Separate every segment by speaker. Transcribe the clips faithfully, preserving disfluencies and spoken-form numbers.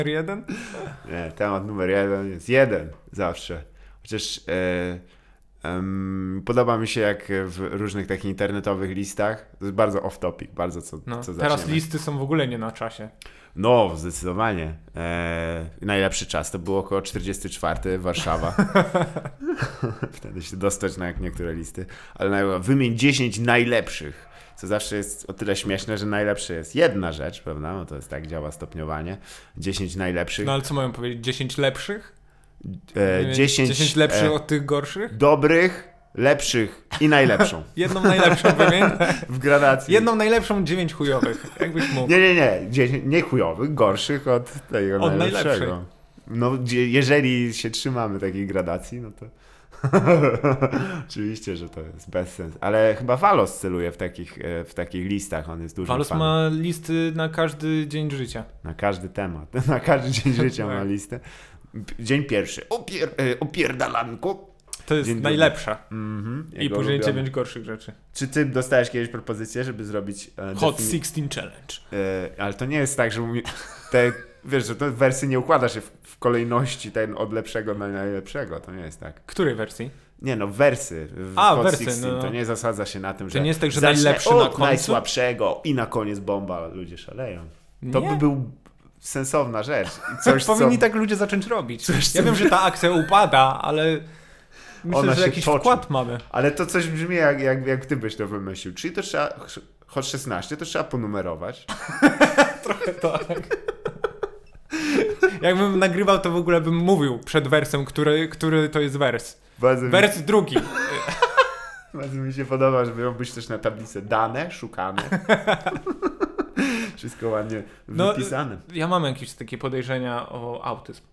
Speaker 1: jeden?
Speaker 2: Nie, temat numer jeden jest jeden zawsze. Chociaż e, um, podoba mi się jak w różnych takich internetowych listach, to jest bardzo off topic, bardzo co,
Speaker 1: No,
Speaker 2: co
Speaker 1: teraz
Speaker 2: zaczniemy.
Speaker 1: listy są w ogóle nie na czasie.
Speaker 2: No, zdecydowanie. E, najlepszy czas to było około czterdziesty czwarty Warszawa. Wtedy się dostać na niektóre listy. Ale na, wymień dziesięć najlepszych. Co zawsze jest o tyle śmieszne, że najlepsze jest jedna rzecz, prawda? No to jest tak, działa stopniowanie. dziesięć najlepszych.
Speaker 1: No ale co mają powiedzieć? dziesięć lepszych?
Speaker 2: E, dziesięć,
Speaker 1: dziesięć lepszych
Speaker 2: e,
Speaker 1: od tych gorszych?
Speaker 2: dobrych, lepszych i najlepszą.
Speaker 1: Jedną najlepszą wymień.
Speaker 2: W gradacji.
Speaker 1: Jedną najlepszą, dziewięć chujowych. Jakbyś mógł.
Speaker 2: Nie, nie, nie. dziesięć, nie chujowych, gorszych od tego
Speaker 1: Od
Speaker 2: najlepszego.
Speaker 1: najlepszej.
Speaker 2: No, gdzie- jeżeli się trzymamy takiej gradacji, no to oczywiście, że to jest bez sensu. Ale chyba Walos celuje w takich, e, w takich listach. On jest dużym
Speaker 1: Walos
Speaker 2: fanem.
Speaker 1: ma listy na każdy dzień życia.
Speaker 2: Na każdy temat. Na każdy dzień życia ma
Speaker 1: Tak.
Speaker 2: listę. Dzień pierwszy. Opier, e, opierdalanko.
Speaker 1: To jest
Speaker 2: Dzień drugi.
Speaker 1: najlepsza.
Speaker 2: Mhm,
Speaker 1: I
Speaker 2: jego
Speaker 1: później
Speaker 2: ulubiony.
Speaker 1: dziewięć gorszych rzeczy.
Speaker 2: Czy ty dostałeś kiedyś propozycję, żeby zrobić... E,
Speaker 1: Hot
Speaker 2: defini-
Speaker 1: szesnaście Challenge.
Speaker 2: E, ale to nie jest tak, że umi- te, wiesz, że to wersy nie układa się w, w kolejności ten od lepszego na najlepszego. To nie jest tak.
Speaker 1: Której wersji?
Speaker 2: Nie no, wersy. W
Speaker 1: A,
Speaker 2: Hot
Speaker 1: wersy,
Speaker 2: szesnaście,
Speaker 1: no.
Speaker 2: To nie zasadza się na tym, że
Speaker 1: nie jest tak, że
Speaker 2: zacznę
Speaker 1: najlepszy
Speaker 2: od
Speaker 1: na końcu?
Speaker 2: najsłabszego i na koniec bomba. Ludzie szaleją. To
Speaker 1: Nie?
Speaker 2: by był sensowna rzecz. I coś,
Speaker 1: Powinni
Speaker 2: co...
Speaker 1: tak ludzie zacząć robić.
Speaker 2: Coś,
Speaker 1: ja
Speaker 2: co-
Speaker 1: wiem, że ta akcja upada, ale myślę,
Speaker 2: Ona
Speaker 1: że
Speaker 2: się
Speaker 1: jakiś
Speaker 2: toczy.
Speaker 1: wkład mamy.
Speaker 2: Ale to coś brzmi jak, jak, jak ty byś to wymyślił. Czyli to trzeba... Hot szesnaście to trzeba ponumerować.
Speaker 1: Trochę tak. Jakbym nagrywał, to w ogóle bym mówił przed wersem, który, który to jest wers.
Speaker 2: Bardzo mi,
Speaker 1: Wers drugi.
Speaker 2: bardzo mi się podoba, żeby miał być też na tablicy dane, szukane. Wszystko ładnie
Speaker 1: No,
Speaker 2: wypisane.
Speaker 1: Ja mam jakieś takie podejrzenia o autyzm.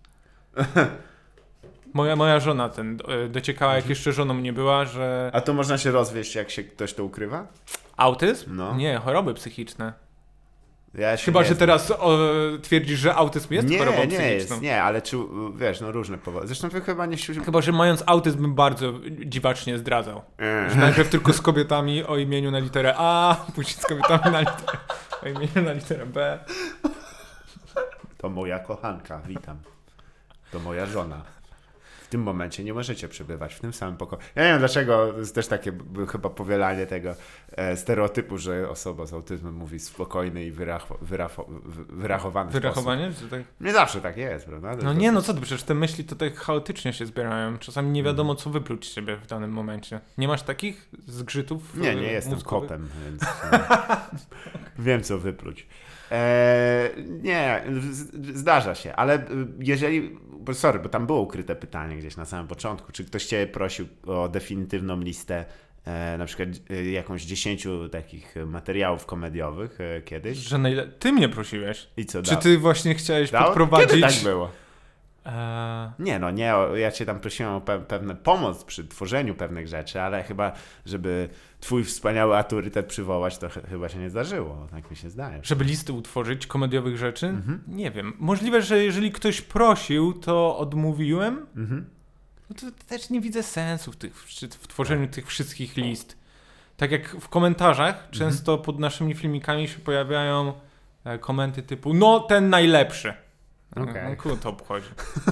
Speaker 1: Moja, moja żona ten e, dociekała, jak jeszcze żoną nie była, że
Speaker 2: A to można się rozwieść, jak się ktoś to ukrywa?
Speaker 1: autyzm?
Speaker 2: No.
Speaker 1: Nie, choroby psychiczne.
Speaker 2: Ja się
Speaker 1: Chyba,
Speaker 2: nie
Speaker 1: że
Speaker 2: znam.
Speaker 1: teraz o, twierdzisz, że autyzm jest
Speaker 2: nie,
Speaker 1: chorobą
Speaker 2: nie
Speaker 1: psychiczną.
Speaker 2: jest, nie, ale czy, wiesz, no różne powody. Zresztą wy chyba nie...
Speaker 1: Chyba, że mając autyzm bym bardzo dziwacznie zdradzał.
Speaker 2: Eee.
Speaker 1: Że najpierw tylko z kobietami o imieniu na literę A, później z kobietami na literę, o imieniu na literę B.
Speaker 2: To moja kochanka, witam. To moja żona. W tym momencie nie możecie przebywać w tym samym pokoju. Ja nie wiem dlaczego, to jest też takie b- chyba powielanie tego e, stereotypu, że osoba z autyzmem mówi spokojny i wyrach, wyrafo, wy- wyrachowany
Speaker 1: Wyrachowanie? Czy tak?
Speaker 2: sposób. Nie zawsze tak jest, prawda? To
Speaker 1: No
Speaker 2: to-
Speaker 1: nie, no co ty, przecież te myśli to tak chaotycznie się zbierają. Czasami nie wiadomo, co wypluć z siebie w danym momencie. Nie masz takich zgrzytów
Speaker 2: Nie,
Speaker 1: e,
Speaker 2: nie jestem
Speaker 1: mózgowych?
Speaker 2: kotem, więc e, wiem co wypluć. E, nie, z- zdarza się, ale e, jeżeli, bo sorry, bo tam było ukryte pytanie gdzieś na samym początku, czy ktoś cię prosił o definitywną listę e, na przykład e, jakąś dziesięciu takich materiałów komediowych e, kiedyś?
Speaker 1: Że najle... Ty mnie prosiłeś.
Speaker 2: I co
Speaker 1: Czy
Speaker 2: dał?
Speaker 1: ty właśnie chciałeś
Speaker 2: Dał?
Speaker 1: podprowadzić...
Speaker 2: Kiedy tak było?
Speaker 1: Eee,
Speaker 2: Nie, no nie, o- ja cię tam prosiłem o pe- pewne pomoc przy tworzeniu pewnych rzeczy, ale chyba, żeby twój wspaniały autorytet przywołać, to ch- chyba się nie zdarzyło, tak mi się zdaje.
Speaker 1: żeby listy utworzyć komediowych rzeczy?
Speaker 2: Mhm.
Speaker 1: Nie wiem. Możliwe, że jeżeli ktoś prosił, to odmówiłem.
Speaker 2: Mhm.
Speaker 1: No to też nie widzę sensu w, tych, w tworzeniu tych wszystkich list. Tak jak w komentarzach
Speaker 2: Mhm.
Speaker 1: często pod naszymi filmikami się pojawiają e, komenty typu no ten najlepszy.
Speaker 2: Okej.
Speaker 1: No, kogo to obchodzi?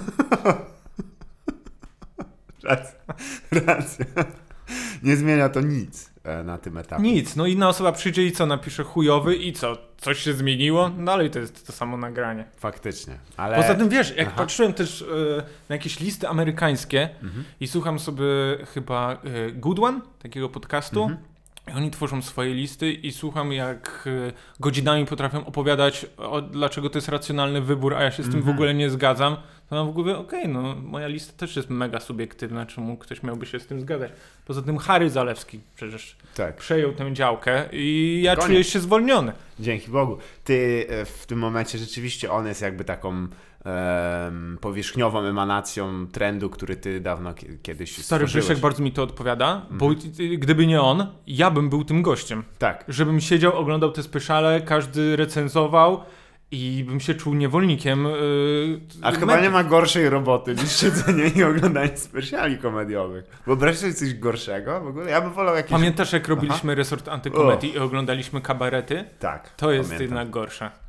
Speaker 2: Racja. Racja. Nie zmienia to nic e, na tym etapie.
Speaker 1: Nic, no inna osoba przyjdzie i co, napisze chujowy i co? Coś się zmieniło? Dalej to jest to samo nagranie.
Speaker 2: Faktycznie, ale...
Speaker 1: Poza tym wiesz, jak
Speaker 2: Aha.
Speaker 1: patrzyłem też e, na jakieś listy amerykańskie
Speaker 2: Mhm.
Speaker 1: i słucham sobie chyba e, Good One, takiego podcastu,
Speaker 2: Mhm.
Speaker 1: i oni tworzą swoje listy i słucham jak e, godzinami potrafią opowiadać o, dlaczego to jest racjonalny wybór, a ja się z tym w
Speaker 2: Mhm.
Speaker 1: ogóle nie zgadzam, to mam w głowie, okej, no moja lista też jest mega subiektywna, czemu ktoś miałby się z tym zgadzać. Poza tym Harry Zalewski przecież
Speaker 2: Tak,
Speaker 1: przejął tę działkę i ja
Speaker 2: Koniec.
Speaker 1: czuję się zwolniony.
Speaker 2: dzięki Bogu. Ty e, w tym momencie rzeczywiście on jest jakby taką em, powierzchniową emanacją trendu, który ty dawno kie- kiedyś
Speaker 1: Stary,
Speaker 2: stworzyłeś.
Speaker 1: wiesz jak bardzo mi to odpowiada? Bo y, gdyby nie on, ja bym był tym gościem.
Speaker 2: Tak.
Speaker 1: Żebym siedział, oglądał te speciale, każdy recenzował i bym się czuł niewolnikiem. Yy,
Speaker 2: A chyba nie ma gorszej roboty niż siedzenie i oglądanie specjali komediowych. Wyobraź sobie coś gorszego w ogóle? Ja bym wolał jakieś...
Speaker 1: Pamiętasz, jak robiliśmy resort antykomedii i oglądaliśmy kabarety?
Speaker 2: Tak.
Speaker 1: To jest
Speaker 2: pamiętam.
Speaker 1: jednak gorsze.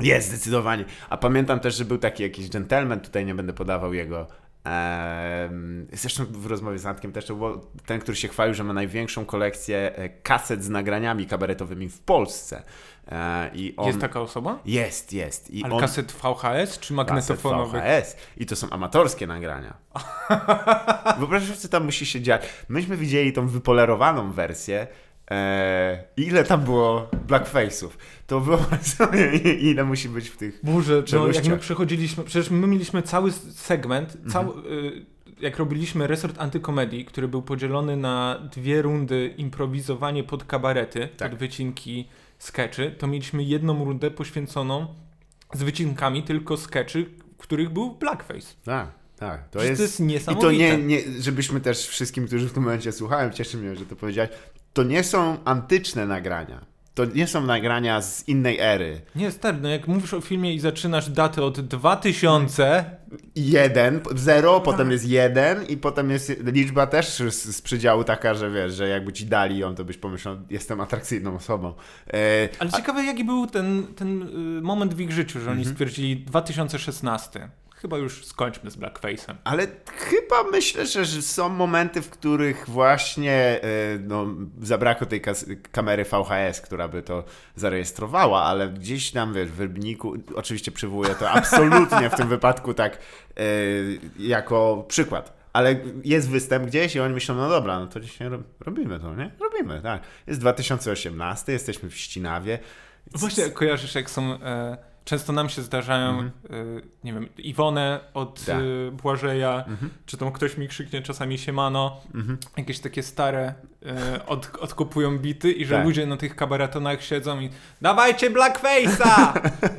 Speaker 2: Jest, zdecydowanie. A pamiętam też, że był taki jakiś gentleman, tutaj nie będę podawał jego. Ehm, zresztą w rozmowie z Antkiem też to był ten, który się chwalił, że ma największą kolekcję kaset z nagraniami kabaretowymi w Polsce. E, i on...
Speaker 1: Jest taka osoba?
Speaker 2: Jest, jest. I
Speaker 1: Ale
Speaker 2: on...
Speaker 1: kaset V H S czy
Speaker 2: kaset
Speaker 1: magnetofonowy?
Speaker 2: V H S. I to są amatorskie nagrania. Wyobraź sobie, co tam musi się dziać. Myśmy widzieli tą wypolerowaną wersję. Eee, ile tam było blackface'ów? To wyobraź sobie, ile musi być w tych
Speaker 1: Boże, no, jak
Speaker 2: czeluściach.
Speaker 1: my przechodziliśmy, przecież my mieliśmy cały segment,
Speaker 2: Mhm.
Speaker 1: cały, y, jak robiliśmy resort antykomedii, który był podzielony na dwie rundy improwizowanie pod kabarety,
Speaker 2: Tak.
Speaker 1: pod wycinki skeczy, to mieliśmy jedną rundę poświęconą z wycinkami tylko skeczy, w których był blackface.
Speaker 2: Tak, tak. To
Speaker 1: Przecież
Speaker 2: jest...
Speaker 1: to jest
Speaker 2: I
Speaker 1: niesamowite.
Speaker 2: to nie, nie, żebyśmy też wszystkim, którzy w tym momencie słuchają, cieszy mnie, że to powiedziałeś, to nie są antyczne nagrania. To nie są nagrania z innej ery.
Speaker 1: Nie, stary, no jak mówisz o filmie i zaczynasz datę od dwa tysiące...
Speaker 2: Jeden, zero, potem jest jeden i potem jest liczba też z, z przedziału taka, że wiesz, że jakby ci dali ją, to byś pomyślał, jestem atrakcyjną osobą. E,
Speaker 1: Ale
Speaker 2: a,
Speaker 1: ciekawe, jaki był ten, ten y, moment w ich życiu, że oni
Speaker 2: Mhm.
Speaker 1: stwierdzili dwa tysiące szesnasty. Chyba już skończmy z blackface'em.
Speaker 2: ale chyba myślę, że, że są momenty, w których właśnie e, no, zabrakło tej kas- kamery V H S, która by to zarejestrowała, ale gdzieś tam, wiesz, w Rybniku, oczywiście przywołuję to absolutnie w tym wypadku tak e, jako przykład. Ale jest występ gdzieś i oni myślą, no dobra, no to dzisiaj rob- robimy to, nie? Robimy, tak. Jest dwa tysiące osiemnasty, jesteśmy w Ścinawie.
Speaker 1: Właśnie kojarzysz, jak są... E, często nam się zdarzają,
Speaker 2: Mhm.
Speaker 1: e, nie wiem, Iwonę od
Speaker 2: Tak.
Speaker 1: e, Błażeja,
Speaker 2: Mhm.
Speaker 1: czy tam ktoś mi krzyknie czasami siemano,
Speaker 2: Mhm.
Speaker 1: jakieś takie stare e, od, odkupują bity i że
Speaker 2: Tak.
Speaker 1: ludzie na tych kabaretonach siedzą i dawajcie blackface'a!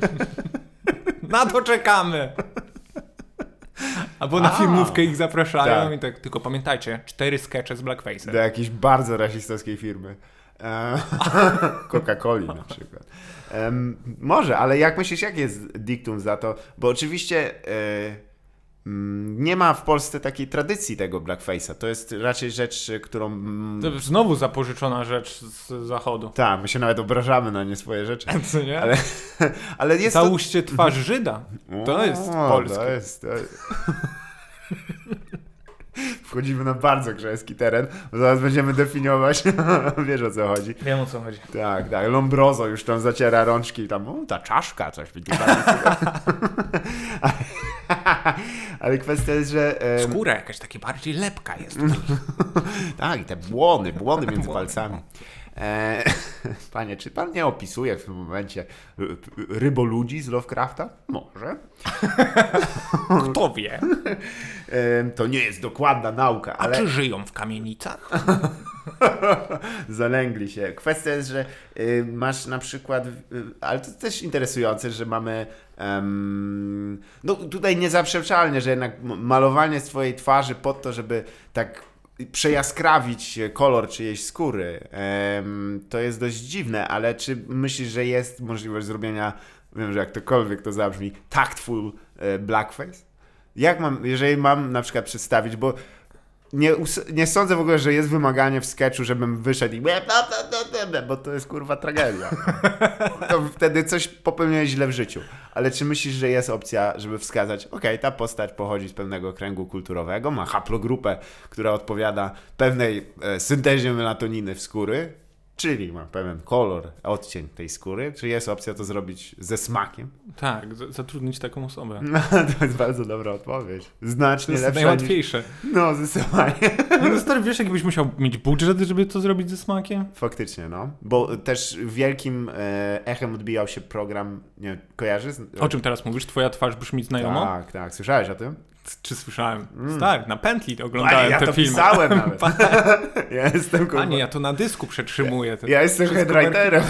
Speaker 1: Na to czekamy! Albo na
Speaker 2: A.
Speaker 1: filmówkę ich zapraszają
Speaker 2: Tak.
Speaker 1: i tak, tylko pamiętajcie, cztery skecze z blackface'em.
Speaker 2: Do jakiejś bardzo rasistowskiej firmy. E, Coca-Coli na przykład. Em, może, ale jak myślisz, jak jest diktum za to? Bo oczywiście e, mm, nie ma w Polsce takiej tradycji tego blackface'a. To jest raczej rzecz, którą... mm,
Speaker 1: To znowu zapożyczona rzecz z zachodu.
Speaker 2: Tak, my się nawet obrażamy na nie swoje rzeczy.
Speaker 1: Co nie?
Speaker 2: Ale, ale jest to...
Speaker 1: Załóżcie twarz Żyda. To jest
Speaker 2: O,
Speaker 1: polskie.
Speaker 2: To jest, to jest... Wchodzimy na bardzo grzeski teren, bo zaraz będziemy definiować, wiesz o co chodzi.
Speaker 1: Wiem, o co chodzi.
Speaker 2: Tak, tak, Lombroso już tam zaciera rączki i tam, o, ta czaszka, coś by tutaj. Ale kwestia jest, że... em,
Speaker 1: Skóra jakaś taka bardziej lepka jest.
Speaker 2: tak, i te błony, błony między
Speaker 1: Błony,
Speaker 2: palcami. E, panie, czy pan nie opisuje w tym momencie y, y, ryboludzi z Lovecrafta? Może.
Speaker 1: Kto wie?
Speaker 2: E, to nie jest dokładna nauka,
Speaker 1: A
Speaker 2: ale...
Speaker 1: czy żyją w kamienicach?
Speaker 2: Zalęgli się. Kwestia jest, że y, masz na przykład, y, ale to też interesujące, że mamy em, no tutaj niezaprzeczalnie, że jednak m- malowanie swojej twarzy po to, żeby tak przejaskrawić kolor czyjejś skóry, em, to jest dość dziwne, ale czy myślisz, że jest możliwość zrobienia, wiem, że jak tokolwiek to zabrzmi, tactful e, blackface? Jak mam, jeżeli mam na przykład przedstawić, bo nie, us- nie sądzę w ogóle, że jest wymaganie w sketchu, żebym wyszedł i bo to jest kurwa tragedia. To wtedy coś popełniłeś źle w życiu. Ale czy myślisz, że jest opcja, żeby wskazać, okej, ta postać pochodzi z pewnego kręgu kulturowego, ma haplogrupę, która odpowiada pewnej e, syntezie melatoniny w skóry, czyli ma pewien kolor, odcień tej skóry, czy jest opcja to zrobić ze smakiem?
Speaker 1: Tak, z- zatrudnić taką osobę.
Speaker 2: No, to jest bardzo dobra odpowiedź.
Speaker 1: To
Speaker 2: Znacznie
Speaker 1: jest
Speaker 2: lepsza
Speaker 1: najłatwiejsze.
Speaker 2: niż... No, zdecydowanie.
Speaker 1: No stary, wiesz, jakbyś musiał mieć budżet, żeby to zrobić ze smakiem?
Speaker 2: Faktycznie, no. Bo też wielkim e, echem odbijał się program, nie kojarzysz?
Speaker 1: O czym teraz mówisz? Twoja twarz brzmi znajomo?
Speaker 2: Tak, tak. Słyszałeś o tym?
Speaker 1: Czy słyszałem? Stary, na pętli oglądałem
Speaker 2: Panie, ja
Speaker 1: te
Speaker 2: to
Speaker 1: filmy.
Speaker 2: pisałem nawet. Ja jestem kurwa.
Speaker 1: A nie, ja to na dysku przetrzymuję. Te,
Speaker 2: Ja jestem
Speaker 1: wszystko
Speaker 2: headwriterem.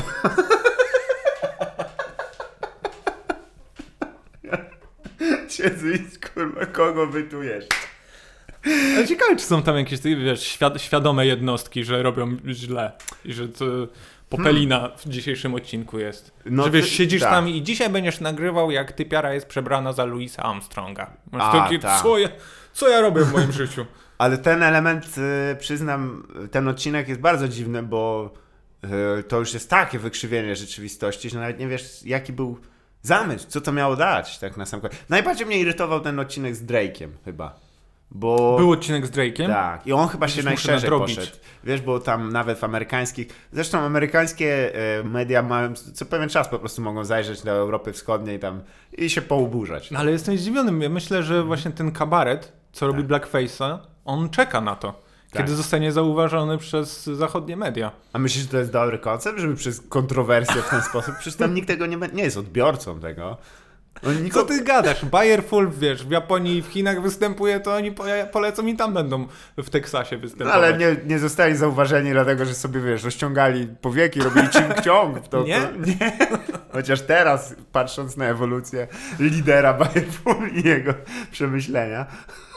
Speaker 2: Siedzę i kurwa, kogo wytujesz?
Speaker 1: Ale ciekawe, czy są tam jakieś, wiesz, świad świadome jednostki, że robią źle i że to popelina w dzisiejszym odcinku jest.
Speaker 2: No
Speaker 1: że wiesz,
Speaker 2: ty-
Speaker 1: siedzisz
Speaker 2: tak.
Speaker 1: tam i dzisiaj będziesz nagrywał, jak typiara jest przebrana za Louisa Armstronga. Masz
Speaker 2: A,
Speaker 1: takie,
Speaker 2: tak.
Speaker 1: co ja, co ja robię w moim życiu?
Speaker 2: Ale ten element, y, przyznam, ten odcinek jest bardzo dziwny, bo y, to już jest takie wykrzywienie rzeczywistości, że nawet nie wiesz, jaki był Zamysł, co to miało dać, tak na sam koniec. Najbardziej mnie irytował ten odcinek z Drake'iem chyba. Bo...
Speaker 1: Był odcinek z Drake'iem?
Speaker 2: Tak, i on chyba się
Speaker 1: Widzisz,
Speaker 2: najszerzej
Speaker 1: muszę nadrobić.
Speaker 2: poszedł. Wiesz, bo tam nawet w amerykańskich... Zresztą amerykańskie e, media mają, co pewien czas po prostu mogą zajrzeć do Europy Wschodniej tam i się pouburzać.
Speaker 1: No, ale jestem zdziwiony. Ja myślę, że właśnie ten kabaret, co robi Blackface'a, on czeka na to. Kiedy
Speaker 2: Tak.
Speaker 1: zostanie zauważony przez zachodnie media.
Speaker 2: A myślisz, że to jest dobry koncept, żeby przez kontrowersję w ten sposób? Przecież tam nikt tego nie, be- nie jest odbiorcą tego. Oni
Speaker 1: Co
Speaker 2: nikogo...
Speaker 1: ty gadasz? Bayer Fulf, wiesz, w Japonii i w Chinach występuje, to oni po- polecą i tam będą w Teksasie
Speaker 2: No,
Speaker 1: występować.
Speaker 2: ale nie, nie zostali zauważeni dlatego, że sobie, wiesz, rozciągali powieki, robili ciąg w to.
Speaker 1: Nie?
Speaker 2: To, nie. Chociaż teraz, patrząc na ewolucję lidera Bayer Fulf i jego przemyślenia,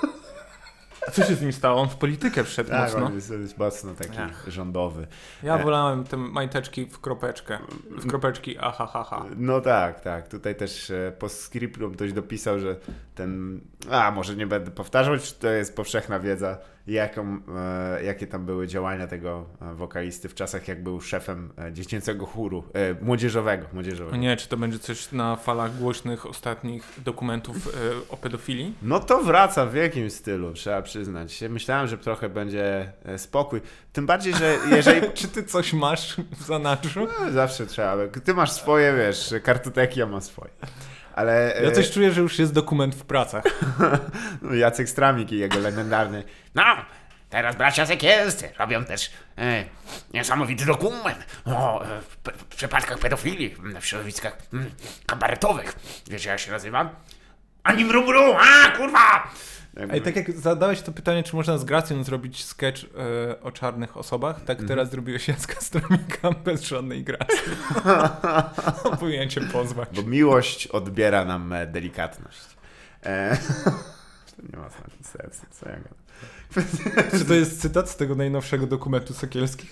Speaker 1: A co się z nim stało? On w politykę wszedł
Speaker 2: tak,
Speaker 1: mocno.
Speaker 2: on jest, jest mocno taki
Speaker 1: Ach.
Speaker 2: rządowy.
Speaker 1: Ja
Speaker 2: E.
Speaker 1: wolałem te majteczki w kropeczkę. W kropeczki aha, ha, ha.
Speaker 2: No tak, tak. Tutaj też e, postscriptum ktoś dopisał, że ten... A, może nie będę powtarzał, czy to jest powszechna wiedza, jaką, e, jakie tam były działania tego e, wokalisty w czasach, jak był szefem e, dziecięcego chóru, e, młodzieżowego. młodzieżowego.
Speaker 1: No nie, czy to będzie coś na falach głośnych ostatnich dokumentów e, o pedofilii?
Speaker 2: No to wraca w jakimś stylu, trzeba przyznać. Myślałem, że trochę będzie e, spokój. Tym bardziej, że jeżeli...
Speaker 1: Czy ty coś masz w zanadrzu?
Speaker 2: No, zawsze trzeba. Ty masz swoje, wiesz, kartoteki, ja mam swoje. Ale... e,
Speaker 1: Ja coś czuję, że już jest dokument w pracach.
Speaker 2: No, Jacek Stramik i jego legendarny.
Speaker 3: No, teraz bracia Sekielscy robią też e, niesamowity dokument o e, w, p- w przypadkach pedofilii w środowiskach mm, kabaretowych. Wiecie jak się nazywa? Ani mru mru, a kurwa!
Speaker 1: Ej, tak jak zadałeś to pytanie, czy można z gracją zrobić sketch e, o czarnych osobach, tak teraz zrobiłeś Jacka Stramika bez żadnej gracji. Powinien cię pozwać.
Speaker 2: Bo miłość odbiera nam e, delikatność. E... to nie ma sensu, co ja gadam.
Speaker 1: Czy to jest cytat z tego najnowszego dokumentu Sekielskich?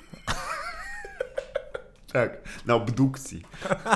Speaker 2: Tak, na obdukcji.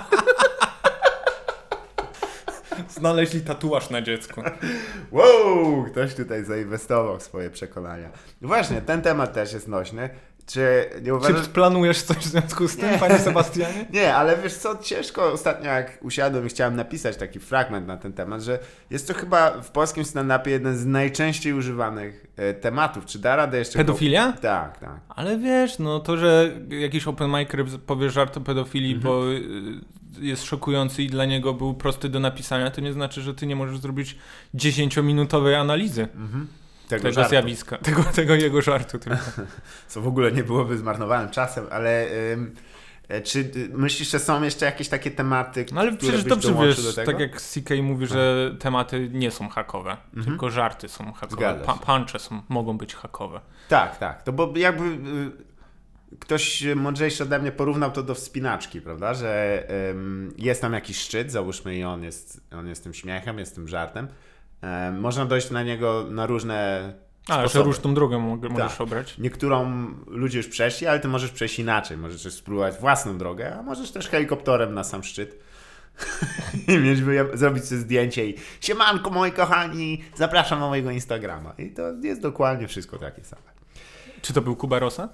Speaker 1: Znaleźli tatuaż na dziecku.
Speaker 2: Wow, ktoś tutaj zainwestował w swoje przekonania. Właśnie, ten temat też jest nośny. Czy nie uważasz...
Speaker 1: Czy planujesz coś w związku z tym,
Speaker 2: Nie.
Speaker 1: panie Sebastianie?
Speaker 2: Nie, ale wiesz co, ciężko ostatnio jak usiadłem i chciałem napisać taki fragment na ten temat, że jest to chyba w polskim stand-upie jeden z najczęściej używanych e, tematów. Czy da radę jeszcze...
Speaker 1: Pedofilia?
Speaker 2: Go... Tak, tak.
Speaker 1: Ale wiesz, no to, że jakiś open micer powie żart o pedofilii,
Speaker 2: Mhm.
Speaker 1: bo y, jest szokujący i dla niego był prosty do napisania, to nie znaczy, że ty nie możesz zrobić dziesięciominutowej analizy
Speaker 2: Mhm. Tego,
Speaker 1: tego
Speaker 2: żartu.
Speaker 1: zjawiska, tego, tego jego żartu tylko.
Speaker 2: Co w ogóle nie byłoby zmarnowanym czasem, ale ym, e, czy y, myślisz, że są jeszcze jakieś takie tematy,
Speaker 1: No ale
Speaker 2: które
Speaker 1: przecież
Speaker 2: byś
Speaker 1: dobrze
Speaker 2: dołączył
Speaker 1: wiesz,
Speaker 2: do tego?
Speaker 1: tak jak C K mówi, że tematy nie są hakowe, tylko żarty są hakowe,
Speaker 2: Zgadza
Speaker 1: pa-
Speaker 2: się.
Speaker 1: punche są, mogą być hakowe.
Speaker 2: Tak, tak. To bo jakby y, ktoś mądrzejszy ode mnie porównał to do wspinaczki, prawda? Że ym, jest tam jakiś szczyt, załóżmy i on jest, on jest tym śmiechem, jest tym żartem. Ym, można dojść na niego na różne
Speaker 1: A, że
Speaker 2: sposoby.
Speaker 1: różną drogę mo- możesz
Speaker 2: Tak.
Speaker 1: obrać.
Speaker 2: Niektórą ludzie już przeszli, ale ty możesz przejść inaczej. Możesz też spróbować własną drogę, a możesz też helikopterem na sam szczyt. I mieć, wyja- zrobić sobie zdjęcie i siemanko moi kochani, zapraszam na mojego Instagrama. I to jest dokładnie wszystko takie same.
Speaker 1: Czy to był Kuba Rosa?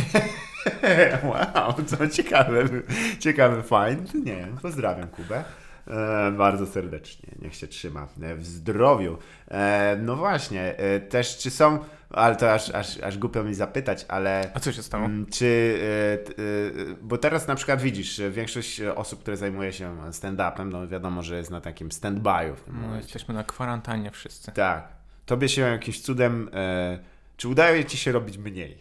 Speaker 2: Wow, co ciekawe, ciekawy find. Nie, pozdrawiam Kubę. E, bardzo serdecznie. Niech się trzyma e, w zdrowiu. E, no właśnie, e, też czy są, ale to aż, aż, aż głupio mi zapytać, ale
Speaker 1: A co się stało?
Speaker 2: mm, czy, e, t, e, bo teraz na przykład widzisz, że większość osób, które zajmuje się stand-upem, no wiadomo, że jest na takim stand-by'u w tym
Speaker 1: No,
Speaker 2: momencie.
Speaker 1: jesteśmy na kwarantannie wszyscy.
Speaker 2: Tak. Tobie się jakimś cudem, e, czy udaje ci się robić mniej?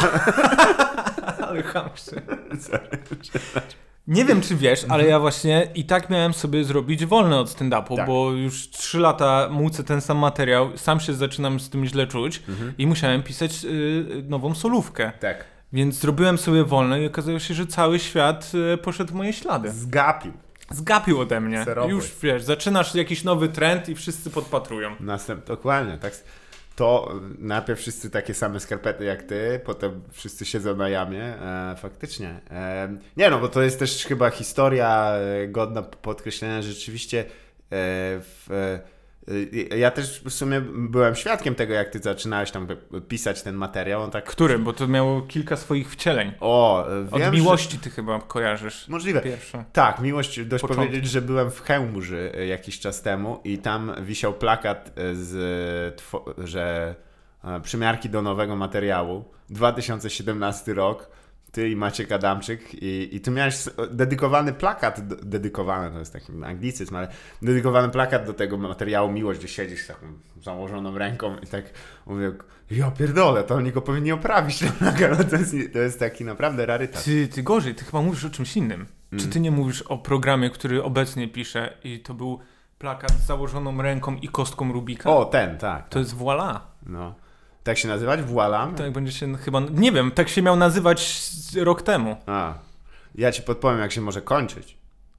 Speaker 1: Ale chamszy.
Speaker 2: Sorry.
Speaker 1: Nie wiem, czy wiesz, ale ja właśnie i tak miałem sobie zrobić wolne od stand-upu,
Speaker 2: Tak.
Speaker 1: bo już trzy lata mucę ten sam materiał, sam się zaczynam z tym źle czuć i musiałem pisać y, nową solówkę.
Speaker 2: Tak.
Speaker 1: Więc zrobiłem sobie wolne i okazało się, że cały świat y, poszedł w moje ślady.
Speaker 2: Zgapił.
Speaker 1: Zgapił ode mnie.
Speaker 2: Serowość.
Speaker 1: Już wiesz, zaczynasz jakiś nowy trend i wszyscy podpatrują.
Speaker 2: Następ, dokładnie, tak. To najpierw wszyscy takie same skarpety jak ty, potem wszyscy siedzą na jamie. E, faktycznie. E, nie no, bo to jest też chyba historia e, godna podkreślenia, że rzeczywiście e, w, Ja też w sumie byłem świadkiem tego, jak ty zaczynałeś tam pisać ten materiał. On tak...
Speaker 1: Który? Bo to miało kilka swoich wcieleń.
Speaker 2: O, wiem,
Speaker 1: Od miłości
Speaker 2: że...
Speaker 1: ty chyba kojarzysz.
Speaker 2: Możliwe.
Speaker 1: Pierwsze.
Speaker 2: Tak, miłość. Dość
Speaker 1: Początki.
Speaker 2: powiedzieć, że byłem w Chełmży jakiś czas temu i tam wisiał plakat z, że przymiarki do nowego materiału. dwa tysiące siedemnasty rok. Ty i Maciek Adamczyk i, i ty miałeś dedykowany plakat, dedykowany, to jest taki anglicyzm, ale dedykowany plakat do tego materiału Miłość, gdzie siedzisz z taką założoną ręką i tak mówię, ja pierdolę, to oni go powinni oprawić. To jest, to jest taki naprawdę rarytas.
Speaker 1: Ty, ty gorzej, ty chyba mówisz o czymś innym.
Speaker 2: Mm.
Speaker 1: Czy ty nie mówisz o programie, który obecnie piszę i to był plakat z założoną ręką i kostką Rubika?
Speaker 2: O, ten, tak.
Speaker 1: To jest Voila.
Speaker 2: No. Tak się nazywać? Voila?
Speaker 1: Tak będzie się chyba, nie wiem, tak się miał nazywać rok temu.
Speaker 2: A, ja ci podpowiem, jak się może kończyć.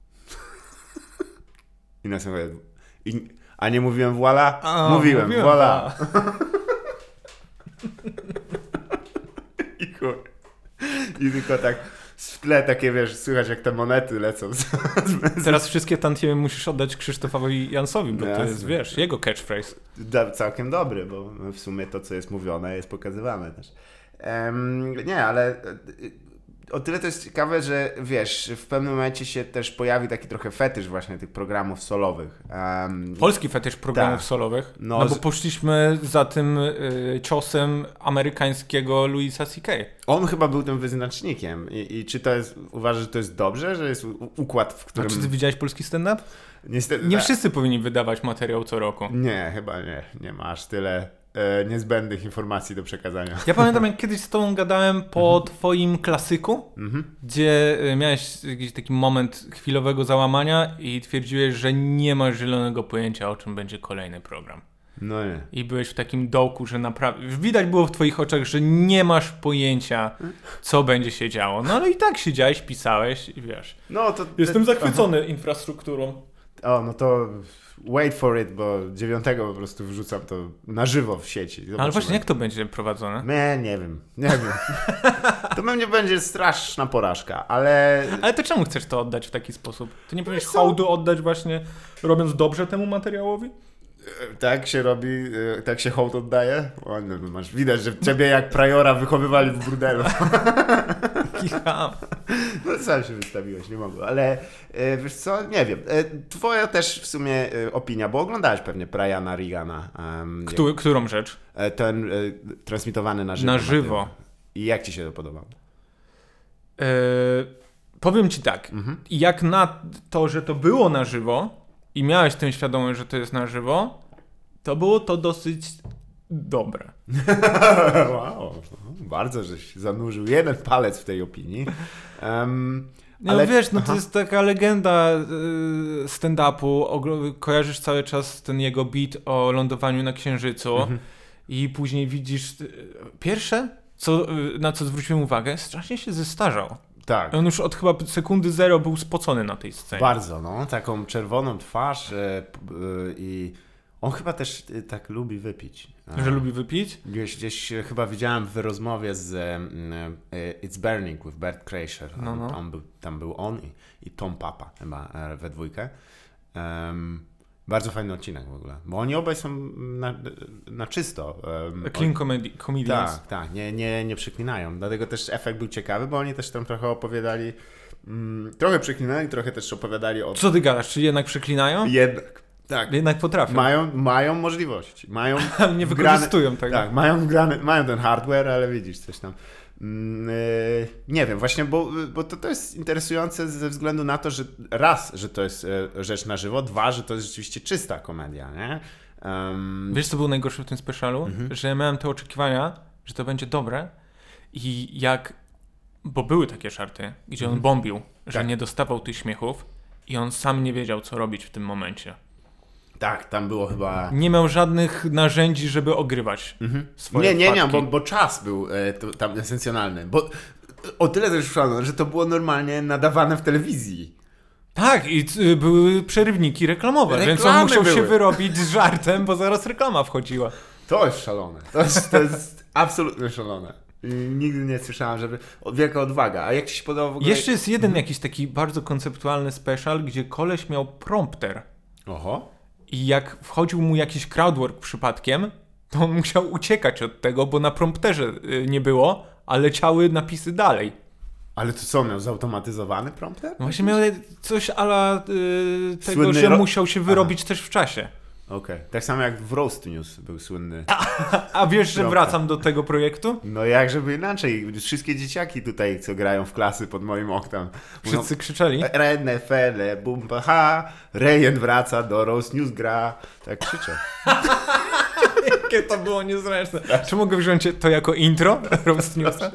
Speaker 2: I na sobie, i, a nie mówiłem voila?
Speaker 1: A,
Speaker 2: mówiłem,
Speaker 1: mówiłem
Speaker 2: voila. I chuj. I tylko tak w tle takie, wiesz, słychać jak te monety lecą.
Speaker 1: Teraz wszystkie tantiemy musisz oddać Krzysztofowi Jansowi, bo
Speaker 2: Jasne.
Speaker 1: to jest, wiesz, jego catchphrase.
Speaker 2: Da, całkiem dobry, bo w sumie to, co jest mówione, jest pokazywane też. Um, nie, ale o tyle to jest ciekawe, że wiesz, w pewnym momencie się też pojawi taki trochę fetysz właśnie tych programów solowych. Um,
Speaker 1: Polski fetysz programów
Speaker 2: tak.
Speaker 1: solowych,
Speaker 2: No,
Speaker 1: no bo
Speaker 2: z-
Speaker 1: poszliśmy za tym y, ciosem amerykańskiego Louisa C K.
Speaker 2: On chyba był tym wyznacznikiem. I, i czy to jest, uważasz, że to jest dobrze, że jest u- układ, w
Speaker 1: A
Speaker 2: którym...
Speaker 1: czy ty widziałeś polski stand-up?
Speaker 2: Niestety,
Speaker 1: Nie
Speaker 2: tak.
Speaker 1: wszyscy powinni wydawać materiał co roku.
Speaker 2: Nie, chyba nie. Nie ma aż tyle e, niezbędnych informacji do przekazania.
Speaker 1: Ja pamiętam, jak kiedyś z tobą gadałem po twoim klasyku,
Speaker 2: Mhm.
Speaker 1: gdzie y, miałeś jakiś taki moment chwilowego załamania i twierdziłeś, że nie masz zielonego pojęcia, o czym będzie kolejny program.
Speaker 2: No nie.
Speaker 1: I byłeś w takim dołku, że naprawdę... Widać było w twoich oczach, że nie masz pojęcia, co będzie się działo. No ale i tak siedziałeś, pisałeś i wiesz...
Speaker 2: No to...
Speaker 1: Jestem zachwycony infrastrukturą.
Speaker 2: O, no to wait for it, bo dziewiątego po prostu wrzucam to na żywo w sieci.
Speaker 1: Ale
Speaker 2: Zobaczymy.
Speaker 1: właśnie, jak to będzie prowadzone?
Speaker 2: Nie, nie wiem, nie wiem. To pewnie będzie straszna porażka, ale...
Speaker 1: Ale to czemu chcesz to oddać w taki sposób? Ty nie powinieneś
Speaker 2: co?
Speaker 1: hołdu oddać właśnie, robiąc dobrze temu materiałowi?
Speaker 2: Tak się robi, e, tak się hołd oddaje? O, no, masz, widać, że ciebie jak prajora wychowywali w burdelu.
Speaker 1: Kicham.
Speaker 2: No sam się wystawiłeś, nie mogę, ale e, wiesz co, nie wiem. E, twoja też w sumie e, opinia, bo oglądałeś pewnie Briana Reagana. Um,
Speaker 1: Któ- którą rzecz?
Speaker 2: e, ten e, transmitowany na żywo.
Speaker 1: Na żywo.
Speaker 2: materiał. I jak ci się to podobało?
Speaker 1: Yy, powiem ci tak,
Speaker 2: Mhm.
Speaker 1: jak na to, że to było na żywo i miałeś tę świadomość, że to jest na żywo, to było to dosyć dobre.
Speaker 2: Wow, bardzo żeś zanurzył jeden palec w tej opinii. Um,
Speaker 1: No
Speaker 2: ale
Speaker 1: wiesz, no
Speaker 2: Aha.
Speaker 1: to jest taka legenda yy, stand-upu, ogl- kojarzysz cały czas ten jego beat o lądowaniu na Księżycu
Speaker 2: Mhm.
Speaker 1: i później widzisz yy, pierwsze, co, yy, na co zwróciłem uwagę, strasznie się zestarzał.
Speaker 2: Tak.
Speaker 1: On już od chyba sekundy zero był spocony na tej scenie.
Speaker 2: Bardzo, no. Taką czerwoną twarz e, p- e, i on chyba też e, tak lubi wypić. E,
Speaker 1: Że lubi wypić?
Speaker 2: Gdzieś, gdzieś e, chyba widziałem w rozmowie z e, e, It's Burning with Bert Kreischer.
Speaker 1: No, no.
Speaker 2: On był, tam był on i, i Tom Papa chyba e, we dwójkę. Um, bardzo fajny odcinek w ogóle, bo oni obaj są na, na czysto. Um,
Speaker 1: Clean comedi- comedians.
Speaker 2: Tak, tak, nie, nie, nie przeklinają. Dlatego też efekt był ciekawy, bo oni też tam trochę opowiadali, mm, trochę przeklinali, trochę też opowiadali o...
Speaker 1: Co ty gadasz? Czy jednak przeklinają?
Speaker 2: Jednak, tak.
Speaker 1: Jednak potrafią.
Speaker 2: Mają, mają możliwości. Mają
Speaker 1: Ale nie
Speaker 2: wgrane-
Speaker 1: wykorzystują tego.
Speaker 2: Tak, mają, wgrane, mają ten hardware, ale widzisz coś tam. Mm, yy, nie wiem, właśnie, bo, bo to, to jest interesujące ze względu na to, że raz, że to jest e, rzecz na żywo, dwa, że to jest rzeczywiście czysta komedia, nie? Um,
Speaker 1: Wiesz, co było najgorsze w tym specialu?
Speaker 2: Mhm.
Speaker 1: Że ja miałem te oczekiwania, że to będzie dobre i jak... Bo były takie żarty, gdzie on
Speaker 2: Mhm.
Speaker 1: bombił, że
Speaker 2: Tak.
Speaker 1: nie dostawał tych śmiechów i on sam nie wiedział, co robić w tym momencie.
Speaker 2: tak, tam było chyba...
Speaker 1: Nie miał żadnych narzędzi, żeby ogrywać
Speaker 2: Mhm.
Speaker 1: swoje
Speaker 2: Nie, nie, nie,
Speaker 1: wpadki.
Speaker 2: bo, bo czas był e, to, tam esencjonalny. Bo o tyle też szalone, że to było normalnie nadawane w telewizji.
Speaker 1: Tak, i y, były przerywniki reklamowe, więc on
Speaker 2: Reklamy
Speaker 1: musiał się
Speaker 2: były.
Speaker 1: wyrobić z żartem, bo zaraz reklama wchodziła.
Speaker 2: To jest szalone. To jest, to jest absolutnie szalone. I nigdy nie słyszałem, żeby... O, wielka odwaga. A jak ci się podoba w ogóle...
Speaker 1: Jeszcze jest jeden jakiś taki bardzo konceptualny special, gdzie koleś miał prompter
Speaker 2: Oho.
Speaker 1: i jak wchodził mu jakiś crowdwork przypadkiem, to on musiał uciekać od tego, bo na prompterze y, nie było, a leciały napisy dalej.
Speaker 2: Ale to co, miał zautomatyzowany prompter?
Speaker 1: No właśnie miał coś ala y, tego,
Speaker 2: Słynny
Speaker 1: że
Speaker 2: ro-
Speaker 1: musiał się wyrobić Aha. też w czasie.
Speaker 2: Okej. Okay. Tak samo jak w Roast News był słynny.
Speaker 1: A wiesz, że wracam do tego projektu?
Speaker 2: No jak żeby inaczej. Wszystkie dzieciaki tutaj, co grają w klasy pod moim oknem.
Speaker 1: Wszyscy krzyczeli.
Speaker 2: Renne fele, bumpa ha, Rejen wraca do Roast News gra. Tak krzyczą.
Speaker 1: Jakie to było niezręczne. Czy mogę wziąć to jako intro Roast Newsa?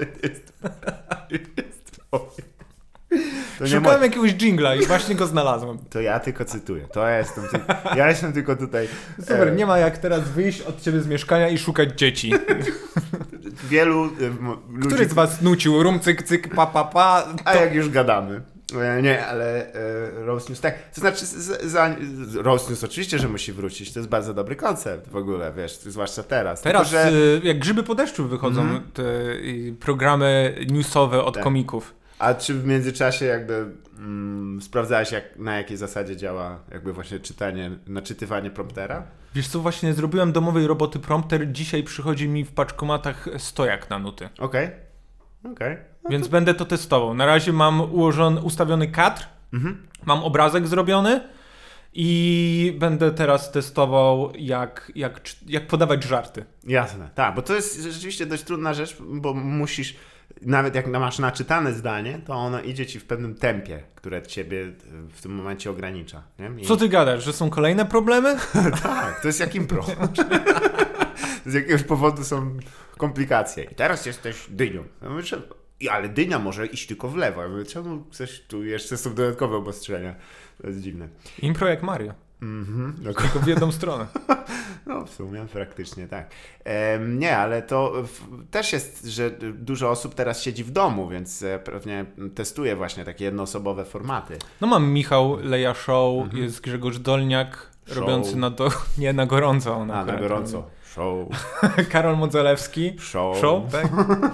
Speaker 2: To
Speaker 1: Szukałem jakiegoś dżingla i właśnie go znalazłem.
Speaker 2: To ja tylko cytuję. To ja jestem, ty... ja jestem tylko tutaj...
Speaker 1: Super,
Speaker 2: e...
Speaker 1: nie ma jak teraz wyjść od ciebie z mieszkania i szukać dzieci.
Speaker 2: Wielu e, ludzi...
Speaker 1: Który z was nucił rum cyk cyk pa pa pa? To...
Speaker 2: A jak już gadamy. E, nie, ale e, Roast News tak. To znaczy z, za, z, Roast News oczywiście, że musi wrócić. To jest bardzo dobry koncept w ogóle, wiesz, zwłaszcza teraz.
Speaker 1: Teraz
Speaker 2: Tylko, że...
Speaker 1: jak grzyby po deszczu wychodzą mm. te y, programy newsowe od
Speaker 2: tak.
Speaker 1: komików.
Speaker 2: A czy w międzyczasie jakby mm, sprawdzałeś jak, na jakiej zasadzie działa jakby właśnie czytanie, naczytywanie promptera?
Speaker 1: Wiesz co, właśnie zrobiłem domowej roboty prompter, dzisiaj przychodzi mi w paczkomatach stojak na nuty.
Speaker 2: Okej, okay. okej. Okay. No
Speaker 1: Więc
Speaker 2: to...
Speaker 1: będę to testował. Na razie mam ułożony, ustawiony kadr, mhm. mam obrazek zrobiony i będę teraz testował jak, jak, jak podawać żarty.
Speaker 2: Jasne, tak, bo to jest rzeczywiście dość trudna rzecz, bo musisz... Nawet jak masz naczytane zdanie, to ono idzie ci w pewnym tempie, które ciebie w tym momencie ogranicza. Nie? I...
Speaker 1: Co ty gadasz, że są kolejne problemy?
Speaker 2: Tak, to jest jak impro. Z jakiegoś powodu są komplikacje. I teraz jesteś dynią. Ja mówię, że... Ale dynia może iść tylko w lewo. Ja mówię, czemu chcesz tu jeszcze są dodatkowe obostrzenia? To jest dziwne.
Speaker 1: Impro jak Mario.
Speaker 2: Mhm,
Speaker 1: tylko w jedną stronę.
Speaker 2: No w sumie praktycznie tak. Ehm, nie, ale to w, też jest, że dużo osób teraz siedzi w domu, więc e, pewnie testuje właśnie takie jednoosobowe formaty.
Speaker 1: No mam Michał Leja Show,
Speaker 2: mhm.
Speaker 1: jest Grzegorz Dolniak,
Speaker 2: show.
Speaker 1: robiący na to, nie na gorąco.
Speaker 2: Na, na gorąco. Show.
Speaker 1: Karol Modzelewski.
Speaker 2: Show.
Speaker 1: Show, tak?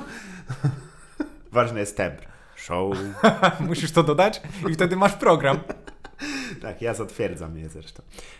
Speaker 2: Ważny jest temp. Show.
Speaker 1: Musisz to dodać i wtedy masz program.
Speaker 2: Tak, ja zatwierdzam je zresztą.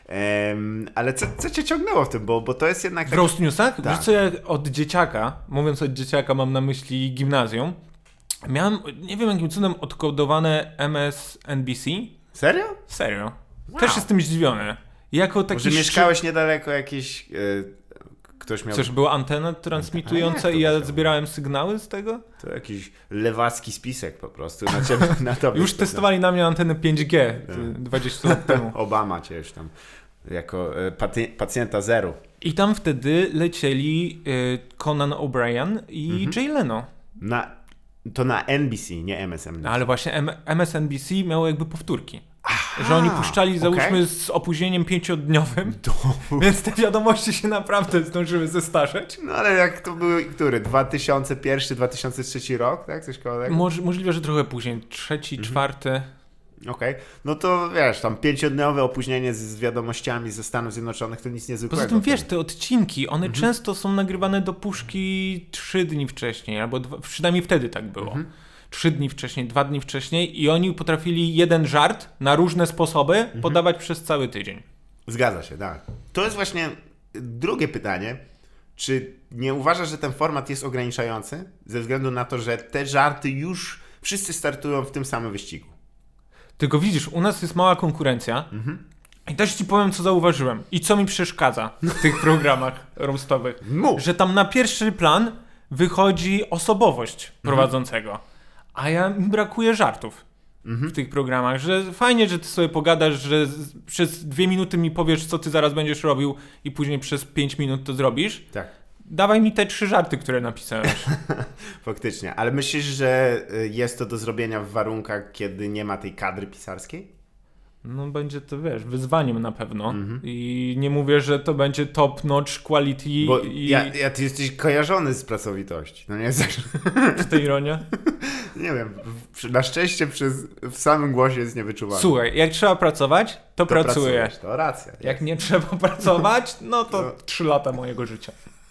Speaker 2: Um, ale co, co cię ciągnęło w tym, bo, bo to jest jednak...
Speaker 1: W tak... Roast Newsach?
Speaker 2: Tak.
Speaker 1: Wiesz co, ja od dzieciaka, mówiąc od dzieciaka mam na myśli gimnazjum, miałem, nie wiem jakim cudem, odkodowane M S N B C.
Speaker 2: Serio?
Speaker 1: Serio.
Speaker 2: Wow.
Speaker 1: Też jestem zdziwiony. Jako taki
Speaker 2: Może mieszkałeś niedaleko jakiejś... Yy... Ktoś miał...
Speaker 1: Coś, była antena transmitująca i ja zbierałem sygnały z tego?
Speaker 2: To jakiś lewacki spisek po prostu na ciebie, na tobie.
Speaker 1: Już testowali na mnie antenę pięć G dwadzieścia lat temu.
Speaker 2: Obama cię już tam jako e, paty, pacjenta zero.
Speaker 1: I tam wtedy lecieli e, Conan O'Brien i mhm. Jay Leno.
Speaker 2: Na, to na N B C, nie M S N B C.
Speaker 1: No, ale właśnie M- M S N B C miało jakby powtórki. Aha, że oni puszczali, załóżmy, okay. z opóźnieniem pięciodniowym, to... więc te wiadomości się naprawdę zdążyły zestarzeć.
Speaker 2: No ale jak to były, który? dwa tysiące pierwszy, dwa tysiące trzeci rok, tak? Coś koło tego?
Speaker 1: Moż, możliwe, że trochę później. Trzeci, mhm. czwarty.
Speaker 2: Okej. Okay. No to wiesz, tam pięciodniowe opóźnienie z, z wiadomościami ze Stanów Zjednoczonych to nic niezwykłego.
Speaker 1: Poza tym wiesz, te odcinki, one mhm. często są nagrywane do puszki trzy dni wcześniej, albo dwa, przynajmniej wtedy tak było. Mhm. Trzy dni wcześniej, dwa dni wcześniej i oni potrafili jeden żart na różne sposoby mhm. podawać przez cały tydzień.
Speaker 2: Zgadza się, tak. To jest właśnie drugie pytanie. Czy nie uważasz, że ten format jest ograniczający ze względu na to, że te żarty już wszyscy startują w tym samym wyścigu?
Speaker 1: Tylko widzisz, u nas jest mała konkurencja mhm. i też ci powiem, co zauważyłem i co mi przeszkadza w tych programach roastowych.
Speaker 2: Mów.
Speaker 1: Że tam na pierwszy plan wychodzi osobowość mhm. prowadzącego. A ja mi brakuje żartów mhm. w tych programach, że fajnie, że ty sobie pogadasz, że z, przez dwie minuty mi powiesz, co ty zaraz będziesz robił i później przez pięć minut to zrobisz.
Speaker 2: Tak.
Speaker 1: Dawaj mi te trzy żarty, które napisałeś.
Speaker 2: Faktycznie, ale myślisz, że jest to do zrobienia w warunkach, kiedy nie ma tej kadry pisarskiej?
Speaker 1: No będzie to, wiesz, wyzwaniem na pewno mhm. i nie mówię, że to będzie top notch quality.
Speaker 2: Bo
Speaker 1: i...
Speaker 2: ja, ja, ty jesteś kojarzony z pracowitości, no nie?
Speaker 1: Czy to ironia?
Speaker 2: Nie wiem, na szczęście przez, w samym głosie jest niewyczuwalne.
Speaker 1: Słuchaj, jak trzeba pracować, to, to pracuję.
Speaker 2: To racja.
Speaker 1: Jak jest. Nie trzeba pracować, no to no. trzy lata mojego życia.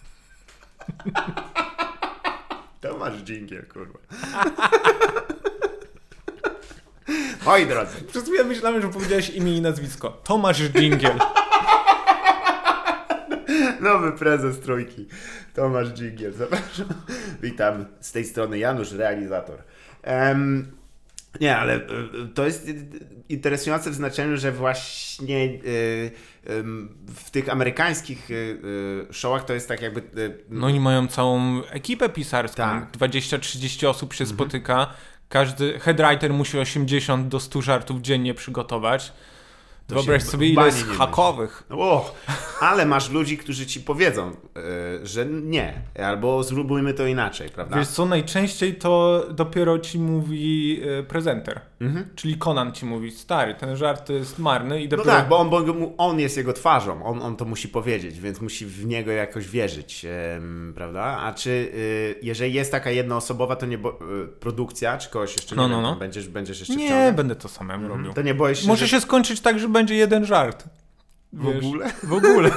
Speaker 2: To masz dżingiel, kurwa. Moi drodzy.
Speaker 1: Przez chwilę myślałem, że powiedziałeś imię i nazwisko. Tomasz Dżingiel.
Speaker 2: Nowy prezes Trójki. Tomasz Dżingiel, zapraszam. Witam, z tej strony Janusz, realizator. Um, nie, ale y, to jest interesujące w znaczeniu, że właśnie y, y, w tych amerykańskich y, y, showach to jest tak jakby... Y,
Speaker 1: No oni mają całą ekipę pisarską.
Speaker 2: Tak.
Speaker 1: dwadzieścia trzydzieści osób się mhm. spotyka. Każdy headwriter musi osiemdziesiąt do stu żartów dziennie przygotować. To Wyobraź sobie, ile jest hakowych.
Speaker 2: O, ale masz ludzi, którzy ci powiedzą, yy, że nie, albo zróbmy to inaczej, prawda?
Speaker 1: Wiesz co, najczęściej to dopiero ci mówi yy, prezenter.
Speaker 2: Mhm.
Speaker 1: Czyli Conan ci mówi, stary, ten żart to jest marny i dopiero...
Speaker 2: No tak, bo on, bo on jest jego twarzą, on, on to musi powiedzieć, więc musi w niego jakoś wierzyć, yy, prawda? A czy yy, jeżeli jest taka jednoosobowa, to nie bo, yy, produkcja, czy kogoś jeszcze, nie
Speaker 1: no,
Speaker 2: wiem,
Speaker 1: no, no.
Speaker 2: Będziesz, będziesz jeszcze
Speaker 1: Nie,
Speaker 2: wciągać?
Speaker 1: będę to samemu mhm. robił.
Speaker 2: To nie boisz się,
Speaker 1: Może
Speaker 2: że...
Speaker 1: się skończyć tak, że będzie jeden żart.
Speaker 2: Wiesz, w ogóle?
Speaker 1: W ogóle.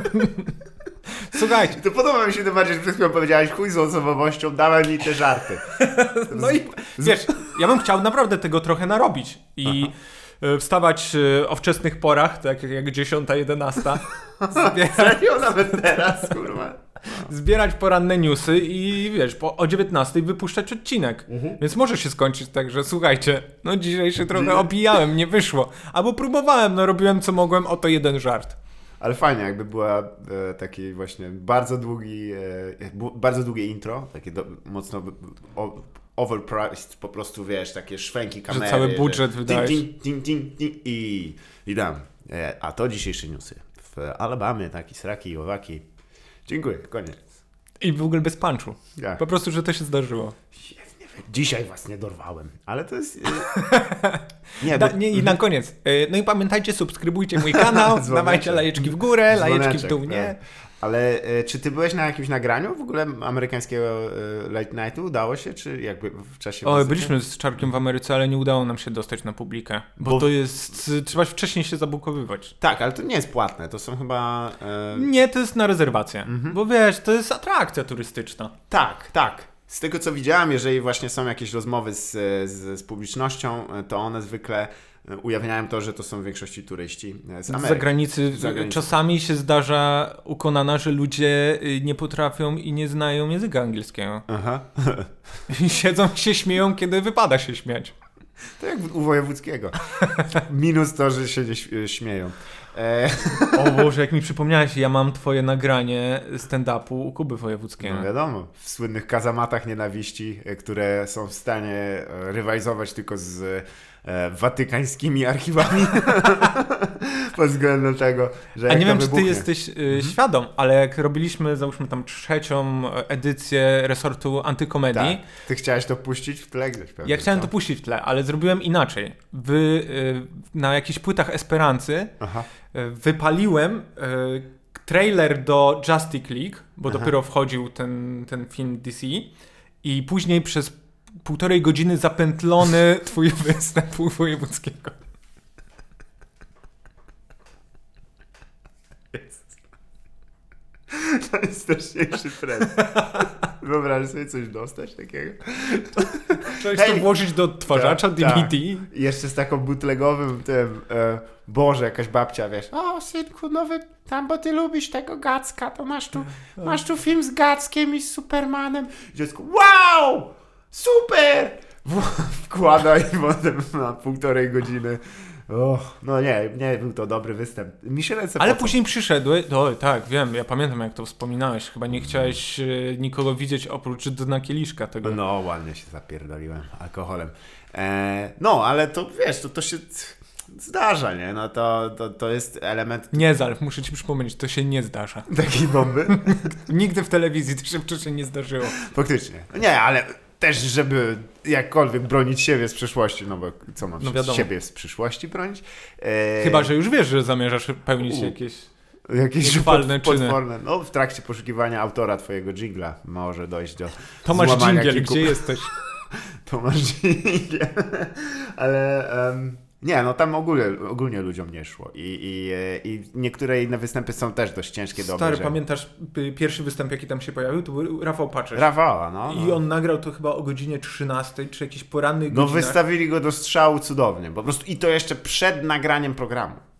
Speaker 1: Słuchajcie.
Speaker 2: To podoba mi się tym bardziej, że przed chwilą powiedziałeś chuj z osobowością, dawaj mi te żarty.
Speaker 1: No i wiesz, ja bym chciał naprawdę tego trochę narobić i Aha. wstawać o wczesnych porach, tak jak dziesiąta, jedenasta.
Speaker 2: Serio? Nawet teraz, kurwa.
Speaker 1: Zbierać poranne newsy i wiesz, po, o dziewiętnastej wypuszczać odcinek. Mhm. Więc może się skończyć tak, że słuchajcie, no dzisiaj się trochę obijałem, nie wyszło. Albo próbowałem, no robiłem co mogłem, oto jeden żart.
Speaker 2: Ale fajnie, jakby była e, taki właśnie bardzo długi, e, bu, bardzo długie intro, takie do, mocno o, overpriced, po prostu wiesz, takie szwęki kamery.
Speaker 1: Że cały budżet wydałeś.
Speaker 2: I witam. E, a to dzisiejsze newsy. W Alabamie taki sraki i owaki. Dziękuję, koniec.
Speaker 1: I w ogóle bez punchu.
Speaker 2: Ja.
Speaker 1: Po prostu, że to się zdarzyło.
Speaker 2: Dzisiaj was nie dorwałem, ale to jest... nie,
Speaker 1: da,
Speaker 2: bo...
Speaker 1: nie, I na koniec. No i pamiętajcie, subskrybujcie mój kanał, dawajcie lajeczki w górę, lajeczki w dół, nie?
Speaker 2: Tak. Ale e, czy ty byłeś na jakimś nagraniu w ogóle amerykańskiego e, late nightu? Udało się? Czy jakby w czasie...
Speaker 1: O, byliśmy z Czarkiem w Ameryce, ale nie udało nam się dostać na publikę. Bo, bo to jest... Trzeba wcześniej się zabukowywać.
Speaker 2: Tak, ale to nie jest płatne. To są chyba... E...
Speaker 1: Nie, to jest na rezerwację. Mhm. Bo wiesz, to jest atrakcja turystyczna.
Speaker 2: Tak, tak. Z tego co widziałem, jeżeli właśnie są jakieś rozmowy z, z, z publicznością, to one zwykle ujawniają to, że to są w większości turyści z Ameryki.
Speaker 1: Z zagranicy. Z zagranicy. Czasami się zdarza u Conana, że ludzie nie potrafią i nie znają języka angielskiego. Aha. I siedzą i się śmieją, kiedy wypada się śmiać.
Speaker 2: To jak u Wojewódzkiego. Minus to, że się nie śmieją. E...
Speaker 1: O Boże, jak mi przypomniałeś, ja mam twoje nagranie stand-upu u Kuby Wojewódzkiego.
Speaker 2: No wiadomo, w słynnych kazamatach nienawiści, które są w stanie rywalizować tylko z e, watykańskimi archiwami. Pod względem tego, że
Speaker 1: A nie wiem,
Speaker 2: wybuchnie.
Speaker 1: czy ty jesteś y, mhm. świadom, ale jak robiliśmy, załóżmy tam trzecią edycję resortu antykomedii.
Speaker 2: Tak. Ty chciałeś to puścić w tle gdzieś pewnie.
Speaker 1: Ja chciałem co? to puścić w tle, ale zrobiłem inaczej. Wy, y, na jakichś płytach Esperancy Aha. y, wypaliłem y, trailer do Justice League, bo Aha. dopiero wchodził ten, ten film D C i później przez półtorej godziny zapętlony twój występ u Wojewódzkiego.
Speaker 2: To jest straszniejszy trend. Wyobraź sobie coś dostać takiego.
Speaker 1: Trzeba to włożyć do odtwarzacza ta, D V D. Ta.
Speaker 2: Jeszcze z taką bootlegowym tym, e, Boże, jakaś babcia, wiesz, o synku, nowy, tam, bo ty lubisz tego Gacka, to masz tu, masz tu film z Gackiem i z Supermanem. Dziecko, wow, super! Wkłada i potem na półtorej godziny. Oh, no nie, nie był to dobry występ. Michelece
Speaker 1: Ale później przyszedł, no tak, wiem, ja pamiętam jak to wspominałeś, chyba nie chciałeś e, nikogo widzieć oprócz dna kieliszka tego.
Speaker 2: No, ładnie się zapierdoliłem alkoholem. E, no, ale to wiesz, to, to się zdarza, nie? No to, to, to jest element...
Speaker 1: Nie, Zalf, muszę ci przypomnieć, to się nie zdarza.
Speaker 2: Takiej bomby?
Speaker 1: Nigdy w telewizji to się wcześniej nie zdarzyło.
Speaker 2: Faktycznie. Nie, ale... Też, żeby jakkolwiek bronić siebie z przyszłości, no bo co masz no siebie z przyszłości bronić?
Speaker 1: E... Chyba, że już wiesz, że zamierzasz pełnić U. jakieś
Speaker 2: jakieś pod, potworne. No, w trakcie poszukiwania autora twojego dżingla może dojść do
Speaker 1: Tomasz Dżingiel, kilku... gdzie jesteś?
Speaker 2: Tomasz Dżingiel. Ale... Um... Nie, no tam ogólnie, ogólnie ludziom nie szło I, i, i niektóre inne występy są też dość ciężkie do
Speaker 1: Stary,
Speaker 2: obejrzenia.
Speaker 1: Pamiętasz pierwszy występ, jaki tam się pojawił? To był Rafał Paczesz.
Speaker 2: Rafała, no.
Speaker 1: I on nagrał to chyba o godzinie trzynastej, czy jakichś porannych
Speaker 2: No
Speaker 1: godzinach.
Speaker 2: wystawili go do strzału cudownie, po prostu i to jeszcze przed nagraniem programu.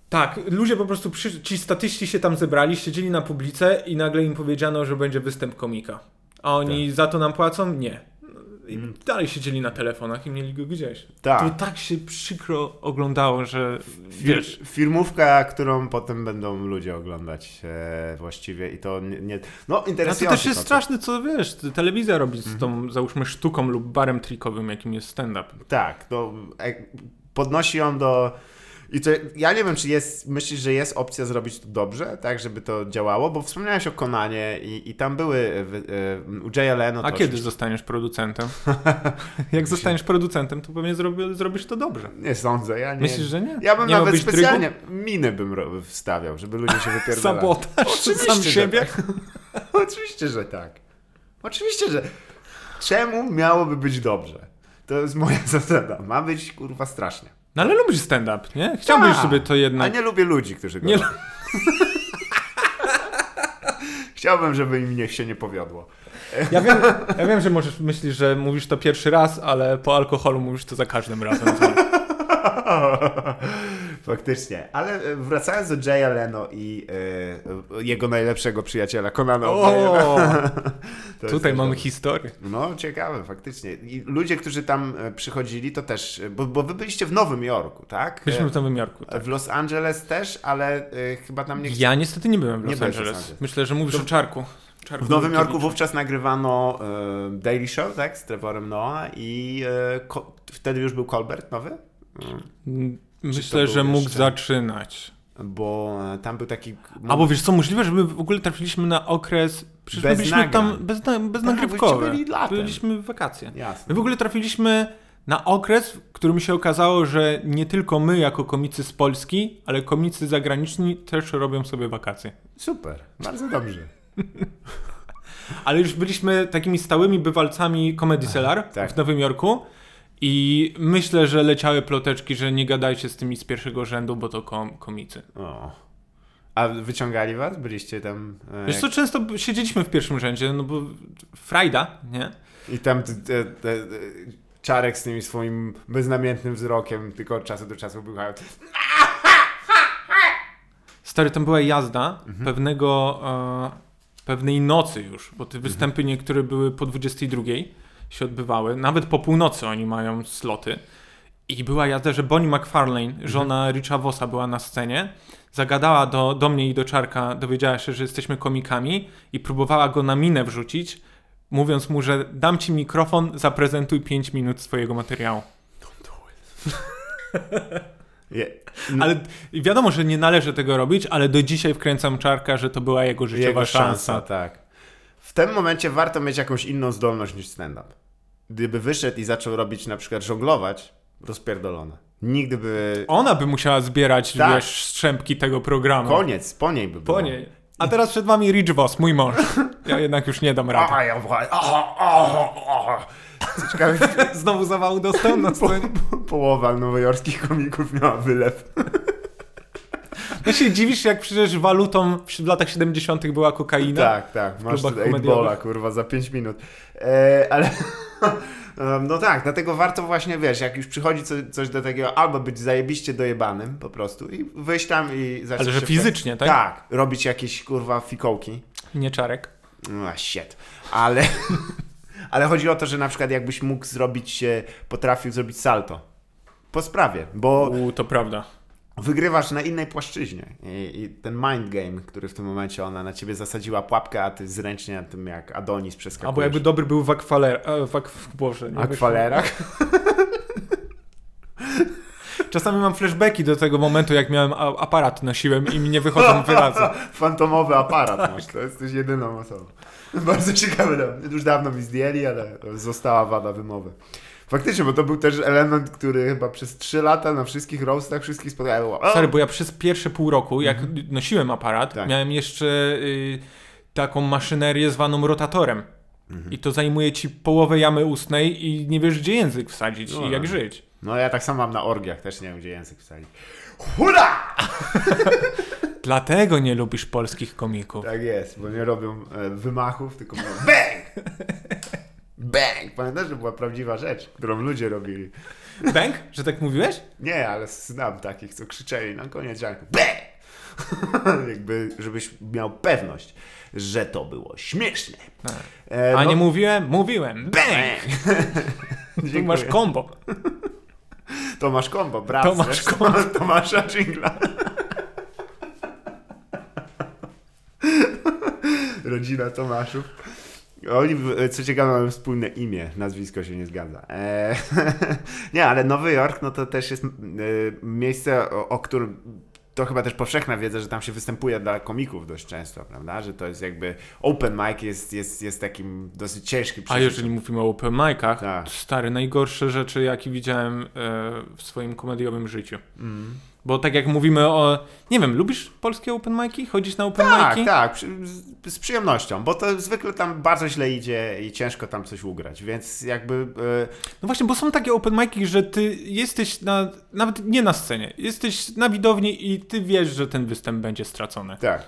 Speaker 1: Tak, ludzie po prostu, przy, ci statyści się tam zebrali, siedzieli na publice i nagle im powiedziano, że będzie występ komika. A oni tak. za to nam płacą? Nie. I mm. dalej siedzieli na telefonach i mieli go gdzieś. Tak. To tak się przykro oglądało, że wiesz...
Speaker 2: Firmówka, którą potem będą ludzie oglądać e, właściwie i to nie... nie no interesujące.
Speaker 1: A to też jest to, straszne, co wiesz, telewizja robi z tą, mm. załóżmy, sztuką lub barem trikowym, jakim jest stand-up.
Speaker 2: Tak, to podnosi ją do... I to, ja nie wiem, czy jest, myślisz, że jest opcja zrobić to dobrze, tak, żeby to działało, bo wspomniałeś o Conanie i, i tam były w, w, u Jaya Leno.
Speaker 1: A kiedy oczywiście... zostaniesz producentem? Jak zostaniesz producentem, to pewnie zrobi, zrobisz to dobrze.
Speaker 2: Nie sądzę, ja nie.
Speaker 1: Myślisz, że nie?
Speaker 2: Ja bym
Speaker 1: nie
Speaker 2: nawet specjalnie drygu? miny bym wstawiał, żeby ludzie się wypierdolali.
Speaker 1: Sabotaż
Speaker 2: Oczywiście,
Speaker 1: sam siebie?
Speaker 2: Tak. Oczywiście, że tak. Oczywiście, że czemu miałoby być dobrze? To jest moja zasada. Ma być, kurwa, strasznie.
Speaker 1: No ale lubisz stand-up, nie? Chciałbyś, Ta, żeby to jednak...
Speaker 2: A nie lubię ludzi, którzy go nie... Chciałbym, żeby im niech się nie powiodło.
Speaker 1: Ja wiem, ja wiem, że możesz myślisz, że mówisz to pierwszy raz, ale po alkoholu mówisz to za każdym razem.
Speaker 2: Faktycznie. Ale wracając do Jaya Leno i y, jego najlepszego przyjaciela Conana
Speaker 1: O'Briena. Tutaj mamy dobrze. historię.
Speaker 2: No, ciekawe, faktycznie. I ludzie, którzy tam przychodzili, to też, bo, bo wy byliście w Nowym Jorku, tak?
Speaker 1: Byliśmy w Nowym Jorku, tak.
Speaker 2: W Los Angeles też, ale y, chyba tam nie...
Speaker 1: Ja niestety nie byłem w Los, Angeles. Los Angeles. Myślę, że mówisz to... o Czarku. Czarku.
Speaker 2: W Nowym Jorku wówczas nagrywano y, Daily Show, tak? Z Trevorem Noah i y, ko- wtedy już był Colbert nowy?
Speaker 1: Mm. Myślę, że mógł jeszcze? zaczynać.
Speaker 2: Bo tam był taki...
Speaker 1: A bo wiesz co, możliwe, że my w ogóle trafiliśmy na okres... Przecież bez my byliśmy nagrań. tam bez, bez tak, nagrywkowe. Byli byliśmy w wakacje.
Speaker 2: Jasne.
Speaker 1: My w ogóle trafiliśmy na okres, w którym się okazało, że nie tylko my jako komicy z Polski, ale komicy zagraniczni też robią sobie wakacje.
Speaker 2: Super, bardzo dobrze.
Speaker 1: Ale już byliśmy takimi stałymi bywalcami Comedy Cellar tak. w Nowym Jorku. I myślę, że leciały ploteczki, że nie gadajcie z tymi z pierwszego rzędu, bo to kom- komicy. O.
Speaker 2: A wyciągali was? Byliście tam...
Speaker 1: E... Wiesz co, często siedzieliśmy w pierwszym rzędzie, no bo frajda, nie?
Speaker 2: I tam te, te, te, Czarek z tymi swoim beznamiętnym wzrokiem tylko od czasu do czasu bychają.
Speaker 1: Stary, tam była jazda mhm. pewnego, e, pewnej nocy już, bo te występy mhm. niektóre były po dwudziestej drugiej. się odbywały. Nawet po północy oni mają sloty. I była jazda, że Bonnie McFarlane, żona mhm. Richa Vossa, była na scenie. Zagadała do, do mnie i do Czarka, dowiedziała się, że jesteśmy komikami i próbowała go na minę wrzucić, mówiąc mu, że dam ci mikrofon, zaprezentuj pięć minut swojego materiału.
Speaker 2: Don't do it. yeah.
Speaker 1: no. Ale wiadomo, że nie należy tego robić, ale do dzisiaj wkręcam Czarka, że to była jego życiowa jego szansa. szansa.
Speaker 2: Tak. W tym momencie warto mieć jakąś inną zdolność niż stand-up. Gdyby wyszedł i zaczął robić, na przykład żonglować, rozpierdolone. Nigdy by...
Speaker 1: Ona by musiała zbierać, tak. wiesz, strzępki tego programu.
Speaker 2: Koniec, po niej by było.
Speaker 1: Po niej. A teraz przed wami Rich Voss, mój mąż. Ja jednak już nie dam rady.
Speaker 2: Ciekawe,
Speaker 1: znowu zawału dostał na scenie.
Speaker 2: Po, połowa nowojorskich komików miała wylew.
Speaker 1: No się dziwisz, jak przecież walutą w latach siedemdziesiątych była kokaina.
Speaker 2: Tak, tak. Masz eight balla, kurwa, za pięć minut. E, ale... No tak, dlatego warto właśnie, wiesz, jak już przychodzi co, coś do takiego, albo być zajebiście dojebanym po prostu i wyjść tam i zacząć
Speaker 1: Ale że fizycznie, tak?
Speaker 2: Tak, robić jakieś, kurwa, fikołki.
Speaker 1: Nie Czarek.
Speaker 2: No shit. Ale, ale chodzi o to, że na przykład jakbyś mógł zrobić, potrafił zrobić salto. Po sprawie, bo...
Speaker 1: U, to prawda.
Speaker 2: Wygrywasz na innej płaszczyźnie I, i ten mind game, który w tym momencie ona na ciebie zasadziła pułapkę, a ty zręcznie na tym jak Adonis przeskakujesz.
Speaker 1: Albo jakby dobry był w akwalerach. W ak- Boże, nie
Speaker 2: akwalerach?
Speaker 1: Czasami mam flashbacki do tego momentu, jak miałem a- aparat nosiłem i mi nie wychodzą wyrazy.
Speaker 2: Fantomowy aparat masz, to jesteś jedyną osobą. Bardzo ciekawe, już dawno mi zdjęli, ale została wada wymowy. Faktycznie, bo to był też element, który chyba przez trzy lata na wszystkich roastach wszystkich spotkał.
Speaker 1: Sorry, bo ja przez pierwsze pół roku, jak mm-hmm. nosiłem aparat, tak. miałem jeszcze y, taką maszynerię zwaną rotatorem. Mm-hmm. I to zajmuje ci połowę jamy ustnej i nie wiesz, gdzie język wsadzić no, i jak żyć.
Speaker 2: No ja tak samo mam na orgiach, też nie wiem, gdzie język wsadzić. Hurra!
Speaker 1: Dlatego nie lubisz polskich komików.
Speaker 2: Tak jest, bo nie robią e, wymachów, tylko mówią bang! Bang! Pamiętasz, że była prawdziwa rzecz, którą ludzie robili.
Speaker 1: Bang? Że tak mówiłeś?
Speaker 2: Nie, ale znam takich, co krzyczeli na koniec żartu. Bang! Jakby, żebyś miał pewność, że to było śmieszne. E,
Speaker 1: A
Speaker 2: no,
Speaker 1: nie mówiłem? Mówiłem. Bang! Tu masz kombo.
Speaker 2: Tomasz Kombo, brat
Speaker 1: Tomasz Kombo.
Speaker 2: Tomasza Dżingla. Rodzina Tomaszów. Oni, co ciekawe, mają wspólne imię, nazwisko się nie zgadza. Eee, nie, ale Nowy Jork, no to też jest e, miejsce, o, o którym to chyba też powszechna wiedza, że tam się występuje dla komików dość często, prawda? Że to jest jakby open mic jest, jest, jest takim dosyć ciężkim
Speaker 1: A
Speaker 2: przeżyciem.
Speaker 1: jeżeli mówimy o open mic'ach,
Speaker 2: Tak.
Speaker 1: to stary, najgorsze rzeczy, jakie widziałem e, w swoim komediowym życiu. Mm. Bo tak jak mówimy o... Nie wiem, lubisz polskie open mic'i? Chodzisz na open
Speaker 2: Tak,
Speaker 1: mic'i?
Speaker 2: tak, przy, z, z przyjemnością, bo to zwykle tam bardzo źle idzie i ciężko tam coś ugrać, więc jakby... E...
Speaker 1: No właśnie, bo są takie open mic'i, że ty jesteś na... Nawet nie na scenie, jesteś na widowni i ty wiesz, że ten występ będzie stracony.
Speaker 2: Tak.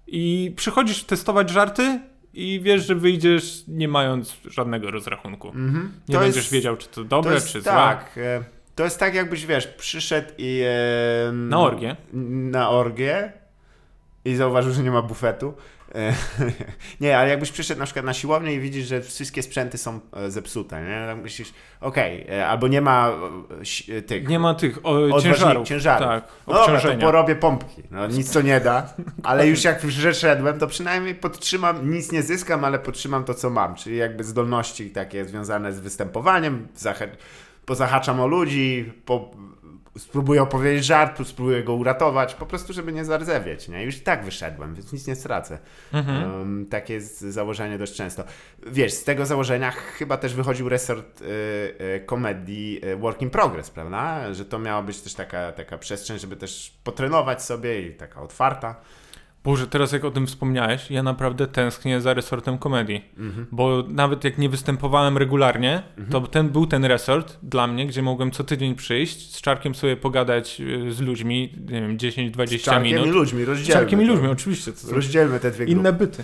Speaker 1: I przychodzisz testować żarty i wiesz, że wyjdziesz nie mając żadnego rozrachunku. Mm-hmm. Nie
Speaker 2: to
Speaker 1: będziesz
Speaker 2: jest,
Speaker 1: wiedział, czy to dobre,
Speaker 2: to jest,
Speaker 1: czy
Speaker 2: tak,
Speaker 1: złe.
Speaker 2: E... To jest tak, jakbyś, wiesz, przyszedł i... E,
Speaker 1: na orgię.
Speaker 2: Na orgię i zauważył, że nie ma bufetu. E, nie, ale jakbyś przyszedł na przykład na siłownię i widzisz, że wszystkie sprzęty są e, zepsute, nie? Tak myślisz, okej, okay, albo nie ma e, tych...
Speaker 1: Nie ma tych o, ciężarów.
Speaker 2: ciężarów.
Speaker 1: Tak,
Speaker 2: no dobra, to porobię pompki. No, nic to nie da, ale już jak przeszedłem, to przynajmniej podtrzymam, nic nie zyskam, ale podtrzymam to, co mam. Czyli jakby zdolności takie związane z występowaniem, zachę- pozahaczam o ludzi, po, spróbuję opowiedzieć żart, spróbuję go uratować, po prostu, żeby nie zardzewieć, nie? Już i tak wyszedłem, więc nic nie stracę. Mhm. Um, takie jest założenie dość często. Wiesz, z tego założenia chyba też wychodził resort y, y, komedii y, Work in Progress, prawda? Że to miała być też taka, taka przestrzeń, żeby też potrenować sobie i taka otwarta.
Speaker 1: Boże, teraz jak o tym wspomniałeś, ja naprawdę tęsknię za resortem komedii, mm-hmm. bo nawet jak nie występowałem regularnie, mm-hmm. to ten był ten resort dla mnie, gdzie mogłem co tydzień przyjść, z Czarkiem sobie pogadać z ludźmi, nie wiem, dziesięć dwadzieścia minut.
Speaker 2: Z Czarkiem i ludźmi, rozdzielmy.
Speaker 1: Z Czarkiem i
Speaker 2: to.
Speaker 1: ludźmi, oczywiście. To
Speaker 2: rozdzielmy te dwie grupy.
Speaker 1: Inne byty.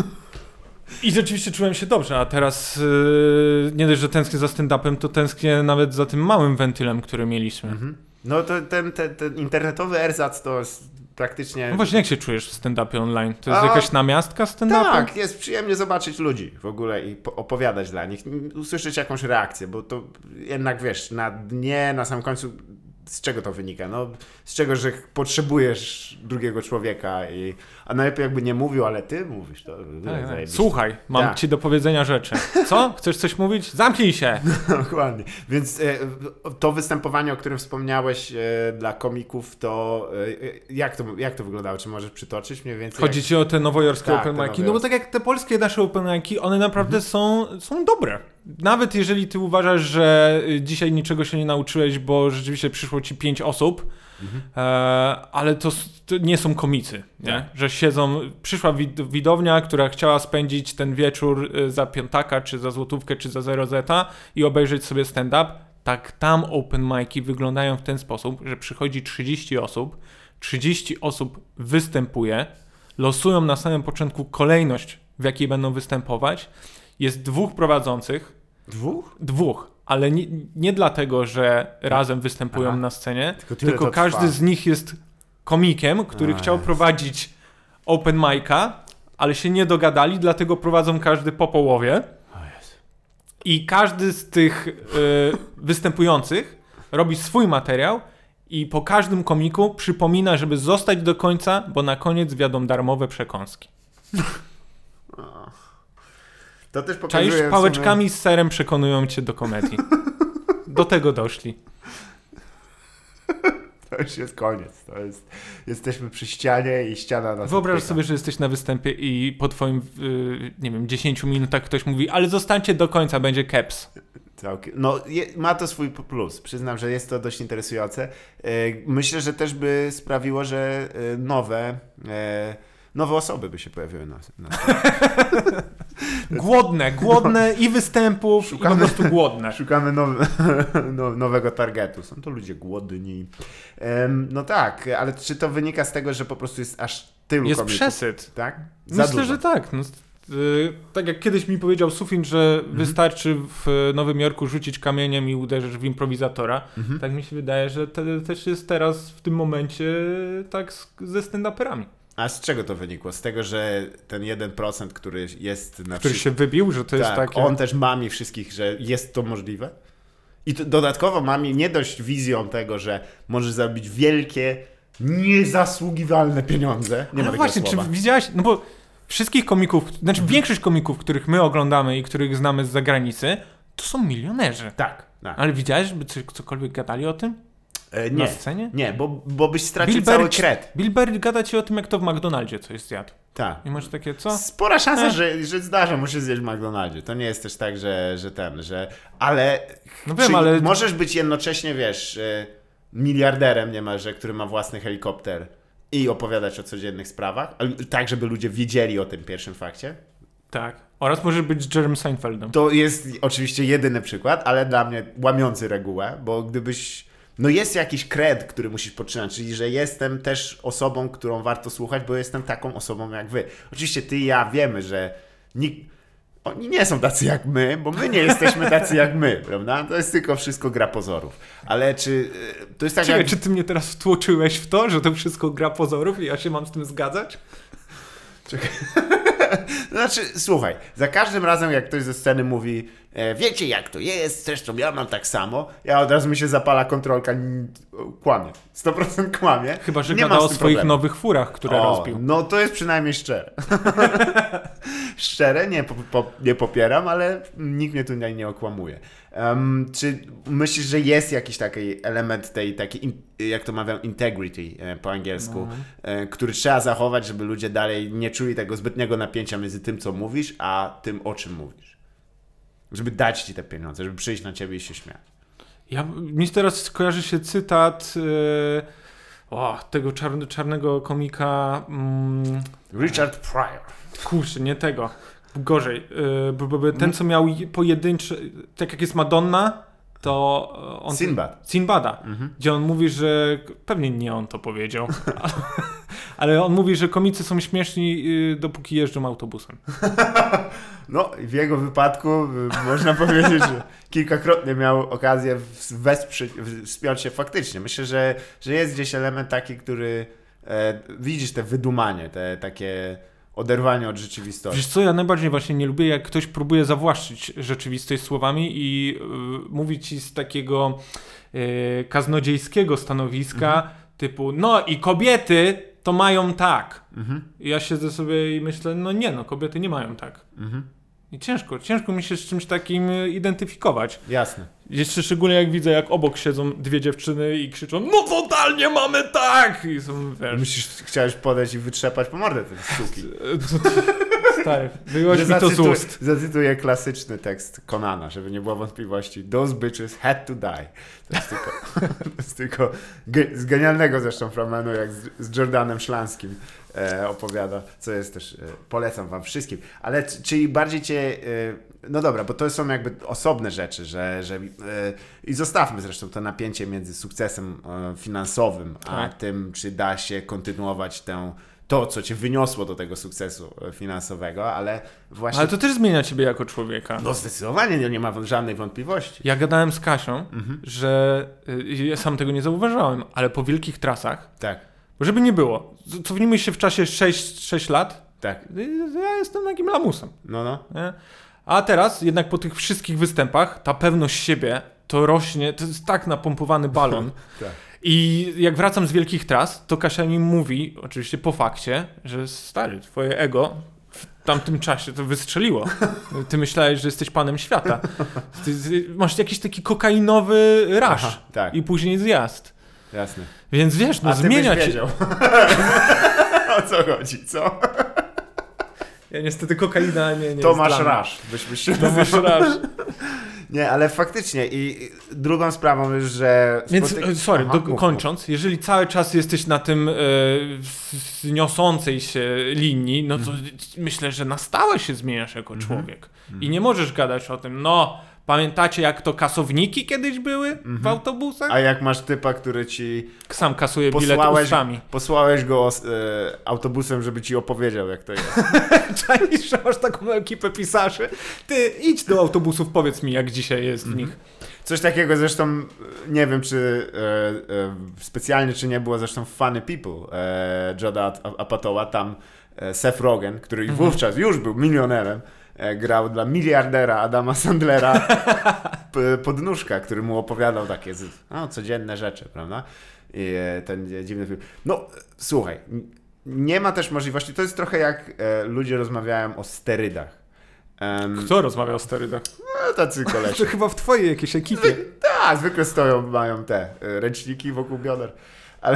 Speaker 1: I rzeczywiście czułem się dobrze, a teraz yy, nie dość, że tęsknię za stand-upem, to tęsknię nawet za tym małym wentylem, który mieliśmy. Mm-hmm.
Speaker 2: No to ten, ten, ten internetowy erzac to jest praktycznie...
Speaker 1: No właśnie, jak się czujesz w stand-upie online? To jest
Speaker 2: A,
Speaker 1: jakaś namiastka stand-upu?
Speaker 2: Tak, jest przyjemnie zobaczyć ludzi w ogóle i po- opowiadać dla nich, usłyszeć jakąś reakcję, bo to jednak, wiesz, na dnie, na samym końcu, z czego to wynika? No, z czego, że potrzebujesz drugiego człowieka, i, a najlepiej jakby nie mówił, ale ty mówisz. To
Speaker 1: tak, tak. Słuchaj, mam tak. ci do powiedzenia rzeczy. Co? Chcesz coś mówić? Zamknij się!
Speaker 2: Dokładnie. Więc e, to występowanie, o którym wspomniałeś e, dla komików, to e, jak to jak to wyglądało? Czy możesz przytoczyć mniej więcej?
Speaker 1: Chodzi
Speaker 2: jak...
Speaker 1: ci o te nowojorskie
Speaker 2: tak,
Speaker 1: open
Speaker 2: te
Speaker 1: mic'i? No bo tak jak te polskie nasze open mic'i, one naprawdę mhm. są, są dobre. Nawet jeżeli ty uważasz, że dzisiaj niczego się nie nauczyłeś, bo rzeczywiście przyszło ci pięć osób, mhm. e, ale to, to nie są komicy, nie? Tak. Że siedzą, przyszła wid- widownia, która chciała spędzić ten wieczór za piątaka, czy za złotówkę, czy za zero zeta i obejrzeć sobie stand-up. Tak tam open mic'i wyglądają w ten sposób, że przychodzi trzydzieści osób, trzydzieści osób występuje, losują na samym początku kolejność, w jakiej będą występować. Jest dwóch prowadzących.
Speaker 2: Dwóch?
Speaker 1: Dwóch, ale nie, nie dlatego, że razem występują Aha. na scenie, tylko, tylko każdy
Speaker 2: trwa.
Speaker 1: z nich jest komikiem, który A, chciał jest. prowadzić open mic'a, ale się nie dogadali, dlatego prowadzą każdy po połowie. I każdy z tych y, występujących robi swój materiał i po każdym komiku przypomina, żeby zostać do końca, bo na koniec wiadą darmowe przekąski.
Speaker 2: To też pokazuje
Speaker 1: Czaisz, pałeczkami sumie... z serem przekonują cię do komedii. Do tego doszli.
Speaker 2: To już jest koniec. To jest... Jesteśmy przy ścianie i ściana nas
Speaker 1: Wyobraź
Speaker 2: odpycha.
Speaker 1: sobie, że jesteś na występie i po twoim, yy, nie wiem, dziesięciu minutach ktoś mówi, ale zostańcie do końca, będzie keps.
Speaker 2: Całkiem. No, je, ma to swój plus. Przyznam, że jest to dość interesujące. Yy, myślę, że też by sprawiło, że yy, nowe... Yy, Nowe osoby by się pojawiły na, na
Speaker 1: Głodne, głodne i występów, szukamy, i po prostu głodne.
Speaker 2: Szukamy nowy, no, nowego targetu. Są to ludzie głodni. Um, no tak, ale czy to wynika z tego, że po prostu jest aż tylu
Speaker 1: jest
Speaker 2: komików?
Speaker 1: Jest przesyt.
Speaker 2: Tak? Za
Speaker 1: Myślę,
Speaker 2: dużo.
Speaker 1: że tak. No, Yy, tak jak kiedyś mi powiedział Sufin, że mhm. wystarczy w Nowym Jorku rzucić kamieniem i uderzysz w improwizatora, mhm. tak mi się wydaje, że to też jest teraz w tym momencie tak z, ze stand-uperami.
Speaker 2: A z czego to wynikło? Z tego, że ten jeden procent, który jest na
Speaker 1: Który
Speaker 2: wszy...
Speaker 1: się wybił, że to
Speaker 2: tak,
Speaker 1: jest takie...
Speaker 2: on też mami wszystkich, że jest to możliwe? I to dodatkowo mami nie dość wizją tego, że możesz zarobić wielkie, niezasługiwalne pieniądze. Nie
Speaker 1: Ale
Speaker 2: ma
Speaker 1: właśnie,
Speaker 2: słowa.
Speaker 1: czy widziałaś, no bo wszystkich komików, znaczy
Speaker 2: mhm.
Speaker 1: większość komików, których my oglądamy i których znamy z zagranicy, to są milionerzy.
Speaker 2: Tak, tak.
Speaker 1: Ale widziałeś, żeby coś, cokolwiek gadali o tym?
Speaker 2: E, nie,
Speaker 1: na scenie?
Speaker 2: Nie, bo, bo byś stracił
Speaker 1: Bill
Speaker 2: cały
Speaker 1: Burr,
Speaker 2: kred.
Speaker 1: Bill Burr gada ci o tym, jak to w McDonaldzie coś zjadł.
Speaker 2: Tak.
Speaker 1: I masz takie, co?
Speaker 2: Spora szansa,
Speaker 1: e.
Speaker 2: że, że zdarza mu się zjeść w McDonaldzie. To nie jest też tak, że, że ten, że... Ale...
Speaker 1: No wiem, ale...
Speaker 2: Możesz być jednocześnie, wiesz, miliarderem niemalże, który ma własny helikopter i opowiadać o codziennych sprawach, tak, żeby ludzie wiedzieli o tym pierwszym fakcie.
Speaker 1: Tak. Oraz może być Jerem Seinfeldem.
Speaker 2: To jest oczywiście jedyny przykład, ale dla mnie łamiący regułę, bo gdybyś... No jest jakiś cred, który musisz podtrzymać, czyli że jestem też osobą, którą warto słuchać, bo jestem taką osobą jak wy. Oczywiście ty i ja wiemy, że nikt... Oni nie są tacy jak my, bo my nie jesteśmy tacy jak my, prawda? To jest tylko wszystko gra pozorów. Ale czy... To jest tak
Speaker 1: Czekaj,
Speaker 2: jak...
Speaker 1: czy ty mnie teraz wtłoczyłeś w to, że to wszystko gra pozorów i ja się mam z tym zgadzać?
Speaker 2: Czekaj. Znaczy, słuchaj, za każdym razem jak ktoś ze sceny mówi e, wiecie jak to jest, zresztą ja mam tak samo, ja od razu mi się zapala kontrolka, kłamie, sto procent kłamie.
Speaker 1: Chyba, że
Speaker 2: nie
Speaker 1: gada o swoich
Speaker 2: problemu.
Speaker 1: nowych furach, które
Speaker 2: o,
Speaker 1: rozbił.
Speaker 2: No to jest przynajmniej szczere. Szczere, nie, po, po, nie popieram, ale nikt mnie tutaj nie okłamuje. Um, czy myślisz, że jest jakiś taki element tej takiej, jak to mawiam, integrity e, po angielsku, no. e, który trzeba zachować, żeby ludzie dalej nie czuli tego zbytniego napięcia między tym, co mówisz, a tym, o czym mówisz? Żeby dać ci te pieniądze, żeby przyjść na ciebie i się śmiać.
Speaker 1: Ja, mi teraz kojarzy się cytat yy, o, tego czarny, czarnego komika mm,
Speaker 2: Richard Pryor.
Speaker 1: Kurczę, nie tego. Gorzej. Yy, b, b, b, ten, co miał pojedyncze... Tak jak jest Madonna, to on...
Speaker 2: Sinbad.
Speaker 1: Sinbada. Mhm. Gdzie on mówi, że... Pewnie nie on to powiedział. ale, ale on mówi, że komicy są śmieszni, yy, dopóki jeżdżą autobusem.
Speaker 2: No, w jego wypadku y, można powiedzieć, że kilkakrotnie miał okazję wesprzeć, wspiąć się faktycznie. Myślę, że, że jest gdzieś element taki, który e, widzisz te wydumanie, te takie oderwanie od rzeczywistości.
Speaker 1: Wiesz co, ja najbardziej właśnie nie lubię, jak ktoś próbuje zawłaszczyć rzeczywistość słowami i yy, mówi ci z takiego yy, kaznodziejskiego stanowiska mhm. typu, no i kobiety to mają tak. Mhm. I ja siedzę sobie i myślę, no nie, no kobiety nie mają tak. Mhm. I ciężko, ciężko mi się z czymś takim identyfikować.
Speaker 2: Jasne.
Speaker 1: Jeszcze szczególnie jak widzę, jak obok siedzą dwie dziewczyny i krzyczą, no totalnie mamy tak! I są, wiesz...
Speaker 2: Myślisz, chciałeś podejść i wytrzepać po mordę tej sztuki.
Speaker 1: Stary, wyjąłeś mi to z ust.
Speaker 2: Zacytuję klasyczny tekst Conana, żeby nie było wątpliwości. Those bitches had to die. To jest tylko, to jest tylko ge- z genialnego zresztą fragmentu, jak z, z Jordanem Szlanskim e, opowiada, co jest też, e, polecam wam wszystkim. Ale c- czyli bardziej cię, e, no dobra, bo to są jakby osobne rzeczy, że, że e, i zostawmy zresztą to napięcie między sukcesem e, finansowym, a tak. tym, czy da się kontynuować tę to, co cię wyniosło do tego sukcesu finansowego, ale właśnie...
Speaker 1: Ale to też zmienia ciebie jako człowieka.
Speaker 2: No zdecydowanie, nie, nie ma żadnej wątpliwości.
Speaker 1: Ja gadałem z Kasią, mhm. że y, ja sam tego nie zauważyłem, ale po wielkich trasach,
Speaker 2: tak.
Speaker 1: żeby nie było, cofnijmy się w czasie sześć lat,
Speaker 2: tak.
Speaker 1: ja jestem takim lamusem.
Speaker 2: No, no.
Speaker 1: Nie? A teraz jednak po tych wszystkich występach ta pewność siebie to rośnie, to jest tak napompowany balon.
Speaker 2: tak.
Speaker 1: I jak wracam z wielkich tras, to Kasia mi mówi, oczywiście po fakcie, że stary, twoje ego w tamtym czasie to wystrzeliło. Ty myślałeś, że jesteś panem świata. Ty, ty masz jakiś taki kokainowy rasz. Aha, tak. I później zjazd.
Speaker 2: Jasne.
Speaker 1: Więc wiesz, no
Speaker 2: A ty
Speaker 1: zmienia
Speaker 2: byś
Speaker 1: cię.
Speaker 2: wiedział. O co chodzi, co?
Speaker 1: Ja niestety kokaina nie, nie
Speaker 2: to
Speaker 1: jest
Speaker 2: masz
Speaker 1: dla
Speaker 2: rasz. Byś, byś się
Speaker 1: to masz rasz.
Speaker 2: Nie, ale faktycznie i drugą sprawą jest, że...
Speaker 1: Więc,
Speaker 2: spotyk...
Speaker 1: sorry,
Speaker 2: Aha,
Speaker 1: do, kończąc, jeżeli cały czas jesteś na tym e, wzniosącej się linii, no to mm. myślę, że na stałe się zmieniasz jako mm-hmm. człowiek. Mm. I nie możesz gadać o tym, no, Pamiętacie, jak to kasowniki kiedyś były
Speaker 2: Mhm.
Speaker 1: w autobusach?
Speaker 2: A jak masz typa, który ci
Speaker 1: Sam kasuje bilet
Speaker 2: posłałeś,
Speaker 1: ustami.
Speaker 2: posłałeś go e, autobusem, żeby ci opowiedział, jak to jest.
Speaker 1: Czaisz, że masz taką ekipę pisarzy? Ty idź do autobusów, powiedz mi, jak dzisiaj jest w nich.
Speaker 2: Coś takiego zresztą, nie wiem czy e, e, specjalnie, czy nie było zresztą w Funny People e, Joda Apatowa, tam e, Seth Rogen, który
Speaker 1: Mhm.
Speaker 2: wówczas już był milionerem, e, grał dla miliardera Adama Sandlera p- podnóżka, który mu opowiadał takie z, no, codzienne rzeczy, prawda? I e, ten dziwny film. No, słuchaj, n- nie ma też możliwości, to jest trochę jak e, ludzie rozmawiają o sterydach. Um,
Speaker 1: Kto rozmawiał o sterydach?
Speaker 2: no, tacy kolesie.
Speaker 1: To chyba w twojej jakiejś ekipie.
Speaker 2: Tak, zwykle stoją, mają te e, ręczniki wokół bioder, ale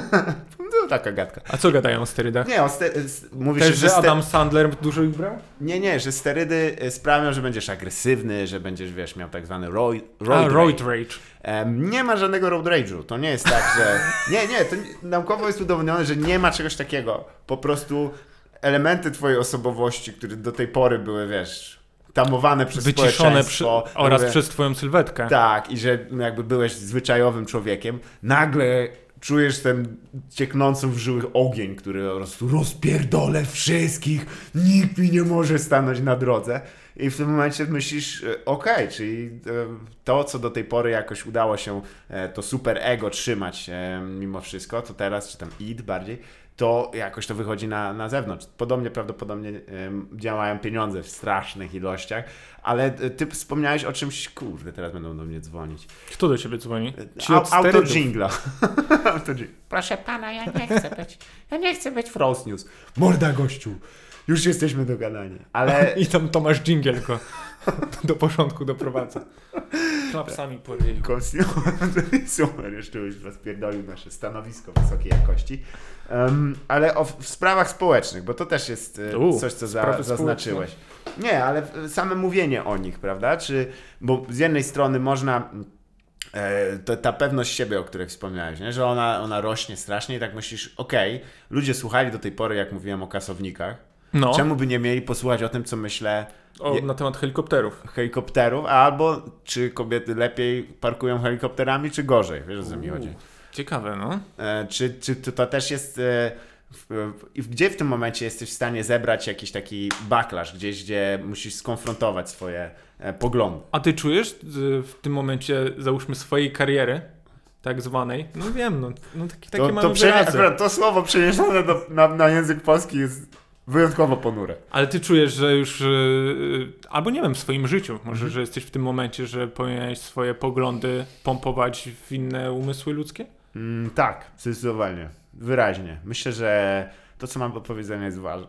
Speaker 2: no taka gadka.
Speaker 1: A co gadają o sterydach?
Speaker 2: Nie, o ste- s- mówi
Speaker 1: Też,
Speaker 2: się,
Speaker 1: że
Speaker 2: ste-
Speaker 1: Adam Sandler dużo ich brał?
Speaker 2: Nie, nie, że sterydy e, sprawią, że będziesz agresywny, że będziesz, wiesz, miał tak zwany roid,
Speaker 1: A,
Speaker 2: roid
Speaker 1: roid
Speaker 2: rage.
Speaker 1: rage.
Speaker 2: Em, nie ma żadnego road rage'u, to nie jest tak, że... Nie, nie, to nie- naukowo jest udowodnione, że nie ma czegoś takiego. Po prostu elementy twojej osobowości, które do tej pory były, wiesz, tamowane przez
Speaker 1: Wyciszone przy,
Speaker 2: społeczeństwo.
Speaker 1: oraz
Speaker 2: jakby-
Speaker 1: przez twoją sylwetkę.
Speaker 2: Tak, i że no, jakby byłeś zwyczajowym człowiekiem, nagle czujesz ten cieknącą w żyłach ogień, który po prostu rozpierdolę wszystkich, nikt mi nie może stanąć na drodze. I w tym momencie myślisz, e, okej, czyli e, to, co do tej pory jakoś udało się, e, to super ego trzymać e, mimo wszystko, to teraz, czy tam id bardziej, to jakoś to wychodzi na, na zewnątrz. Podobnie prawdopodobnie em, działają pieniądze w strasznych ilościach, ale e, ty wspomniałeś o czymś, kurde, teraz będą do mnie dzwonić.
Speaker 1: Kto do ciebie dzwoni? Ci
Speaker 2: Au,
Speaker 1: od sterydów.
Speaker 2: Autojingla. Autojing-
Speaker 3: Proszę pana, ja nie chcę być. Ja nie chcę być w
Speaker 2: Frost News. Morda gościu. Już jesteśmy dogadani. Ale
Speaker 1: I tam Tomasz Dżingiel go do porządku doprowadza. Klapsami po ryju.
Speaker 2: super, jeszcze już rozpierdolił nasze stanowisko wysokiej jakości. Um, ale o, w sprawach społecznych, bo to też jest e,
Speaker 1: U,
Speaker 2: coś, co za,
Speaker 1: sprawy
Speaker 2: zaznaczyłeś. Nie, ale w- same mówienie o nich, prawda? Czy, bo z jednej strony można... E, to, ta pewność siebie, o której wspomniałeś, nie? Że ona, ona rośnie strasznie i tak myślisz, okej, ludzie słuchali do tej pory, jak mówiłem o kasownikach,
Speaker 1: No,
Speaker 2: czemu by nie mieli posłuchać o tym, co myślę
Speaker 1: o,
Speaker 2: je-
Speaker 1: na temat helikopterów.
Speaker 2: helikopterów, albo czy kobiety lepiej parkują helikopterami, czy gorzej, wiesz, o co mi chodzi.
Speaker 1: Ciekawe, no.
Speaker 2: E, czy, czy to, to też jest... E, w, w, gdzie w tym momencie jesteś w stanie zebrać jakiś taki backlash, gdzieś, gdzie musisz skonfrontować swoje e, poglądy?
Speaker 1: A ty czujesz y, w tym momencie, załóżmy, swojej kariery, tak zwanej? No wiem, no, no takie, takie
Speaker 2: To,
Speaker 1: mamy
Speaker 2: to, przenie-
Speaker 1: wyrazy.
Speaker 2: akurat to słowo przeniesione do, na, na język polski jest wyjątkowo ponure.
Speaker 1: Ale ty czujesz, że już, y, y, albo nie wiem, w swoim życiu, może, że jesteś w tym momencie, że powinieneś swoje poglądy pompować w inne umysły ludzkie?
Speaker 2: Mm, tak, zdecydowanie. Wyraźnie. Myślę, że to, co mam do powiedzenia, jest ważne.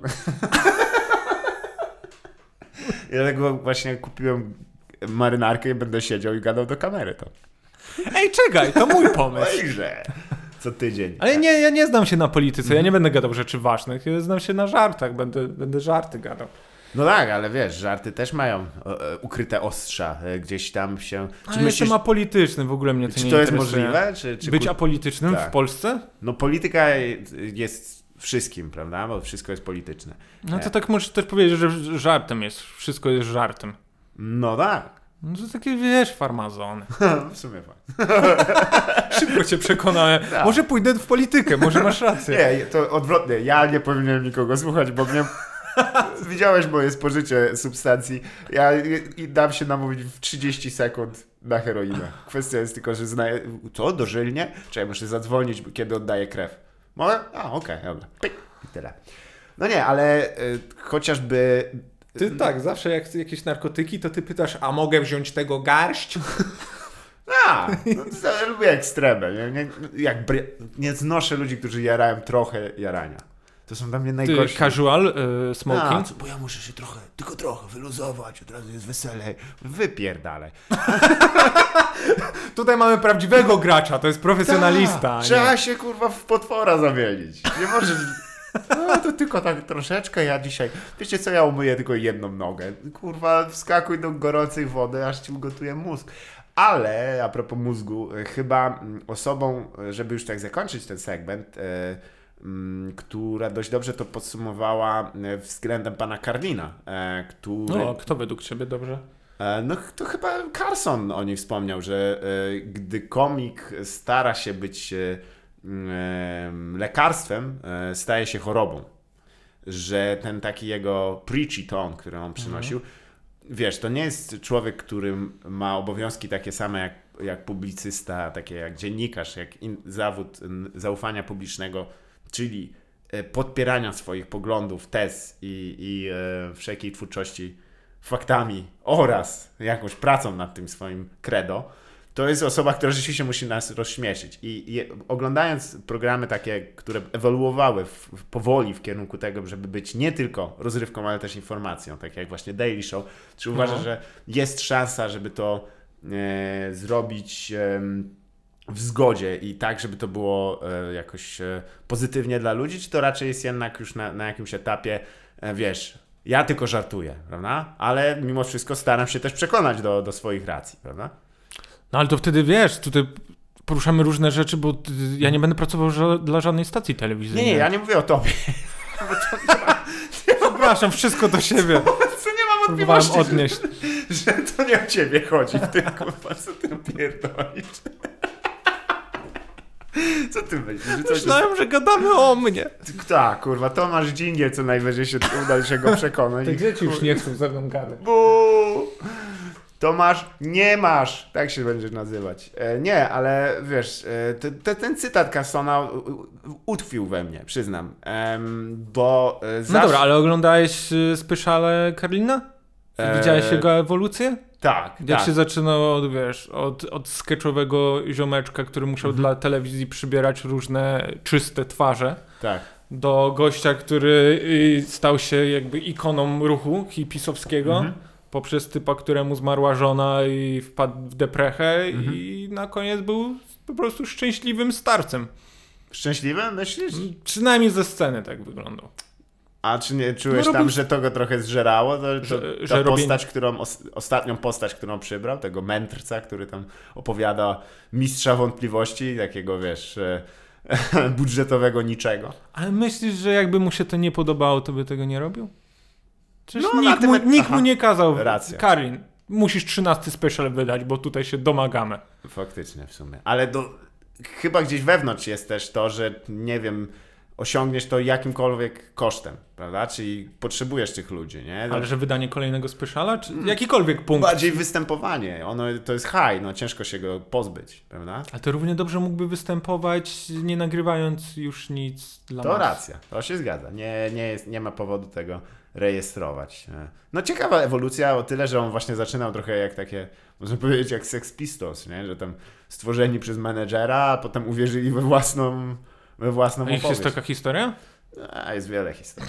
Speaker 2: Ja dlatego właśnie kupiłem marynarkę i będę siedział i gadał do kamery to.
Speaker 1: Ej, czekaj, to mój pomysł.
Speaker 2: Ojże! Co tydzień.
Speaker 1: Ale nie, ja nie znam się na polityce, ja nie będę gadał rzeczy ważnych, ja znam się na żartach, będę, będę żarty gadał.
Speaker 2: No tak, ale wiesz, żarty też mają e, e, ukryte ostrza. E, gdzieś tam się...
Speaker 1: Ale jestem apolityczny, w ogóle mnie to
Speaker 2: czy
Speaker 1: nie
Speaker 2: to jest
Speaker 1: interesuje.
Speaker 2: możliwe? Czy, czy
Speaker 1: Być
Speaker 2: ku-
Speaker 1: apolitycznym
Speaker 2: Tak.
Speaker 1: w Polsce?
Speaker 2: No polityka jest wszystkim, prawda? Bo wszystko jest polityczne.
Speaker 1: No to
Speaker 2: E,
Speaker 1: tak możesz też powiedzieć, że żartem jest, wszystko jest żartem.
Speaker 2: No tak.
Speaker 1: No to takie, wiesz, farmazony.
Speaker 2: W sumie fakt.
Speaker 1: Szybko cię przekonałem.
Speaker 2: Tak.
Speaker 1: Może pójdę w politykę, może masz rację.
Speaker 2: Nie, to odwrotnie. Ja nie powinienem nikogo słuchać, bo mnie... Widziałeś moje spożycie substancji. Ja i dam się namówić w trzydzieści sekund na heroinę. Kwestia jest tylko, że znaję... Co? Dożylnie? Czy ja muszę zadzwonić, kiedy oddaję krew? Mogę? A, okej, dobra. Pyk. I tyle. No nie, ale y, chociażby...
Speaker 1: Ty tak, zawsze jak jakieś narkotyki, to ty pytasz, a mogę wziąć tego garść?
Speaker 2: A, no, to ja lubię ekstremę. Nie, nie, jak bry... nie znoszę ludzi, którzy jarają trochę jarania. To są dla mnie
Speaker 1: Ty,
Speaker 2: najgorsi.
Speaker 1: casual y, smoking?
Speaker 2: A, co, bo ja muszę się trochę, tylko trochę wyluzować, od razu jest weselej. Wypierdalaj.
Speaker 1: Tutaj mamy prawdziwego gracza, to jest profesjonalista.
Speaker 2: Trzeba
Speaker 1: nie?
Speaker 2: się kurwa w potwora zamienić. Nie możesz... No to tylko tak troszeczkę, ja dzisiaj... Wiecie co, ja umyję tylko jedną nogę. Kurwa, wskakuj do gorącej wody, aż ci ugotuje mózg. Ale a propos mózgu, chyba osobą, żeby już tak zakończyć ten segment, e, m, która dość dobrze to podsumowała e, względem pana Karlina, e, który...
Speaker 1: No, kto według ciebie dobrze?
Speaker 2: E, no to chyba Carson o niej wspomniał, że e, gdy komik stara się być e, e, lekarstwem, e, staje się chorobą. Że ten taki jego preachy tone, który on przynosił, mhm. wiesz, to nie jest człowiek, który ma obowiązki takie same jak, jak publicysta, takie jak dziennikarz, jak in, zawód zaufania publicznego, czyli e, podpierania swoich poglądów, tez i, i e, wszelkiej twórczości faktami oraz jakąś pracą nad tym swoim credo. To jest osoba, która rzeczywiście musi nas rozśmieszyć. I, i oglądając programy takie, które ewoluowały w, w, powoli w kierunku tego, żeby być nie tylko rozrywką, ale też informacją, tak jak właśnie Daily Show, czy uważasz, no. że jest szansa, żeby to e, zrobić e, w zgodzie i tak, żeby to było e, jakoś e, pozytywnie dla ludzi, czy to raczej jest jednak już na, na jakimś etapie, e, wiesz, ja tylko żartuję, prawda? Ale mimo wszystko staram się też przekonać do, do swoich racji, prawda?
Speaker 1: No ale to wtedy wiesz, tutaj poruszamy różne rzeczy, bo ja nie będę pracował ża- dla żadnej stacji telewizyjnej.
Speaker 2: Nie, nie, ja nie mówię o tobie.
Speaker 1: Przepraszam, wszystko do siebie.
Speaker 2: Co nie mam wątpliwości,
Speaker 1: odnieść.
Speaker 2: Że, że to nie o ciebie chodzi w tym, kurwa, co ty pierdolisz. Co ty myślisz? Że
Speaker 1: Myślałem, jest... że gadamy o mnie.
Speaker 2: Tak, kurwa, Tomasz Dżingiel co najwyżej się uda się go przekonać.
Speaker 1: Te dzieci już nie chcą ze mną gadać.
Speaker 2: Buu! Tomasz, nie masz! Tak się będziesz nazywać. E, nie, ale wiesz, e, te, te, ten cytat Carsona utkwił we mnie, przyznam. E, bo e, zawsze...
Speaker 1: No dobra, ale oglądałeś y, Spyszale Karlina? Widziałeś e... jego ewolucję?
Speaker 2: Tak,
Speaker 1: Jak
Speaker 2: tak.
Speaker 1: się zaczynało od, wiesz, od, od skeczowego ziomeczka, który musiał mhm. dla telewizji przybierać różne czyste twarze.
Speaker 2: Tak.
Speaker 1: Do gościa, który y, stał się jakby ikoną ruchu hipisowskiego. Mhm. Poprzez typa, któremu zmarła żona i wpadł w deprechę mhm. i na koniec był po prostu szczęśliwym starcem.
Speaker 2: Szczęśliwym, myślisz?
Speaker 1: Przynajmniej ze sceny tak wyglądał.
Speaker 2: A czy nie czułeś
Speaker 1: no,
Speaker 2: tam, że to go trochę zżerało? To, to,
Speaker 1: że,
Speaker 2: ta
Speaker 1: że
Speaker 2: postać,
Speaker 1: robię...
Speaker 2: którą, os, ostatnią postać, którą przybrał, tego mędrca, który tam opowiada mistrza wątpliwości, takiego, wiesz, budżetowego niczego.
Speaker 1: Ale myślisz, że jakby mu się to nie podobało, to by tego nie robił? Przecież
Speaker 2: no,
Speaker 1: nikt,
Speaker 2: tym...
Speaker 1: mu, nikt mu nie kazał.
Speaker 2: Racja.
Speaker 1: Karin, musisz trzynasty special wydać, bo tutaj się domagamy.
Speaker 2: Faktycznie w sumie. Ale do, chyba gdzieś wewnątrz jest też to, że nie wiem, osiągniesz to jakimkolwiek kosztem, prawda? Czyli potrzebujesz tych ludzi, nie? No,
Speaker 1: ale że wydanie kolejnego speciala? Czy jakikolwiek punkt?
Speaker 2: Bardziej występowanie. Ono, to jest high, no ciężko się go pozbyć, prawda?
Speaker 1: Ale to równie dobrze mógłby występować, nie nagrywając już nic dla
Speaker 2: To
Speaker 1: mas.
Speaker 2: racja, to się zgadza. Nie, nie, jest, nie ma powodu tego rejestrować. No ciekawa ewolucja o tyle, że on właśnie zaczynał trochę jak takie, można powiedzieć jak Sex Pistols, nie? Że tam stworzeni przez menedżera, a potem uwierzyli we własną we własną
Speaker 1: opowieść. A
Speaker 2: opowieść.
Speaker 1: jest taka historia?
Speaker 2: A, jest wiele historii.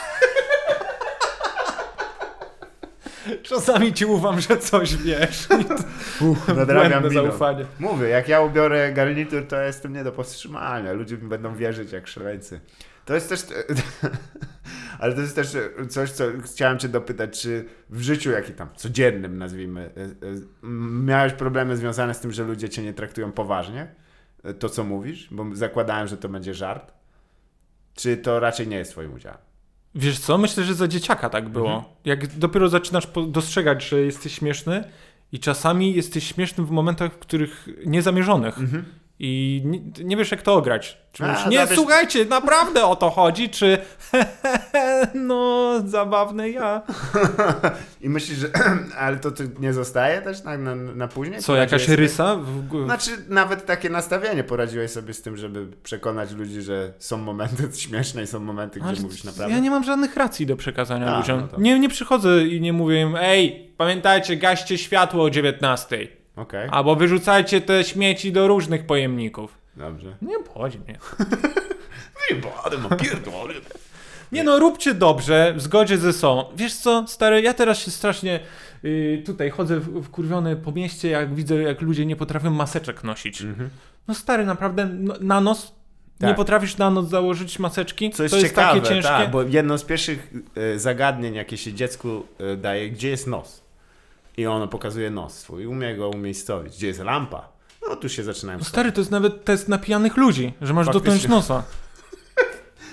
Speaker 1: Czasami ci ufam, że coś wiesz.
Speaker 2: Uff, nadrabiam
Speaker 1: zaufanie.
Speaker 2: Mówię, jak ja ubiorę garnitur, to jestem nie do powstrzymania. Ludzie mi będą wierzyć jak szaleńcy. To jest też... Ale to jest też coś, co chciałem cię dopytać, czy w życiu, jakim tam codziennym nazwijmy, miałeś problemy związane z tym, że ludzie cię nie traktują poważnie? To, co mówisz? Bo zakładałem, że to będzie żart. Czy to raczej nie jest twoim udziałem?
Speaker 1: Wiesz co? Myślę, że za dzieciaka tak było. Mhm. Jak dopiero zaczynasz dostrzegać, że jesteś śmieszny i czasami jesteś śmieszny w momentach, w których niezamierzonych. Mhm. I nie, nie wiesz, jak to ograć. Czy mówisz, nie, wiesz... słuchajcie, naprawdę o to chodzi, czy no, zabawny ja.
Speaker 2: I myślisz, że ale to, to nie zostaje też na, na, na później?
Speaker 1: Co, jakaś rysa? W...
Speaker 2: Znaczy, nawet takie nastawienie poradziłeś sobie z tym, żeby przekonać ludzi, że są momenty śmieszne i są momenty, gdzie ale mówisz naprawdę.
Speaker 1: Ja nie mam żadnych racji do przekazania
Speaker 2: A,
Speaker 1: ludziom.
Speaker 2: No to...
Speaker 1: nie, nie przychodzę i nie mówię im, ej, pamiętajcie, gaście światło o dziewiętnastej.
Speaker 2: Okay.
Speaker 1: Albo wyrzucajcie te śmieci do różnych pojemników.
Speaker 2: Dobrze.
Speaker 1: Nie obchodzi mnie.
Speaker 2: Ale ma pierdolę.
Speaker 1: Nie no, róbcie dobrze, w zgodzie ze sobą. Wiesz co, stary, ja teraz się strasznie yy, tutaj chodzę wkurwiony po mieście, jak widzę, jak ludzie nie potrafią maseczek nosić. Mm-hmm. No stary, naprawdę, no, na nos tak. Nie potrafisz na noc założyć maseczki?
Speaker 2: Co jest
Speaker 1: to jest
Speaker 2: ciekawe,
Speaker 1: takie ciężkie.
Speaker 2: Tak, bo jedno z pierwszych y, zagadnień, jakie się dziecku y, daje, gdzie jest nos? I ono pokazuje nos swój, umie go umiejscowić. Gdzie jest lampa? No tu się zaczynają...
Speaker 1: No stary, to jest nawet test na pijanych ludzi, że masz
Speaker 2: Faktycznie.
Speaker 1: dotknąć nosa.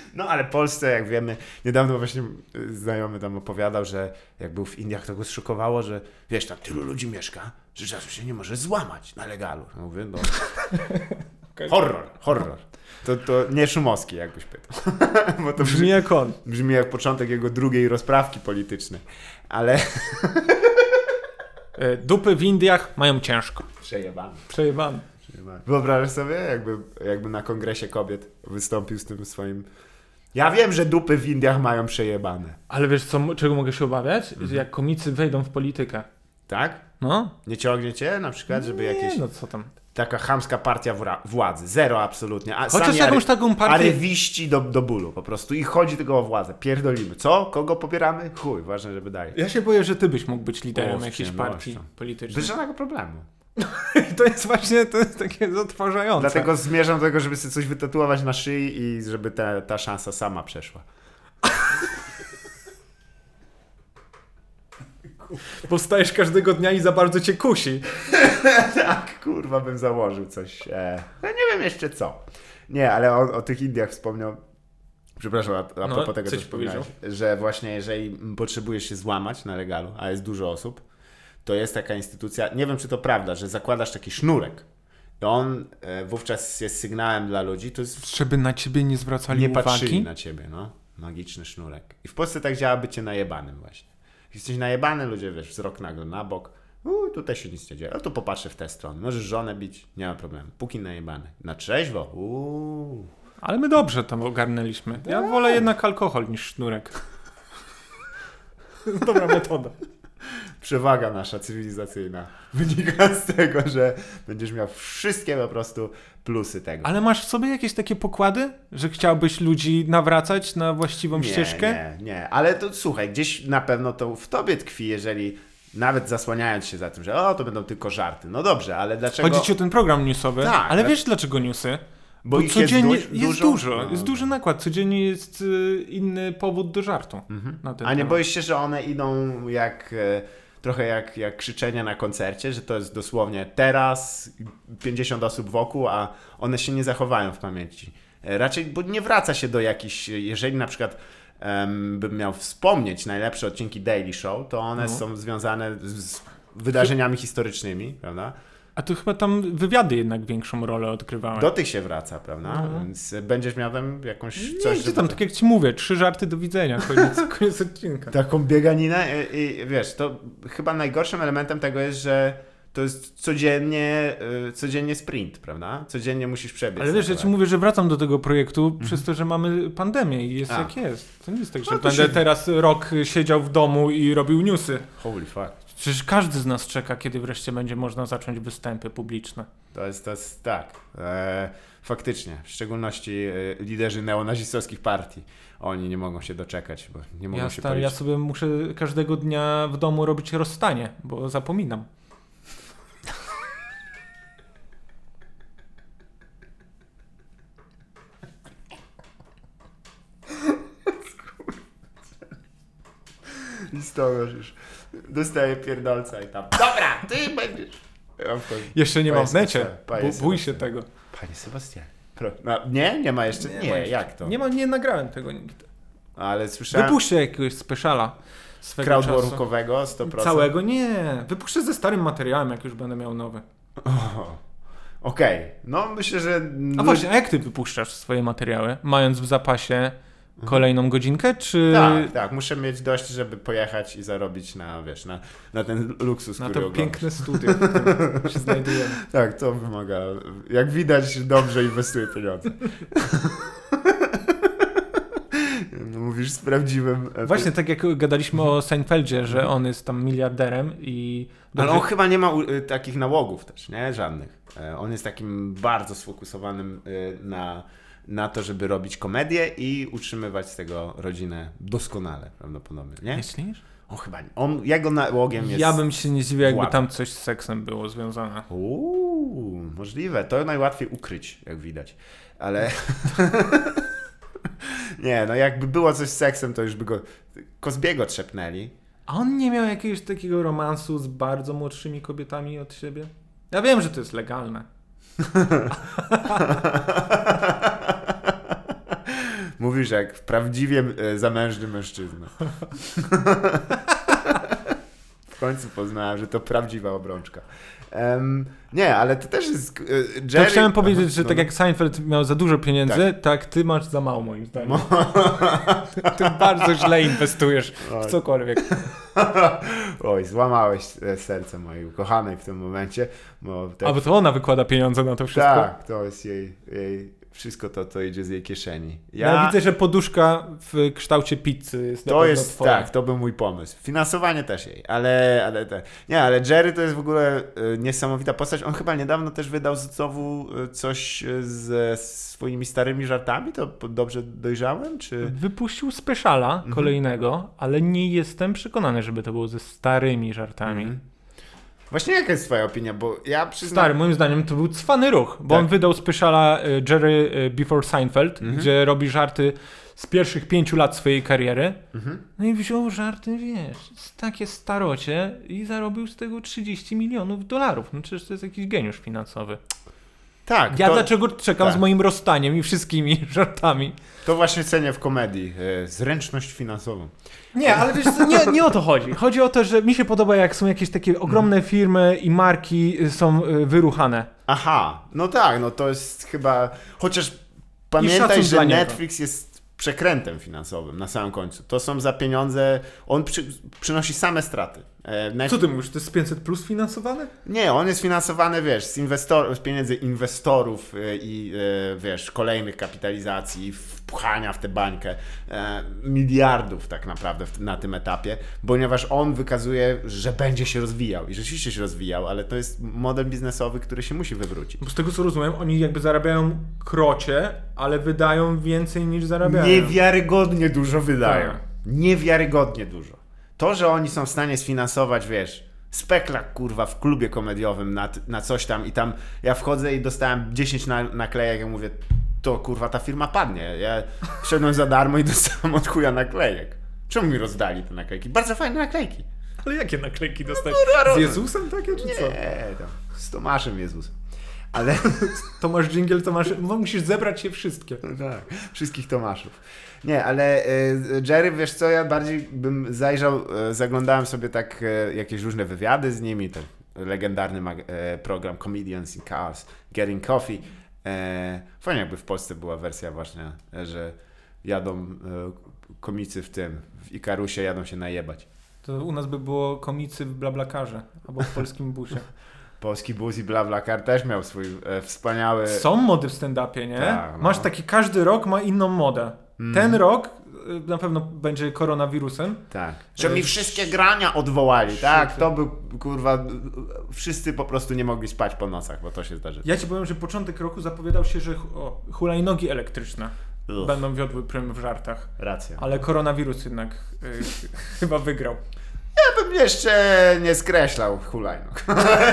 Speaker 2: No ale Polsce, jak wiemy, niedawno właśnie znajomy tam opowiadał, że jak był w Indiach, to go zszokowało, że wiesz, tam tylu ludzi mieszka, że czasem się nie może złamać na legalu. Ja mówię, no... Horror, horror. To, to nie Szumowski, jakbyś pytał. Bo to
Speaker 1: Brzmi jak on.
Speaker 2: Brzmi jak początek jego drugiej rozprawki politycznej. Ale...
Speaker 1: E, Dupy w Indiach mają ciężko.
Speaker 2: Przejebane.
Speaker 1: Przejebane.
Speaker 2: Wyobrażasz sobie, jakby, jakby na kongresie kobiet wystąpił z tym swoim... Ja wiem, że dupy w Indiach mają przejebane.
Speaker 1: Ale wiesz, co, czego mogę się obawiać? Mhm. Jak komicy wejdą w politykę.
Speaker 2: Tak?
Speaker 1: No.
Speaker 2: Nie ciągnie cię na przykład, żeby
Speaker 1: nie,
Speaker 2: jakieś...
Speaker 1: no co tam.
Speaker 2: Taka chamska partia wra- władzy. Zero absolutnie. A
Speaker 1: Chociaż
Speaker 2: sami
Speaker 1: jakąś
Speaker 2: ary-
Speaker 1: taką partię...
Speaker 2: arywiści do, do bólu po prostu. I chodzi tylko o władzę. Pierdolimy. Co? Kogo pobieramy? Chuj, ważne, żeby dali.
Speaker 1: Ja się boję, że ty byś mógł być liderem
Speaker 2: O, z
Speaker 1: jakiejś
Speaker 2: przyjemnością.
Speaker 1: partii politycznej.
Speaker 2: Bez żadnego problemu.
Speaker 1: I to jest właśnie to jest takie zatrważające.
Speaker 2: Dlatego zmierzam do tego, żeby sobie coś wytatuować na szyi i żeby ta, ta szansa sama przeszła.
Speaker 1: Powstajesz każdego dnia i za bardzo cię kusi.
Speaker 2: Tak, kurwa, bym założył coś. E, no nie wiem jeszcze co. Nie, ale o, o tych Indiach wspomniał. Przepraszam, a, a
Speaker 1: No,
Speaker 2: propos tego,
Speaker 1: co
Speaker 2: co
Speaker 1: ci
Speaker 2: wspomniałeś, że właśnie jeżeli potrzebujesz się złamać na legalu, a jest dużo osób, to jest taka instytucja, nie wiem czy to prawda, że zakładasz taki sznurek i on e, wówczas jest sygnałem dla ludzi, to jest...
Speaker 1: Żeby na ciebie nie zwracali
Speaker 2: Nie
Speaker 1: uwagi.
Speaker 2: patrzyli na ciebie, no. Magiczny sznurek. I w Polsce tak działa bycie najebanym właśnie. Jesteś najebany, ludzie, wiesz, wzrok nagle na bok. Uuu, tutaj się nic nie dzieje. A tu popatrzę w tę stronę. Możesz żonę bić, nie ma problemu. Póki najebany. Na trzeźwo. Uuu.
Speaker 1: Ale my dobrze tam ogarnęliśmy. Ja wolę jednak alkohol niż sznurek. Dobra metoda.
Speaker 2: Przewaga nasza cywilizacyjna wynika z tego, że będziesz miał wszystkie po prostu plusy tego.
Speaker 1: Ale masz w sobie jakieś takie pokłady, że chciałbyś ludzi nawracać na właściwą
Speaker 2: nie,
Speaker 1: ścieżkę?
Speaker 2: Nie, nie. Ale to słuchaj, gdzieś na pewno to w tobie tkwi, jeżeli nawet zasłaniając się za tym, że o, to będą tylko żarty. No dobrze, ale dlaczego...
Speaker 1: Chodzi ci o ten program newsowy?
Speaker 2: Tak,
Speaker 1: ale
Speaker 2: tak.
Speaker 1: wiesz dlaczego newsy?
Speaker 2: Bo,
Speaker 1: Bo
Speaker 2: ich
Speaker 1: codziennie
Speaker 2: jest, du-
Speaker 1: jest
Speaker 2: dużo.
Speaker 1: dużo,
Speaker 2: No.
Speaker 1: jest duży nakład. Codziennie jest y, inny powód do żartu.
Speaker 2: Mhm.
Speaker 1: Na ten
Speaker 2: A nie
Speaker 1: temat.
Speaker 2: boisz się, że one idą jak... E, trochę jak, jak krzyczenia na koncercie, że to jest dosłownie teraz pięćdziesiąt osób wokół, a one się nie zachowają w pamięci. E, raczej, bo nie wraca się do jakichś... Jeżeli na przykład um, bym miał wspomnieć najlepsze odcinki Daily Show, to one
Speaker 1: No.
Speaker 2: są związane z, z wydarzeniami historycznymi, prawda?
Speaker 1: A tu chyba tam wywiady jednak większą rolę odgrywały.
Speaker 2: Do tych się wraca, prawda?
Speaker 1: No.
Speaker 2: Więc będziesz miał tam jakąś
Speaker 1: Nie,
Speaker 2: coś...
Speaker 1: gdzie
Speaker 2: żeby
Speaker 1: tam,
Speaker 2: to-
Speaker 1: tak jak ci mówię, trzy żarty do widzenia, koniec, koniec odcinka.
Speaker 2: Taką bieganinę i, i wiesz, to chyba najgorszym elementem tego jest, że to jest codziennie, y, codziennie sprint, prawda? Codziennie musisz przebiec.
Speaker 1: Ale wiesz, ja
Speaker 2: na
Speaker 1: ci
Speaker 2: kawałek.
Speaker 1: mówię, że wracam do tego projektu przez to, że mamy pandemię i jest
Speaker 2: A.
Speaker 1: jak jest. To nie jest tak, że
Speaker 2: No to
Speaker 1: będę
Speaker 2: się-
Speaker 1: teraz rok siedział w domu i robił newsy.
Speaker 2: Holy fuck.
Speaker 1: Przecież każdy z nas czeka, kiedy wreszcie będzie można zacząć występy publiczne.
Speaker 2: To jest, to jest tak. E, faktycznie. W szczególności e, liderzy neonazistowskich partii. Oni nie mogą się doczekać, bo nie mogą
Speaker 1: Ja,
Speaker 2: się
Speaker 1: stary, ja
Speaker 2: policzyć.
Speaker 1: sobie muszę każdego dnia w domu robić rozstanie, bo zapominam.
Speaker 2: Listonosz już dostaje pierdolca i tam. Dobra, ty będziesz. Ja wchodzę.
Speaker 1: Jeszcze nie
Speaker 2: Panie
Speaker 1: mam w necie,
Speaker 2: Sebastian, panie
Speaker 1: bo bój się
Speaker 2: Sebastian.
Speaker 1: tego.
Speaker 2: Panie Sebastian. Pro... No, nie? Nie ma jeszcze? Nie,
Speaker 1: ma jeszcze.
Speaker 2: jak to?
Speaker 1: Nie, ma, nie nagrałem tego nigdy.
Speaker 2: Ale słyszałem...
Speaker 1: Wypuszczę jakiegoś speciala swego
Speaker 2: crowdworkowego sto
Speaker 1: czasu.
Speaker 2: procent.
Speaker 1: Całego? Nie. Wypuszczę ze starym materiałem, jak już będę miał nowy.
Speaker 2: O, Okej, no myślę, że...
Speaker 1: A właśnie, a jak ty wypuszczasz swoje materiały? Mając w zapasie kolejną godzinkę, czy
Speaker 2: Tak, tak, muszę mieć dość, żeby pojechać i zarobić na, wiesz, na, na ten luksus,
Speaker 1: na
Speaker 2: który
Speaker 1: to
Speaker 2: oglądasz.
Speaker 1: piękne studio, w którym się znajdujemy?
Speaker 2: Tak, to wymaga, jak widać, dobrze inwestuje pieniądze. No, mówisz z prawdziwym... e,
Speaker 1: Właśnie tak jak gadaliśmy o Seinfeldzie, że on jest tam miliarderem i...
Speaker 2: Ale
Speaker 1: dobrze-
Speaker 2: on chyba nie ma y, takich nałogów też, nie? Żadnych. E, On jest takim bardzo sfokusowanym y, na, na to, żeby robić komedię i utrzymywać z tego rodzinę doskonale, prawdopodobnie, nie?
Speaker 1: Myślisz?
Speaker 2: On chyba nie. On, jego nałogiem jest...
Speaker 1: Ja bym się nie zdziwił, jakby
Speaker 2: władza.
Speaker 1: tam coś z seksem było związane.
Speaker 2: Uuu, możliwe. To najłatwiej ukryć, jak widać. Ale... nie, no jakby było coś z seksem, to już by go... Kozbiego trzepnęli.
Speaker 1: A on nie miał jakiegoś takiego romansu z bardzo młodszymi kobietami od siebie? Ja wiem, że to jest legalne.
Speaker 2: Mówisz jak prawdziwie e, zamężny mężczyzna. W końcu poznałem, że to prawdziwa obrączka. Um, nie, ale to też jest... E, Jerry...
Speaker 1: To chciałem powiedzieć,
Speaker 2: Aha,
Speaker 1: że
Speaker 2: no,
Speaker 1: tak
Speaker 2: no.
Speaker 1: jak Seinfeld miał za dużo pieniędzy, tak, tak ty masz za mało moim zdaniem. Ty bardzo źle inwestujesz w cokolwiek.
Speaker 2: Oj, złamałeś e, serce mojej ukochanej w tym momencie. Bo te...
Speaker 1: A bo to ona wykłada pieniądze na to wszystko.
Speaker 2: Tak, to jest jej... jej... Wszystko to, to idzie z jej kieszeni.
Speaker 1: Ja, ja widzę, że poduszka w kształcie pizzy jest na
Speaker 2: To
Speaker 1: pewno
Speaker 2: jest,
Speaker 1: twoja.
Speaker 2: tak, to był mój pomysł. Finansowanie też jej, ale, ale te, nie, ale Jerry to jest w ogóle y, niesamowita postać. On chyba niedawno też wydał znowu y, coś y, ze swoimi starymi żartami, to po- dobrze dojrzałem, czy...
Speaker 1: Wypuścił speciala
Speaker 2: Mhm.
Speaker 1: kolejnego, ale nie jestem przekonany, żeby to było ze starymi żartami.
Speaker 2: Mhm. Właśnie jaka jest twoja opinia, bo ja przyznam...
Speaker 1: Stary, moim zdaniem to był cwany ruch, bo
Speaker 2: Tak.
Speaker 1: on wydał speciala y, Jerry y, Before Seinfeld,
Speaker 2: Mhm.
Speaker 1: gdzie robi żarty z pierwszych pięciu lat swojej kariery.
Speaker 2: Mhm.
Speaker 1: No i wziął żarty, wiesz, z takie starocie i zarobił z tego trzydzieści milionów dolarów. No przecież to jest jakiś geniusz finansowy.
Speaker 2: Tak,
Speaker 1: Ja
Speaker 2: to,
Speaker 1: dlaczego czekam
Speaker 2: tak.
Speaker 1: z moim rozstaniem i wszystkimi żartami?
Speaker 2: to właśnie cenię w komedii. Y, zręczność finansową.
Speaker 1: Nie, ale wiesz co, nie, nie o to chodzi. Chodzi o to, że mi się podoba, jak są jakieś takie ogromne firmy i marki y, są y, wyruchane.
Speaker 2: Aha, no tak, no to jest chyba... Chociaż
Speaker 1: szacun
Speaker 2: pamiętaj, że
Speaker 1: dla niego.
Speaker 2: Netflix jest przekrętem finansowym na samym końcu. To są za pieniądze... On przy, przynosi same straty. E, Netflix,
Speaker 1: Co ty mówisz, to jest pięćset plus finansowane?
Speaker 2: Nie, on jest finansowany, wiesz, z, inwestor, z pieniędzy inwestorów e, i, e, wiesz, kolejnych kapitalizacji, wpchania w tę bańkę e, miliardów tak naprawdę w, na tym etapie, ponieważ on wykazuje, że będzie się rozwijał i rzeczywiście się rozwijał, ale to jest model biznesowy, który się musi wywrócić.
Speaker 1: Bo z tego co rozumiem, oni jakby zarabiają krocie, ale wydają więcej niż zarabiają.
Speaker 2: Niewiarygodnie dużo wydają.
Speaker 1: Tak.
Speaker 2: Niewiarygodnie dużo. To, że oni są w stanie sfinansować, wiesz, speklak, kurwa, w klubie komediowym na, na coś tam i tam ja wchodzę i dostałem dziesięć na, naklejek i mówię, to kurwa ta firma padnie. Ja wszedłem za darmo i dostałem od chuja naklejek. Czemu mi rozdali te naklejki? Bardzo fajne naklejki.
Speaker 1: Ale jakie naklejki dostać?
Speaker 2: no,
Speaker 1: Z Jezusem takie czy co?
Speaker 2: Nie, tam, z Tomaszem Jezusem. Ale...
Speaker 1: To masz dżingiel, to masz... No, musisz zebrać je wszystkie.
Speaker 2: Tak, wszystkich Tomaszów. Nie, ale y, Jerry, wiesz co, ja bardziej bym zajrzał, y, zaglądałem sobie tak y, jakieś różne wywiady z nimi, ten legendarny mag- y, program Comedians in Cars, Getting Coffee. Y, fajnie jakby w Polsce była wersja właśnie, y, że jadą y, komicy w tym, w Ikarusie jadą się najebać.
Speaker 1: To u nas by było komicy w Blablakarze albo w polskim busie.
Speaker 2: Polski bus i BlaBlaCar też miał swój e, wspaniały...
Speaker 1: Są mody w stand-upie, nie?
Speaker 2: Tak, no.
Speaker 1: Masz taki, każdy rok ma inną modę.
Speaker 2: Mm.
Speaker 1: Ten rok y, na pewno będzie koronawirusem.
Speaker 2: Tak. Że mi wszystkie grania odwołali, tak?
Speaker 1: Wszystkie.
Speaker 2: To był, kurwa, wszyscy po prostu nie mogli spać po nocach, bo to się zdarzy.
Speaker 1: Ja ci powiem, że początek roku zapowiadał się, że hu- o, hulajnogi elektryczne
Speaker 2: Ugh.
Speaker 1: będą wiodły prym w żartach.
Speaker 2: Racja.
Speaker 1: Ale koronawirus jednak y, chyba wygrał.
Speaker 2: Ja bym jeszcze nie skreślał hulajnóg.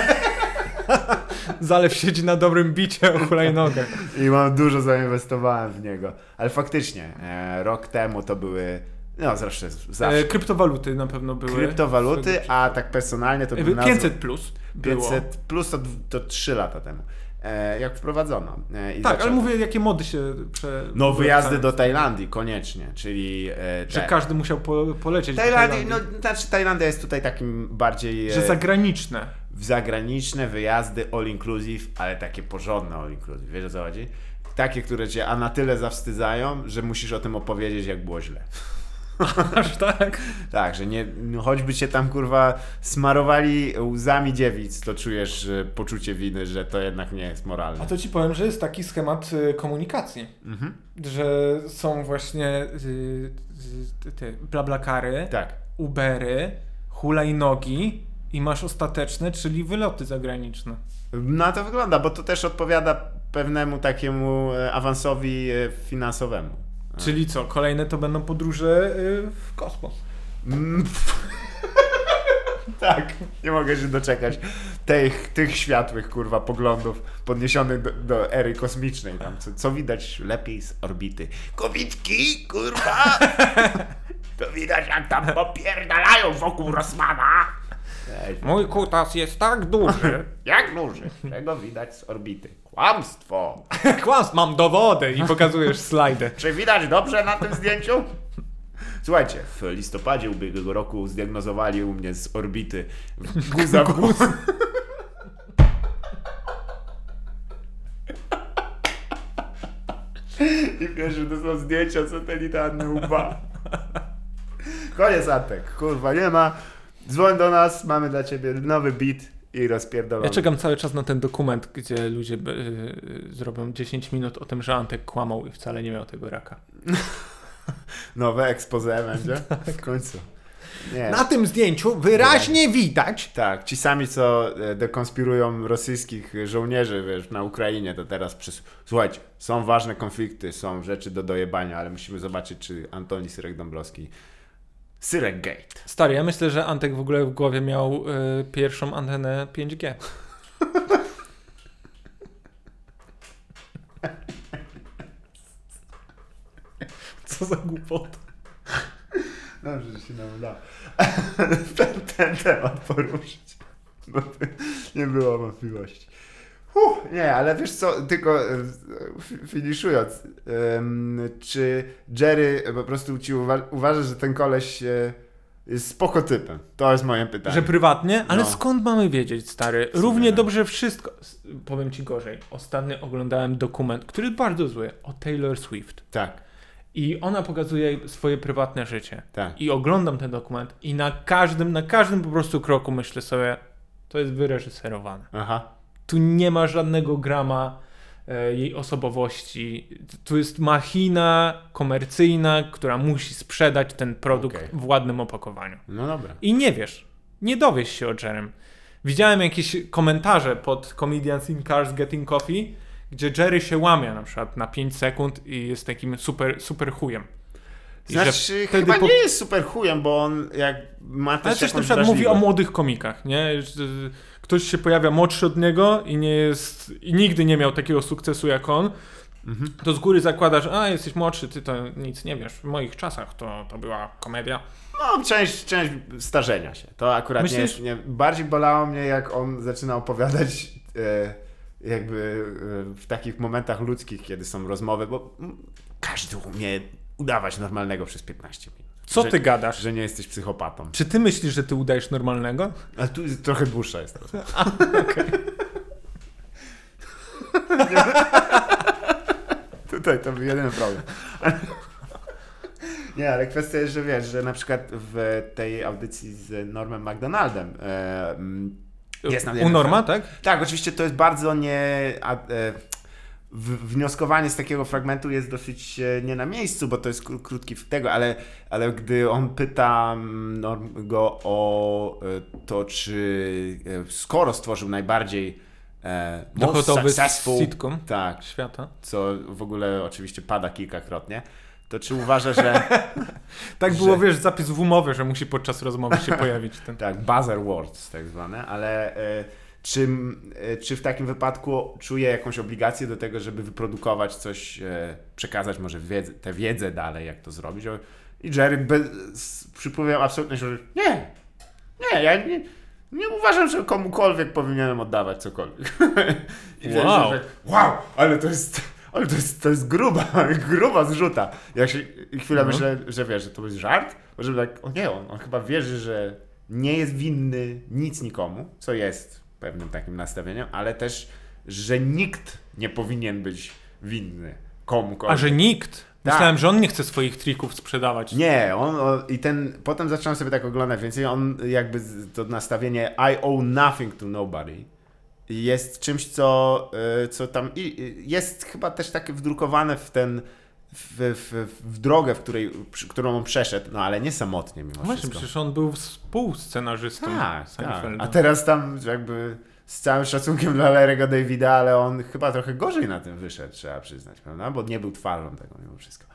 Speaker 1: Zalew siedzi na dobrym bicie o hulajnogach.
Speaker 2: I mam dużo zainwestowałem w niego. Ale faktycznie, e, rok temu to były, no zresztą zawsze,
Speaker 1: E, kryptowaluty na pewno były.
Speaker 2: kryptowaluty, a tak personalnie to
Speaker 1: E,
Speaker 2: bym nazwał-
Speaker 1: pięćset plus było.
Speaker 2: pięćset plus to, to trzy lata temu. E, jak wprowadzono. E, i
Speaker 1: Tak,
Speaker 2: zaczęto.
Speaker 1: ale mówię, jakie mody się prze...
Speaker 2: No wyjazdy do Tajlandii koniecznie, czyli e,
Speaker 1: Że
Speaker 2: te-
Speaker 1: każdy musiał po, polecieć
Speaker 2: Tajlandii,
Speaker 1: do
Speaker 2: no
Speaker 1: Tajlandii.
Speaker 2: znaczy Tajlandia jest tutaj takim bardziej
Speaker 1: Że
Speaker 2: e,
Speaker 1: zagraniczne.
Speaker 2: w zagraniczne wyjazdy all inclusive, ale takie porządne all inclusive, wiesz o co chodzi? Takie, które cię a na tyle zawstydzają, że musisz o tym opowiedzieć, jak było źle.
Speaker 1: Aż tak?
Speaker 2: Tak, że nie, no choćby cię tam kurwa smarowali łzami dziewic, to czujesz e, poczucie winy, że to jednak nie jest moralne.
Speaker 1: A to ci powiem, że jest taki schemat y, komunikacji.
Speaker 2: Mhm.
Speaker 1: Że są właśnie y, y, te blablakary,
Speaker 2: Tak.
Speaker 1: Ubery, hulajnogi i masz ostateczne, czyli wyloty zagraniczne.
Speaker 2: No to wygląda, bo to też odpowiada pewnemu takiemu e, awansowi e, finansowemu.
Speaker 1: Czyli co? Kolejne to będą podróże y, w kosmos.
Speaker 2: Mm, tak, nie mogę się doczekać tych, tych światłych, kurwa, poglądów podniesionych do, do ery kosmicznej tam, co, co widać lepiej z orbity.
Speaker 3: Kowitki, kurwa! To widać jak tam popierdalają wokół Rosmana.
Speaker 1: Mój kutas jest tak duży.
Speaker 2: Jak duży? Czego widać z orbity? Kłamstwo!
Speaker 1: Kłamstw, mam dowody i pokazujesz slajdy.
Speaker 2: Czy widać dobrze na tym zdjęciu? Słuchajcie, w listopadzie ubiegłego roku zdiagnozowali u mnie z orbity guza w guz. I pierwsze to są zdjęcia satelitarne łba. Koniec, Antek. Kurwa, nie ma. Dzwoń do nas, mamy dla ciebie nowy beat i rozpierdolony.
Speaker 1: Ja czekam cały czas na ten dokument, gdzie ludzie yy, zrobią dziesięć minut o tym, że Antek kłamał i wcale nie miał tego raka.
Speaker 2: Nowe expose będzie? W końcu. Nie.
Speaker 1: Na tym zdjęciu wyraźnie widać.
Speaker 2: Tak, ci sami, co e, dekonspirują rosyjskich żołnierzy, wiesz, na Ukrainie, to teraz przez... Słuchajcie, są ważne konflikty, są rzeczy do dojebania, ale musimy zobaczyć, czy Antoni Syrek-Dąbrowski... Syrek Gate.
Speaker 1: Stary, ja myślę, że Antek w ogóle w głowie miał y, pierwszą antenę pięć G. Co za głupota.
Speaker 2: Dobrze, że się nam udało ten, ten temat poruszyć, bo nie było wątpliwości. Huh, nie, ale wiesz co, tylko finiszując, um, czy Jerry po prostu ci uwa- uważa, że ten koleś e, jest spoko typem? To jest moje pytanie.
Speaker 1: Że prywatnie? Ale
Speaker 2: No.
Speaker 1: skąd mamy wiedzieć, stary? Równie dobrze wszystko... Powiem ci gorzej. Ostatnio oglądałem dokument, który jest bardzo zły, o Taylor Swift.
Speaker 2: Tak,
Speaker 1: I ona pokazuje swoje prywatne życie.
Speaker 2: tak.
Speaker 1: I oglądam ten dokument i na każdym, na każdym po prostu kroku myślę sobie, to jest wyreżyserowane.
Speaker 2: Aha.
Speaker 1: Tu nie ma żadnego grama e, jej osobowości. Tu jest machina komercyjna, która musi sprzedać ten produkt
Speaker 2: Okej.
Speaker 1: w ładnym opakowaniu.
Speaker 2: No dobra.
Speaker 1: I nie wiesz, nie dowiesz się o Jerrym. Widziałem jakieś komentarze pod Comedians in Cars Getting Coffee, gdzie Jerry się łamie na przykład na pięć sekund i jest takim super, super chujem. I że
Speaker 2: Znaczy,
Speaker 1: wtedy
Speaker 2: chyba
Speaker 1: po-
Speaker 2: nie jest super chujem, bo on jak ma
Speaker 1: Ale
Speaker 2: też
Speaker 1: też na
Speaker 2: jakąś
Speaker 1: przykład mówi o
Speaker 2: wrażliwość.
Speaker 1: młodych komikach, nie? Że ktoś się pojawia młodszy od niego i nie jest, i nigdy nie miał takiego sukcesu jak on,
Speaker 2: Mhm.
Speaker 1: to z góry zakładasz, a jesteś młodszy, ty to nic nie wiesz. W moich czasach to, to była komedia.
Speaker 2: No, część, część starzenia się. To akurat nie
Speaker 1: Myślisz?
Speaker 2: jest... Nie, bardziej bolało mnie, jak on zaczyna opowiadać e, jakby e, w takich momentach ludzkich, kiedy są rozmowy, bo mm, każdy umie udawać normalnego przez piętnaście minut.
Speaker 1: Co
Speaker 2: że,
Speaker 1: ty gadasz?
Speaker 2: Że nie jesteś psychopatą.
Speaker 1: Czy ty myślisz, że ty udajesz normalnego?
Speaker 2: Ale tu jest trochę dłuższa jest rozmowa. Tutaj to był jedyny problem. Nie, ale kwestia jest, że wiesz, że na przykład w tej audycji z Normem McDonaldem e, mm, jest nam
Speaker 1: U
Speaker 2: jeden
Speaker 1: Norma,
Speaker 2: fragment.
Speaker 1: tak?
Speaker 2: Tak, oczywiście to jest bardzo nie... A, e, w, wnioskowanie z takiego fragmentu jest dosyć e, nie na miejscu, bo to jest kró, krótki w tego, ale, ale gdy on pyta mm, Norm go o e, to, czy e, skoro stworzył najbardziej e, most
Speaker 1: Dochodowy
Speaker 2: successful,
Speaker 1: sitcom
Speaker 2: tak,
Speaker 1: świata.
Speaker 2: co w ogóle oczywiście pada kilkakrotnie, to czy uważa, że...
Speaker 1: Tak
Speaker 2: że-
Speaker 1: było, wiesz, zapis w umowie, że musi podczas rozmowy się pojawić ten.
Speaker 2: Tak, buzzer words tak zwane, ale e, czy, e, czy w takim wypadku czuje jakąś obligację do tego, żeby wyprodukować coś, e, przekazać może wiedzę, tę wiedzę dalej, jak to zrobić? O, I Jerry bez, z przypływem absolutnie, że nie, nie, ja nie, nie uważam, że komukolwiek powinienem oddawać cokolwiek. I wiesz,
Speaker 1: Wow.
Speaker 2: że, wow, ale to jest... Ale to jest, to jest gruba, gruba zrzuta. Ja się i chwilę
Speaker 1: No.
Speaker 2: myślę, że wiesz, że to jest żart, bo żeby tak, o nie, on, on chyba wierzy, że nie jest winny nic nikomu, co jest pewnym takim nastawieniem, ale też, że nikt nie powinien być winny komukolwiek.
Speaker 1: A że nikt?
Speaker 2: Tak.
Speaker 1: Myślałem, że on nie chce swoich trików sprzedawać.
Speaker 2: Nie, on, on i ten, potem zacząłem sobie tak oglądać więcej, on jakby z- to nastawienie I owe nothing to nobody jest czymś, co, y, co tam i- y, jest chyba też takie wdrukowane w ten, w, w, w drogę, w której, przy, którą on przeszedł, no ale nie samotnie mimo
Speaker 1: Właśnie,
Speaker 2: wszystko.
Speaker 1: przecież on był współscenarzystą
Speaker 2: Tak, tak.
Speaker 1: Seinfelda.
Speaker 2: A teraz tam jakby z całym szacunkiem dla Larry'ego Davida, ale on chyba trochę gorzej na tym wyszedł, trzeba przyznać, prawda? Bo nie był twarzą tego mimo wszystko.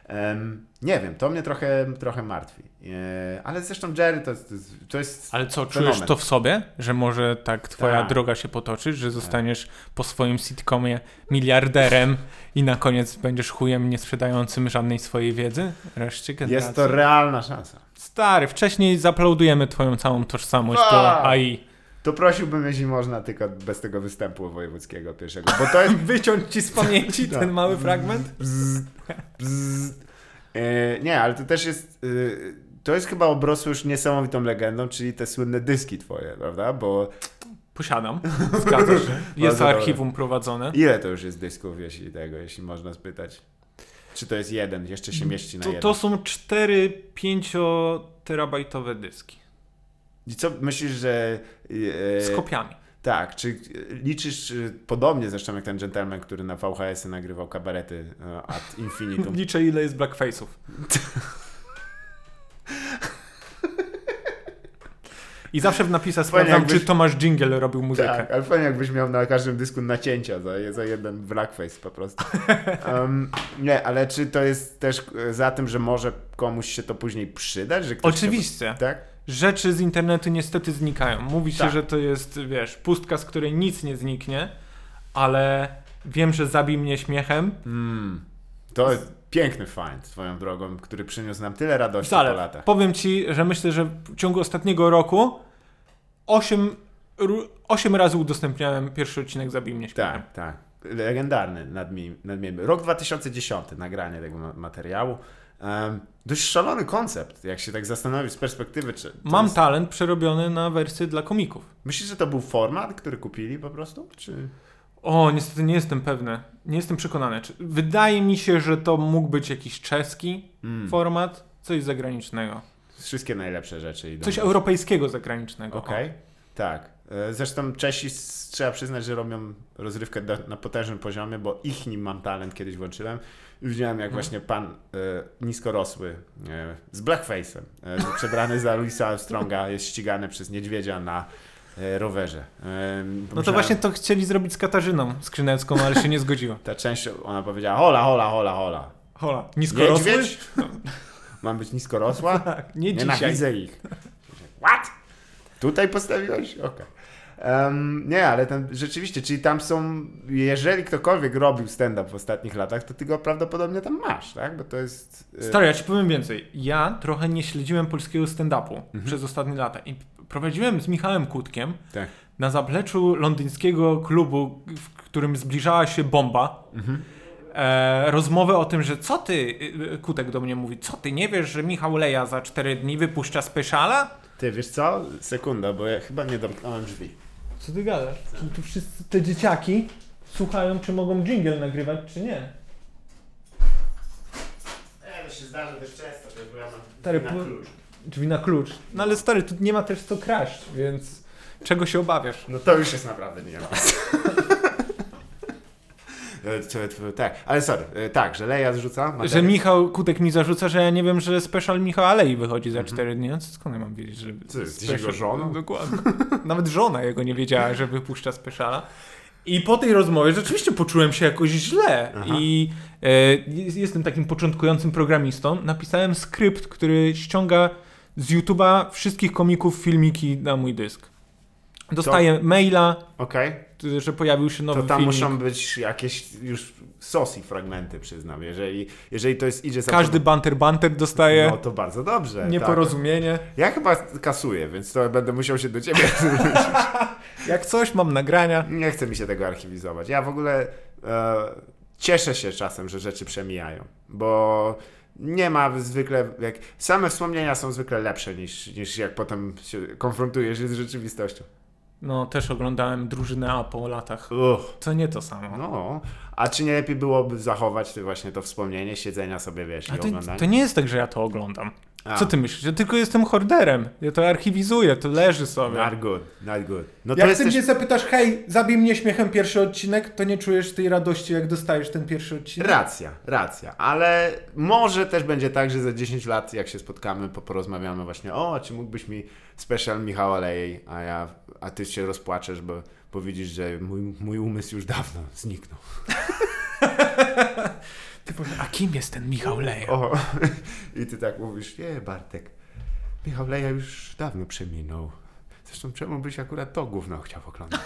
Speaker 2: Um, nie wiem, to mnie trochę, trochę martwi. E, ale zresztą Jerry to, to, to jest
Speaker 1: Ale co,
Speaker 2: fenomen.
Speaker 1: czujesz to w sobie? Że może tak twoja
Speaker 2: Tak.
Speaker 1: droga się potoczyć, że zostaniesz po swoim sitcomie miliarderem i na koniec będziesz chujem nie sprzedającym żadnej swojej wiedzy? Reszcie generacji.
Speaker 2: Jest to realna szansa.
Speaker 1: Stary, wcześniej zaplaudujemy twoją całą tożsamość
Speaker 2: A.
Speaker 1: do A I.
Speaker 2: To prosiłbym, jeśli można, tylko bez tego występu wojewódzkiego pierwszego, bo to jest...
Speaker 1: Wyciąć ci z pamięci ten mały fragment?
Speaker 2: Bzz, bzz. E, nie, ale to też jest... E, to jest chyba obrosło już niesamowitą legendą, czyli te słynne dyski twoje, prawda? Bo
Speaker 1: Posiadam. Zgadzasz się? Jest to
Speaker 2: Bardzo
Speaker 1: archiwum prowadzone.
Speaker 2: ile to już jest dysków, jeśli tego, jeśli można spytać? Czy to jest jeden? Jeszcze się mieści na
Speaker 1: To,
Speaker 2: jeden?
Speaker 1: to są cztery pięcioterabajtowe dyski.
Speaker 2: I co myślisz, że... E,
Speaker 1: Z kopiami.
Speaker 2: tak, czy liczysz, e, podobnie zresztą jak ten gentleman, który na V H S-y nagrywał kabarety e, ad infinitum.
Speaker 1: Liczę ile jest blackface'ów. I zawsze w napisach
Speaker 2: Fajnie,
Speaker 1: sprawdzam,
Speaker 2: jakbyś-
Speaker 1: czy Tomasz Dżingiel robił muzykę.
Speaker 2: Tak, ale fajnie jakbyś miał na każdym dysku nacięcia za, za jeden blackface po prostu. Um, nie, ale czy to jest też e, za tym, że może komuś się to później przydać? Że ktoś
Speaker 1: Oczywiście.
Speaker 2: Się, tak?
Speaker 1: Rzeczy z internetu niestety znikają. Mówi się,
Speaker 2: Tak.
Speaker 1: że to jest, wiesz, pustka, z której nic nie zniknie, ale wiem, że zabij mnie śmiechem.
Speaker 2: Mm, to jest piękny find swoją drogą, który przyniósł nam tyle radości po
Speaker 1: Zalew.
Speaker 2: latach.
Speaker 1: Powiem ci, że myślę, że w ciągu ostatniego roku osiem, ru- osiem razy udostępniałem pierwszy odcinek Zabij mnie śmiechem.
Speaker 2: Tak, tak. Legendarny, nadmi- nadmienny. Rok dwa tysiące dziesiąty, nagranie tego ma- materiału. Um, dość szalony koncept, jak się tak zastanowić z perspektywy, czy... to
Speaker 1: Mam
Speaker 2: jest...
Speaker 1: talent przerobiony na wersję dla komików.
Speaker 2: Myślisz, że to był format, który kupili po prostu? Czy...
Speaker 1: O, niestety nie jestem pewny. Nie jestem przekonany. Czy- Wydaje mi się, że to mógł być jakiś czeski
Speaker 2: Mm.
Speaker 1: format, coś zagranicznego.
Speaker 2: Wszystkie najlepsze rzeczy idą.
Speaker 1: Coś europejskiego zagranicznego.
Speaker 2: Okej, tak. E, Zresztą Czesi s- trzeba przyznać, że robią rozrywkę do, na potężnym poziomie, bo ich nim mam talent kiedyś włączyłem. I widziałem, jak właśnie pan e, niskorosły e, z blackface'em, e, przebrany za Louisa Armstronga, jest ścigany przez niedźwiedzia na e, rowerze. E,
Speaker 1: No to
Speaker 2: pomyślałem-
Speaker 1: właśnie to chcieli zrobić z Katarzyną Skrzynecką, ale się nie zgodziła.
Speaker 2: Ta część, ona powiedziała hola, hola, hola, hola.
Speaker 1: Hola, niskorosły?
Speaker 2: Niedźwiedź? Mam być niskorosła?
Speaker 1: Tak, nie dzisiaj.
Speaker 2: Nienawidzę ich. What? Tutaj postawiłeś? Okej. Em, nie, ale tam rzeczywiście, czyli tam są, jeżeli ktokolwiek robił stand-up w ostatnich latach, to ty go prawdopodobnie tam masz, tak? Bo to jest... e,
Speaker 1: Stary, ja ci powiem więcej. Ja trochę nie śledziłem polskiego stand-upu
Speaker 2: Mhm.
Speaker 1: przez ostatnie lata i prowadziłem z Michałem Kutkiem
Speaker 2: Tak.
Speaker 1: na zapleczu londyńskiego klubu, w którym zbliżała się bomba,
Speaker 2: Mhm.
Speaker 1: e, rozmowę o tym, że co ty, e, Kutek do mnie mówi, co ty nie wiesz, że Michał Leja za cztery dni wypuszcza speciala?
Speaker 2: Ty, wiesz co? Sekunda, bo ja chyba nie domknąłem drzwi.
Speaker 1: Co ty gadasz? Czy tu wszyscy te dzieciaki słuchają, czy mogą dżingiel nagrywać, czy nie?
Speaker 2: Nie, to się zdarza dość często, bo ja mam
Speaker 1: Stary, po- Drzwi na klucz. No ale stary, tu nie ma też co kraść, więc czego się obawiasz?
Speaker 2: No to już jest naprawdę nie ma. E, co- co- Tak, ale sorry, e, tak, że Leja zrzuca
Speaker 1: Że
Speaker 2: materiał.
Speaker 1: Michał Kutek mi zarzuca, że ja nie wiem, że special Michał Alei wychodzi za cztery dni. No to skąd ja mam wiedzieć, że...
Speaker 2: Co, jesteś jego żoną?
Speaker 1: Dokładnie. Nawet żona jego nie wiedziała, że wypuszcza speciala. I po tej rozmowie rzeczywiście poczułem się jakoś źle.
Speaker 2: Aha.
Speaker 1: I e, jest- jestem takim początkującym programistą. Napisałem skrypt, który ściąga z YouTube'a wszystkich komików filmiki na mój dysk. Dostaję maila,
Speaker 2: Okej,
Speaker 1: t- że pojawił się nowy
Speaker 2: to tam
Speaker 1: filmik.
Speaker 2: muszą być jakieś już sosi fragmenty, przyznam. Jeżeli, jeżeli to jest idzie za
Speaker 1: Każdy banter banter dostaje.
Speaker 2: No to bardzo dobrze.
Speaker 1: Nieporozumienie.
Speaker 2: Tak. Ja chyba kasuję, więc to będę musiał się do ciebie.
Speaker 1: Jak coś, mam nagrania.
Speaker 2: Nie chce mi się tego archiwizować. Ja w ogóle e, cieszę się czasem, że rzeczy przemijają, bo nie ma zwykle, jak same wspomnienia są zwykle lepsze niż, niż jak potem się konfrontujesz je z rzeczywistością.
Speaker 1: No, też oglądałem Drużynę A po latach.
Speaker 2: Uch.
Speaker 1: Co nie to samo.
Speaker 2: No, a czy nie lepiej byłoby zachować ty właśnie to wspomnienie, siedzenia sobie, wiesz,
Speaker 1: A
Speaker 2: i
Speaker 1: to,
Speaker 2: oglądania?
Speaker 1: to nie jest tak, że ja to oglądam.
Speaker 2: A.
Speaker 1: Co ty myślisz? Ja tylko jestem horderem. Ja to archiwizuję, to leży sobie.
Speaker 2: Not good, not good. No to
Speaker 1: Jak
Speaker 2: jest
Speaker 1: ty
Speaker 2: też...
Speaker 1: mnie zapytasz, hej, zabij mnie śmiechem pierwszy odcinek, to nie czujesz tej radości, jak dostajesz ten pierwszy odcinek?
Speaker 2: Racja, racja, ale może też będzie tak, że za dziesięć lat, jak się spotkamy, po- porozmawiamy właśnie, o, a czy mógłbyś mi special Michała Lejej, a ja, a ty się rozpłaczesz, bo, bo widzisz, że mój, mój umysł już dawno zniknął.
Speaker 1: Ty powiesz, a kim jest ten Michał Leja?
Speaker 2: O, i ty tak mówisz, nie Bartek, Michał Leja już dawno przeminął. Zresztą czemu byś akurat to gówno chciał oglądać?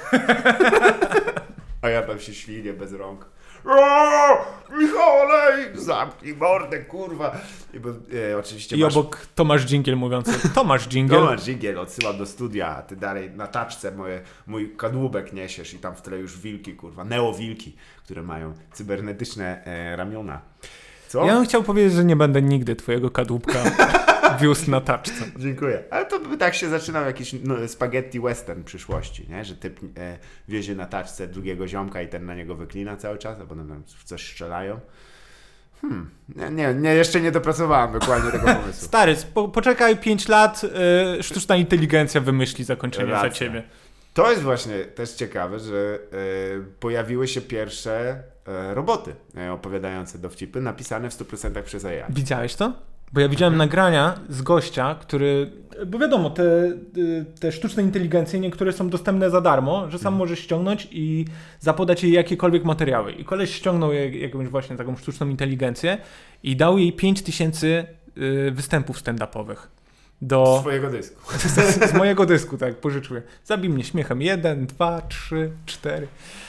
Speaker 2: A ja tam się ślinię bez rąk. O, Michał Lej, zamknij mordę, kurwa. I, bo, e, oczywiście
Speaker 1: I
Speaker 2: masz...
Speaker 1: obok Tomasz Dżingiel mówiący, Tomasz Dżingiel.
Speaker 2: Tomasz Dżingiel odsyłam do studia, a ty dalej na taczce moje, mój kadłubek niesiesz i tam w tle już wilki, kurwa, neowilki, które mają cybernetyczne e, ramiona. Co?
Speaker 1: Ja bym chciał powiedzieć, że nie będę nigdy twojego kadłubka wiózł na taczce.
Speaker 2: Dziękuję. Ale to by tak się zaczynał jakiś no, spaghetti western przyszłości, nie? Że typ e, wiezie na taczce drugiego ziomka i ten na niego wyklina cały czas, a potem tam w coś strzelają. Hmm. Nie, nie, nie, jeszcze nie dopracowałem dokładnie tego pomysłu.
Speaker 1: Stary, po, poczekaj pięć lat, y, sztuczna inteligencja wymyśli zakończenie
Speaker 2: Racja.
Speaker 1: za ciebie.
Speaker 2: To jest właśnie też ciekawe, że e, pojawiły się pierwsze e, roboty e, opowiadające dowcipy, napisane w stu procentach przez A I.
Speaker 1: Widziałeś to? Bo ja widziałem nagrania z gościa, który, bo wiadomo, te, te sztuczne inteligencje niektóre są dostępne za darmo, że sam możesz ściągnąć i zapodać jej jakiekolwiek materiały. I koleś ściągnął jak, jakąś właśnie taką sztuczną inteligencję i dał jej pięć tysięcy y, występów stand-upowych. Do...
Speaker 2: Z swojego dysku.
Speaker 1: Z, z mojego dysku, tak, pożyczyłem. Zabij mnie śmiechem. Jeden, dwa, trzy, cztery.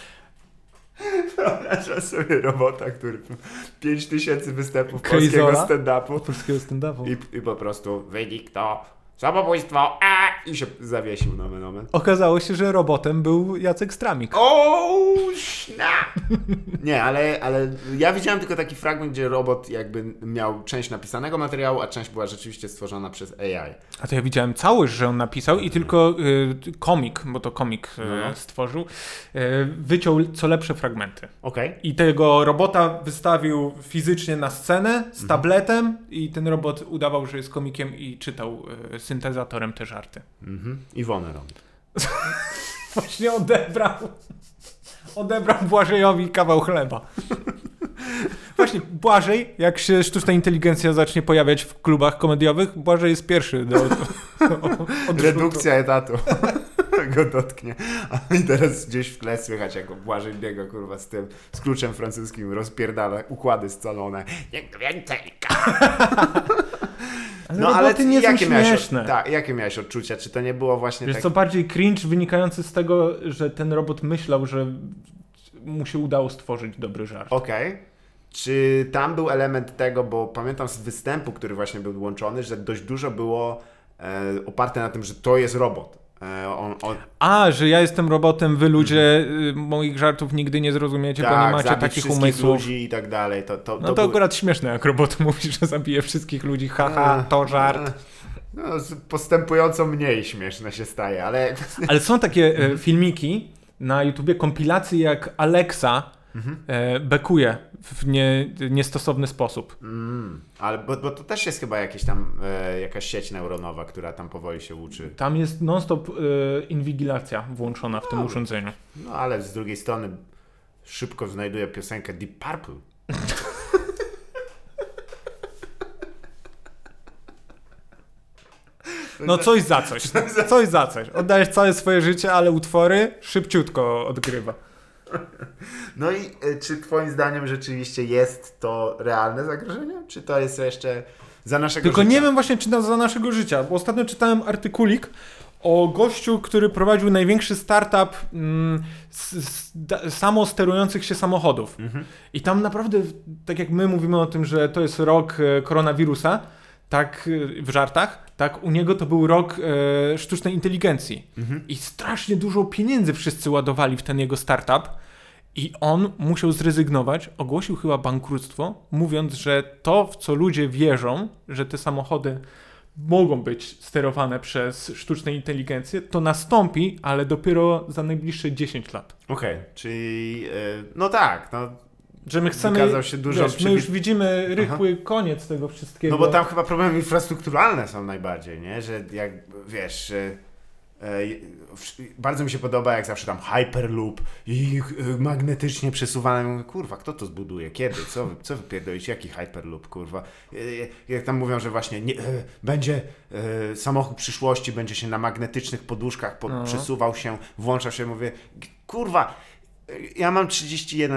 Speaker 2: Wyobrażam sobie robota, który pięć tysięcy występów
Speaker 1: Crazola?
Speaker 2: polskiego stand-upu
Speaker 1: Polskiego stand-upu.
Speaker 2: i, i po prostu wynik to samobójstwo a! I się zawiesił nomen nomen.
Speaker 1: Okazało się, że robotem był Jacek Stramik.
Speaker 2: O, snap! Nie, ale, ale ja widziałem tylko taki fragment, gdzie robot jakby miał część napisanego materiału, a część była rzeczywiście stworzona przez A I.
Speaker 1: A to ja widziałem całość, że on napisał i tylko y, komik, bo to komik y,
Speaker 2: No.
Speaker 1: stworzył, y, wyciął co lepsze fragmenty.
Speaker 2: Okej. Okay.
Speaker 1: I tego robota wystawił fizycznie na scenę z tabletem i ten robot udawał, że jest komikiem i czytał y, syntezatorem te żarty.
Speaker 2: Mhm. Iwonę robi.
Speaker 1: Właśnie odebrał, odebrał Błażejowi kawał chleba. Właśnie, Błażej, jak się sztuczna inteligencja zacznie pojawiać w klubach komediowych, Błażej jest pierwszy do, do odrzutu.
Speaker 2: Redukcja etatu. Go dotknie. A i teraz gdzieś w tle słychać, jak Błażej biega, kurwa, z tym, z kluczem francuskim, rozpierdala układy scalone.
Speaker 3: Niech więcej.
Speaker 1: Ale
Speaker 2: No ale
Speaker 1: roboty nie są
Speaker 2: jakie miałeś,
Speaker 1: śmieszne.
Speaker 2: tak, jakie miałeś odczucia? Czy to nie było właśnie
Speaker 1: Wiesz
Speaker 2: tak...
Speaker 1: co, bardziej cringe wynikający z tego, że ten robot myślał, że mu się udało stworzyć dobry żart.
Speaker 2: Okej. Okay. Czy tam był element tego, bo pamiętam z występu, który właśnie był włączony, że dość dużo było e, oparte na tym, że to jest robot. E, on, on...
Speaker 1: A, że ja jestem robotem, wy ludzie y, moich żartów nigdy nie zrozumiecie,
Speaker 2: tak,
Speaker 1: bo nie macie
Speaker 2: zabić
Speaker 1: takich
Speaker 2: wszystkich
Speaker 1: umysłów.
Speaker 2: ludzi i tak dalej. To, to,
Speaker 1: No to,
Speaker 2: był...
Speaker 1: akurat śmieszne, jak robot mówi, że zabije wszystkich ludzi. Haha, to żart.
Speaker 2: No, postępująco mniej śmieszne się staje, ale...
Speaker 1: Ale są takie e, filmiki na YouTubie, kompilacje jak Alexa
Speaker 2: Mhm.
Speaker 1: e, bekuje w nie, niestosowny sposób.
Speaker 2: Mm, ale bo, bo to też jest chyba jakieś tam, e, jakaś sieć neuronowa, która tam powoli się uczy.
Speaker 1: Tam jest non-stop e, inwigilacja włączona w tym
Speaker 2: No.
Speaker 1: urządzeniu.
Speaker 2: No ale z drugiej strony szybko znajduje piosenkę Deep Purple.
Speaker 1: No coś za coś. Coś za coś. Oddajesz całe swoje życie, ale utwory szybciutko odgrywa.
Speaker 2: No i e, czy twoim zdaniem rzeczywiście jest to realne zagrożenie? Czy to jest jeszcze za naszego
Speaker 1: Tylko
Speaker 2: życia?
Speaker 1: nie wiem właśnie, czy to za naszego życia, bo ostatnio czytałem artykulik o gościu, który prowadził największy startup mm, s, s, da, samosterujących się samochodów.
Speaker 2: Mhm.
Speaker 1: I tam naprawdę, tak jak my mówimy o tym, że to jest rok e, koronawirusa, tak e, w żartach, tak u niego to był rok e, sztucznej inteligencji.
Speaker 2: Mhm.
Speaker 1: I strasznie dużo pieniędzy wszyscy ładowali w ten jego startup. I on musiał zrezygnować, ogłosił chyba bankructwo, mówiąc, że to, w co ludzie wierzą, że te samochody mogą być sterowane przez sztuczną inteligencję, to nastąpi, ale dopiero za najbliższe dziesięć lat.
Speaker 2: Okej, okay, czyli e, no tak, no,
Speaker 1: Że my chcemy,
Speaker 2: wykazał się dużo
Speaker 1: wiesz, my
Speaker 2: przewi-
Speaker 1: już widzimy rychły koniec tego wszystkiego.
Speaker 2: no bo tam chyba problemy infrastrukturalne są najbardziej, nie? Że jak, wiesz, e, e, w- bardzo mi się podoba, jak zawsze tam Hyperloop i e, magnetycznie przesuwane. Mówię, kurwa, kto to zbuduje? Kiedy? Co wy, co wy pierdolicie? Jaki Hyperloop, kurwa? E, jak tam mówią, że właśnie nie, e, będzie e, samochód przyszłości, będzie się na magnetycznych poduszkach po,
Speaker 1: No.
Speaker 2: przesuwał się, włączał się, mówię, kurwa, e, ja mam trzydzieści jeden lat.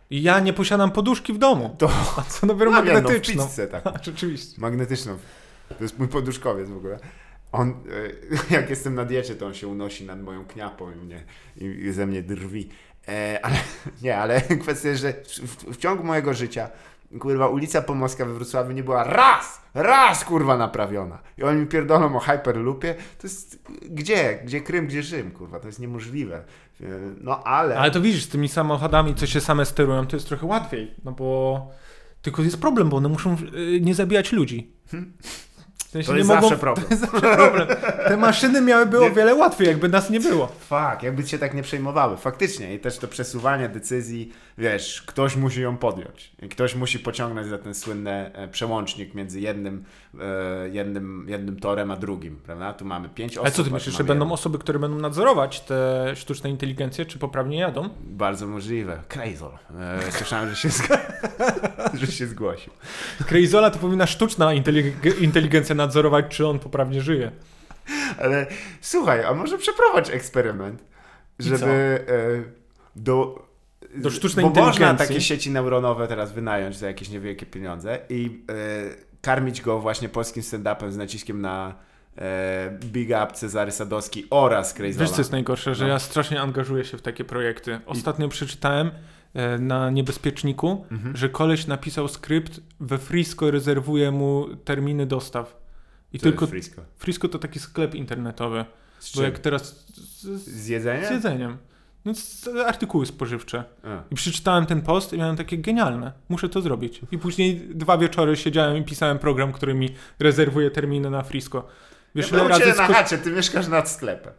Speaker 1: I ja nie posiadam poduszki w domu.
Speaker 2: To
Speaker 1: A co dopiero
Speaker 2: mam jedną w
Speaker 1: magnetyczną.
Speaker 2: pizzce, tak.
Speaker 1: A, rzeczywiście.
Speaker 2: Magnetyczną. To jest mój poduszkowiec w ogóle. On, e, jak jestem na diecie, to on się unosi nad moją kniapą i, mnie, i, i ze mnie drwi. E, ale nie, ale kwestia jest, że w, w ciągu mojego życia kurwa, ulica Pomorska we Wrocławiu nie była raz, raz kurwa naprawiona. I oni mi pierdolą o Hyperloopie. To jest gdzie? Gdzie Krym, gdzie Rzym, kurwa. To jest niemożliwe. No ale...
Speaker 1: Ale to widzisz, z tymi samochodami, co się same sterują, to jest trochę łatwiej. No bo... Tylko jest problem, bo one muszą yy, nie zabijać ludzi. W sensie
Speaker 2: To
Speaker 1: nie
Speaker 2: jest
Speaker 1: mogą...
Speaker 2: zawsze problem.
Speaker 1: To jest zawsze problem. Te maszyny miałyby o wiele łatwiej, jakby nas nie było.
Speaker 2: Fuck, jakby się tak nie przejmowały. Faktycznie. I też to przesuwanie decyzji, wiesz, ktoś musi ją podjąć. I ktoś musi pociągnąć za ten słynny e, przełącznik między jednym, e, jednym, jednym torem a drugim, prawda? Tu mamy pięć osób.
Speaker 1: Ale co ty myślisz, że będą
Speaker 2: jedno.
Speaker 1: osoby, które będą nadzorować te sztuczne inteligencje, czy poprawnie jadą?
Speaker 2: Bardzo możliwe. Crazor. E, słyszałem, że się, zg- że się zgłosił.
Speaker 1: Crazola to powinna sztuczna intelig- inteligencja nadzorować, czy on poprawnie żyje.
Speaker 2: Ale słuchaj, a może przeprowadź eksperyment, żeby e, do,
Speaker 1: Do sztucznej
Speaker 2: bo
Speaker 1: inteligencji.
Speaker 2: można takie sieci neuronowe teraz wynająć za jakieś niewielkie pieniądze i e, karmić go właśnie polskim stand-upem z naciskiem na e, Big Up, Cezary Sadowski oraz Crazola.
Speaker 1: Wiesz, co jest najgorsze, że
Speaker 2: No.
Speaker 1: ja strasznie angażuję się w takie projekty. Ostatnio I... przeczytałem e, na Niebezpieczniku, mhm. że koleś napisał skrypt, we Frisco rezerwuje mu terminy dostaw. I
Speaker 2: Co
Speaker 1: tylko
Speaker 2: jest Frisco?
Speaker 1: Frisco to taki sklep internetowy.
Speaker 2: Z
Speaker 1: Bo
Speaker 2: czym?
Speaker 1: jak teraz... Z,
Speaker 2: Z jedzeniem?
Speaker 1: Z jedzeniem. No, z, artykuły spożywcze.
Speaker 2: A.
Speaker 1: I przeczytałem ten post i miałem takie genialne. Muszę to zrobić. I później dwa wieczory siedziałem i pisałem program, który mi rezerwuje terminy na Frisco. Wiesz,
Speaker 2: Ja
Speaker 1: ile razy
Speaker 2: razy na
Speaker 1: sko-
Speaker 2: chacie, ty mieszkasz nad sklepem.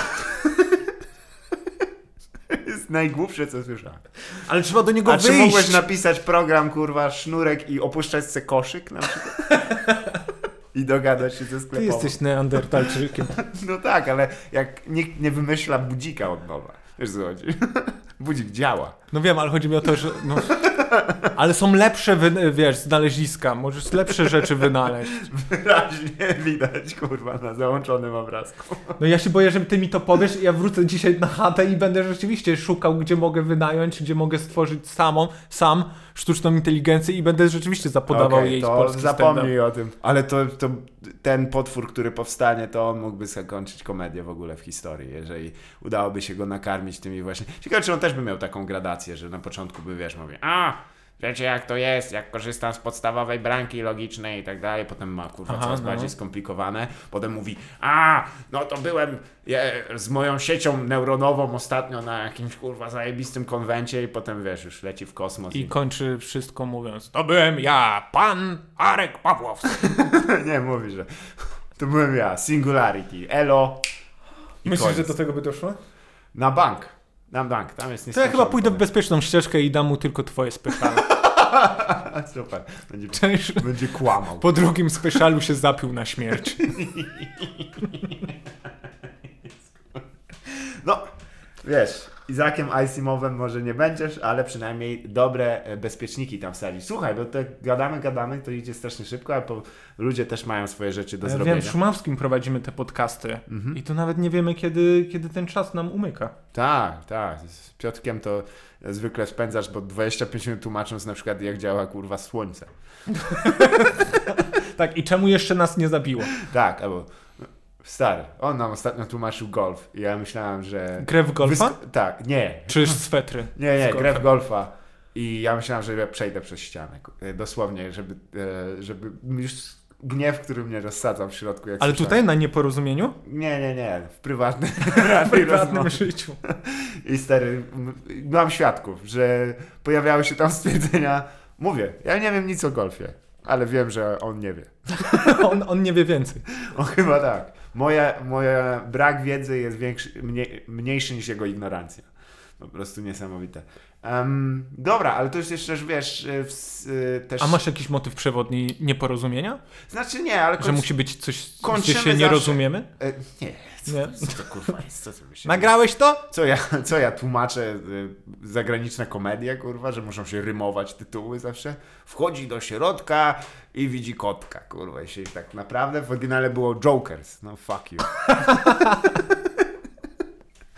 Speaker 2: To jest najgłupsze, co słyszałem.
Speaker 1: Ale trzeba do niego
Speaker 2: A
Speaker 1: wyjść.
Speaker 2: czy mogłeś napisać program, kurwa, sznurek i opuszczać se koszyk na przykład? I dogadać się ze
Speaker 1: Ty
Speaker 2: sklepową.
Speaker 1: jesteś neandertalczykiem.
Speaker 2: No tak, ale jak nikt nie wymyśla budzika od nowa. Wiesz co chodzi? Budzik działa.
Speaker 1: No wiem, ale chodzi mi o to, że... No, ale są lepsze, wy, wiesz, znaleziska. Możesz lepsze rzeczy wynaleźć.
Speaker 2: Wyraźnie widać, kurwa, na załączonym obrazku.
Speaker 1: No ja się boję, że ty mi to powiesz, ja wrócę dzisiaj na chatę i będę rzeczywiście szukał, gdzie mogę wynająć, gdzie mogę stworzyć samą, sam sztuczną inteligencję i będę rzeczywiście zapodawał
Speaker 2: okay,
Speaker 1: jej z
Speaker 2: to
Speaker 1: polski
Speaker 2: zapomnij
Speaker 1: stand-up.
Speaker 2: o tym. Ale to, to ten potwór, który powstanie, to on mógłby zakończyć komedię w ogóle w historii, jeżeli udałoby się go nakarmić tymi właśnie... Ciekawe, czy on też by miał taką gradację, że na początku by, wiesz, mówię, a, wiecie jak to jest, jak korzystam z podstawowej bramki logicznej i tak dalej, potem ma, kurwa,
Speaker 1: Aha,
Speaker 2: coraz
Speaker 1: no.
Speaker 2: bardziej skomplikowane, potem mówi, a, no to byłem je, z moją siecią neuronową ostatnio na jakimś, kurwa, zajebistym konwencie i potem, wiesz, już leci w kosmos.
Speaker 1: I kończy wszystko mówiąc, to byłem ja, pan Arek Pawłowski.
Speaker 2: Nie, mówi, że to byłem ja, Singularity, elo. i
Speaker 1: Myślisz,
Speaker 2: koniec.
Speaker 1: że do tego by doszło?
Speaker 2: Na bank. Na bank, tam jest
Speaker 1: To ja
Speaker 2: nieskończony
Speaker 1: chyba pójdę w
Speaker 2: pomysł.
Speaker 1: bezpieczną ścieżkę i dam mu tylko twoje speciale.
Speaker 2: Super, będzie,
Speaker 1: Cześć.
Speaker 2: będzie kłamał.
Speaker 1: Po drugim specialu się zapił na śmierć.
Speaker 2: No, wiesz, Izakiem Asimowem może nie będziesz, ale przynajmniej dobre e, bezpieczniki tam wsadzić. Słuchaj, bo tak gadamy, gadamy, to idzie strasznie szybko, a po, ludzie też mają swoje rzeczy do
Speaker 1: Ja
Speaker 2: zrobienia.
Speaker 1: wiem, w Szumawskim prowadzimy te podcasty
Speaker 2: Mhm.
Speaker 1: i to nawet nie wiemy, kiedy, kiedy ten czas nam umyka.
Speaker 2: Tak, tak. Z Piotrkiem to zwykle spędzasz, bo dwadzieścia pięć minut tłumacząc na przykład, jak działa, kurwa, słońce.
Speaker 1: Tak, i czemu jeszcze nas nie zabiło?
Speaker 2: Tak, albo stary, on nam ostatnio tłumaczył golf i ja myślałem, że...
Speaker 1: Grę w golfa?
Speaker 2: Wysk- tak, nie.
Speaker 1: Czy swetry?
Speaker 2: Nie, nie,
Speaker 1: z
Speaker 2: grę w
Speaker 1: golfem?
Speaker 2: golfa. I ja myślałem, że ja przejdę przez ścianę. e, Dosłownie, żeby, e, żeby już gniew, który mnie rozsadzał w środku. Jak
Speaker 1: Ale
Speaker 2: słyszałem.
Speaker 1: tutaj na nieporozumieniu?
Speaker 2: Nie, nie, nie. W prywatnym,
Speaker 1: W prywatnym
Speaker 2: rozmowie.
Speaker 1: życiu.
Speaker 2: I stary, m- mam świadków, że pojawiały się tam stwierdzenia. Mówię, ja nie wiem nic o golfie, ale wiem, że on nie wie.
Speaker 1: On, on nie wie więcej.
Speaker 2: On chyba tak. Moja, moja brak wiedzy jest większy, mniej, mniejszy niż jego ignorancja. Po prostu niesamowite. Um, dobra, ale to jest jeszcze, wiesz, w, w, też...
Speaker 1: A masz jakiś motyw przewodni nieporozumienia?
Speaker 2: Znaczy nie, ale...
Speaker 1: Że
Speaker 2: kończ-
Speaker 1: musi być coś, gdzie
Speaker 2: kończymy
Speaker 1: się nie
Speaker 2: zawsze-
Speaker 1: rozumiemy?
Speaker 2: E, nie. Co,
Speaker 1: Nie.
Speaker 2: co to kurwa jest? Co ty myślisz?
Speaker 1: Nagrałeś to?
Speaker 2: Co ja, co ja tłumaczę y, zagraniczne komedie, kurwa, że muszą się rymować tytuły zawsze? Wchodzi do środka i widzi kotka, kurwa. I się tak naprawdę w oryginale było Jokers. No fuck you.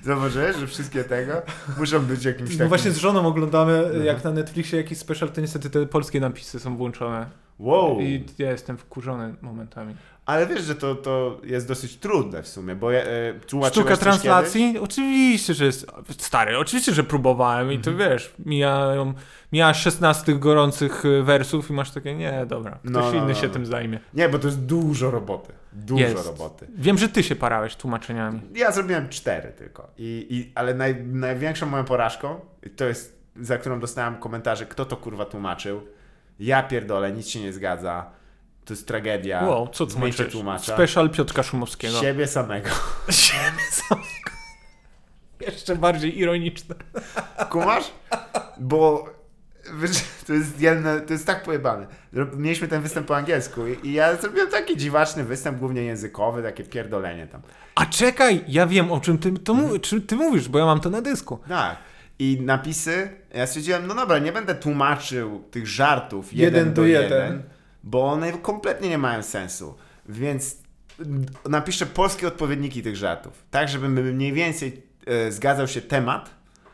Speaker 2: Zauważyłeś, że wszystkie tego muszą być jakimś takim...
Speaker 1: No właśnie z żoną oglądamy, mhm. jak na Netflixie jakiś special, to niestety te polskie napisy są włączone.
Speaker 2: Wow.
Speaker 1: I ja jestem wkurzony momentami.
Speaker 2: Ale wiesz, że to, to jest dosyć trudne w sumie, bo ja, e,
Speaker 1: Sztuka translacji? Kiedyś? Oczywiście, że jest... Stary, oczywiście, że próbowałem i to mhm. wiesz, mijają, mija szesnaście gorących wersów i masz takie, nie, dobra, ktoś no, inny no, no, się no. tym zajmie.
Speaker 2: Nie, bo to jest dużo roboty. Dużo jest. roboty.
Speaker 1: Wiem, że ty się parałeś tłumaczeniami.
Speaker 2: Ja zrobiłem cztery tylko. I, i, ale naj, największą moją porażką, to jest, za którą dostałem komentarze, kto to kurwa tłumaczył. Ja pierdolę, nic się nie zgadza. To jest tragedia.
Speaker 1: Wow, co tłumaczysz? Tłumacza. Special Piotrka Szumowskiego.
Speaker 2: Siebie samego.
Speaker 1: Siebie samego. Jeszcze bardziej ironiczne.
Speaker 2: Kumasz? Bo wiesz, to jest jedne, to jest tak pojebane. Mieliśmy ten występ po angielsku i ja zrobiłem taki dziwaczny występ, głównie językowy, takie pierdolenie tam.
Speaker 1: A czekaj, ja wiem o czym ty, to mów, czym ty mówisz, bo ja mam to na dysku.
Speaker 2: Tak. I napisy, ja stwierdziłem, no dobra, nie będę tłumaczył tych żartów jeden, jeden do jeden, jeden, bo one kompletnie nie mają sensu. Więc napiszę polskie odpowiedniki tych żartów, tak żeby mniej więcej e, zgadzał się temat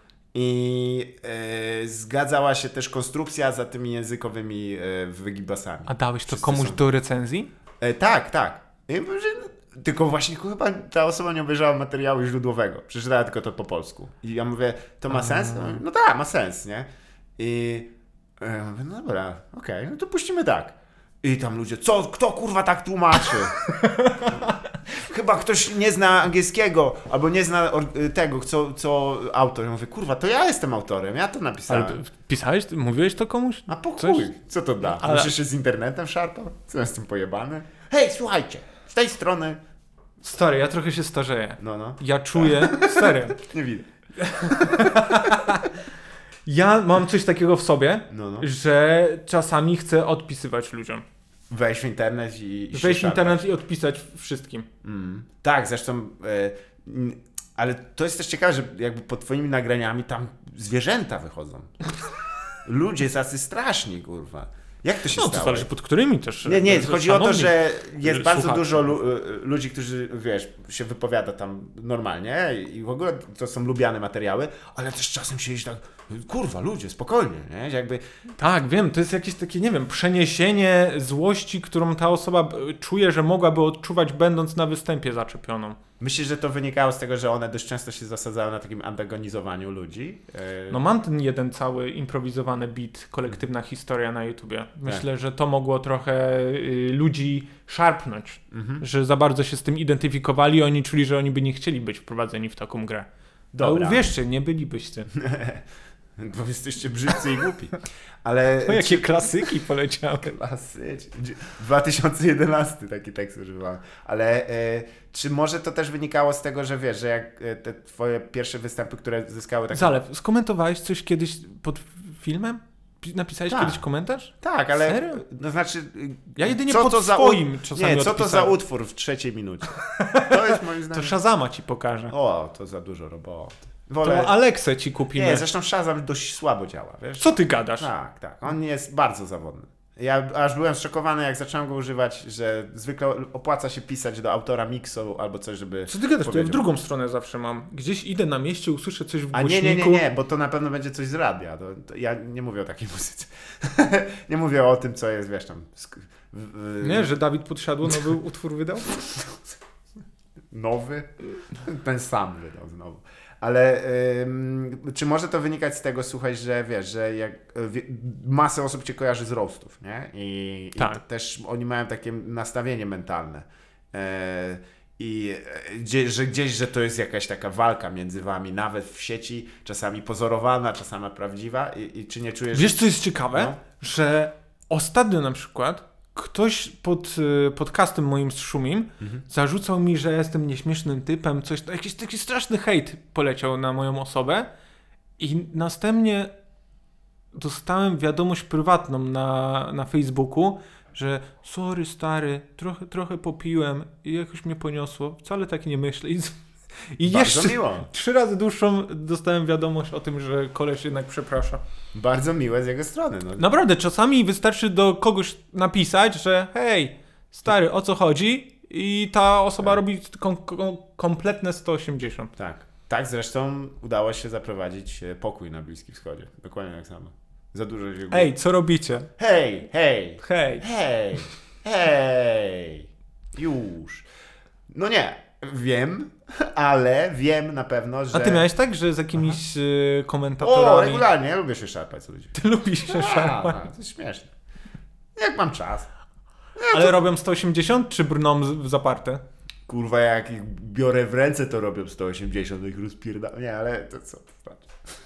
Speaker 2: i e, zgadzała się też konstrukcja za tymi językowymi e, wygibasami.
Speaker 1: A dałeś to Wszyscy komuś są... do recenzji?
Speaker 2: E, tak, tak. I, tylko właśnie chyba ta osoba nie obejrzała materiału źródłowego. Przeczytała tylko to po polsku. I ja mówię, to ma sens? No, no tak, ma sens, nie? I ja mówię, no dobra, okej, okay, no to puścimy tak. I tam ludzie, co, kto kurwa tak tłumaczy? Chyba ktoś nie zna angielskiego, albo nie zna tego, co, co autor. Ja mówię, kurwa, to ja jestem autorem, ja to napisałem.
Speaker 1: Ale pisałeś, mówiłeś to komuś?
Speaker 2: A po chuj, co to da? Ale... Musisz się z internetem szarpał? Co ja jestem pojebany? Hej, słuchajcie, z tej strony...
Speaker 1: Stary, ja trochę się starzeję.
Speaker 2: No, no.
Speaker 1: Ja czuję... Stary.
Speaker 2: Nie widzę.
Speaker 1: Ja mam coś takiego w sobie,
Speaker 2: no, no.
Speaker 1: że czasami chcę odpisywać ludziom.
Speaker 2: Wejść w internet i... i
Speaker 1: Wejść w internet i odpisać wszystkim.
Speaker 2: Mm. Tak, zresztą... E, ale to jest też ciekawe, że jakby pod twoimi nagraniami tam zwierzęta wychodzą. Ludzie tacy straszni, kurwa. Jak to się
Speaker 1: no,
Speaker 2: stało?
Speaker 1: No to zależy pod którymi też.
Speaker 2: Nie, nie, chodzi o to, że jest bardzo słuchacze. dużo lu- ludzi, którzy, wiesz, się wypowiada tam normalnie i w ogóle to są lubiane materiały, ale też czasem się iść tak, kurwa, ludzie, spokojnie, nie? Jakby...
Speaker 1: Tak, wiem, to jest jakieś takie, nie wiem, przeniesienie złości, którą ta osoba czuje, że mogłaby odczuwać, będąc na występie zaczepioną.
Speaker 2: Myślisz, że to wynikało z tego, że one dość często się zasadzały na takim antagonizowaniu ludzi?
Speaker 1: No mam ten jeden cały improwizowany beat, kolektywna historia na YouTubie. Myślę, tak. że to mogło trochę y, ludzi szarpnąć, mhm. że za bardzo się z tym identyfikowali i oni czuli, że oni by nie chcieli być wprowadzeni w taką grę. Dobra. Ale uwierzcie, nie bylibyście.
Speaker 2: Bo jesteście brzydcy i głupi. Ale
Speaker 1: o, jakie czy... klasyki poleciały.
Speaker 2: Klasycznie. dwa tysiące jedenasty taki tekst używałem. Ale e, czy może to też wynikało z tego, że wiesz, że jak te twoje pierwsze występy, które zyskały takie...
Speaker 1: Zalew, skomentowałeś coś kiedyś pod filmem? Napisałeś tak. kiedyś komentarz?
Speaker 2: Tak, ale...
Speaker 1: Serio?
Speaker 2: No znaczy...
Speaker 1: Ja jedynie co pod to swoim
Speaker 2: za...
Speaker 1: czasami
Speaker 2: Nie, co
Speaker 1: odpisałem.
Speaker 2: to za utwór w trzeciej minucie? To jest moim zdaniem...
Speaker 1: To Shazama ci pokaże.
Speaker 2: O, to za dużo roboty.
Speaker 1: Wolę... To Alexę ci kupimy.
Speaker 2: Nie, zresztą Shazam dość słabo działa, wiesz?
Speaker 1: Co ty gadasz?
Speaker 2: Tak, tak. On jest bardzo zawodny. Ja aż byłem zszokowany, jak zacząłem go używać, że zwykle opłaca się pisać do autora miksu albo coś, żeby...
Speaker 1: Co ty gadasz? To ja w drugą stronę zawsze mam. Gdzieś idę na mieście, usłyszę coś w głośniku.
Speaker 2: A nie, nie, nie, nie, bo to na pewno będzie coś z radia. To, to ja nie mówię o takiej muzyce. Nie mówię o tym, co jest, wiesz, tam...
Speaker 1: Nie, że Dawid Podsiadło nowy utwór wydał?
Speaker 2: Nowy? Ten sam wydał znowu. Ale ym, czy może to wynikać z tego, słuchaj, że wiesz, że jak wie, masę osób cię kojarzy z roastów, nie? I,
Speaker 1: tak.
Speaker 2: i też oni mają takie nastawienie mentalne. Yy, I gdzie, że gdzieś, że to jest jakaś taka walka między wami, nawet w sieci, czasami pozorowana, czasami prawdziwa. I, i czy nie czujesz...
Speaker 1: Wiesz, co jest ciekawe? No? Że ostatnio na przykład ktoś pod podcastem moim z Szumim mhm. zarzucał mi, że jestem nieśmiesznym typem, coś, jakiś taki straszny hejt poleciał na moją osobę i następnie dostałem wiadomość prywatną na, na Facebooku, że sorry stary, trochę, trochę popiłem i jakoś mnie poniosło, wcale tak nie myślę. I, i jeszcze
Speaker 2: miło.
Speaker 1: trzy razy dłuższą dostałem wiadomość o tym, że koleś jednak przeprasza.
Speaker 2: Bardzo miłe z jego strony. No.
Speaker 1: Naprawdę, czasami wystarczy do kogoś napisać, że hej, stary, o co chodzi? I ta osoba tak. robi kom- kom- kompletne sto osiemdziesiąt.
Speaker 2: Tak. Tak zresztą udało się zaprowadzić e, pokój na Bliskim Wschodzie. Dokładnie tak samo. Za dużo się...
Speaker 1: Ej, co robicie?
Speaker 2: Hej, hej,
Speaker 1: Hej.
Speaker 2: hej, hej, już. No nie, wiem, ale wiem na pewno, że...
Speaker 1: A ty miałeś tak, że z jakimiś y, komentatorami...
Speaker 2: O, regularnie, ja lubię się szarpać z ludźmi.
Speaker 1: Ty lubisz się szarpać.
Speaker 2: A, to jest śmieszne. Jak mam czas.
Speaker 1: Ale robią sto osiemdziesiąt czy brną z- w zaparte?
Speaker 2: Kurwa, jak ich biorę w ręce, to robią sto osiemdziesiąt, ich rozpierdam. Nie, ale to co to znaczy?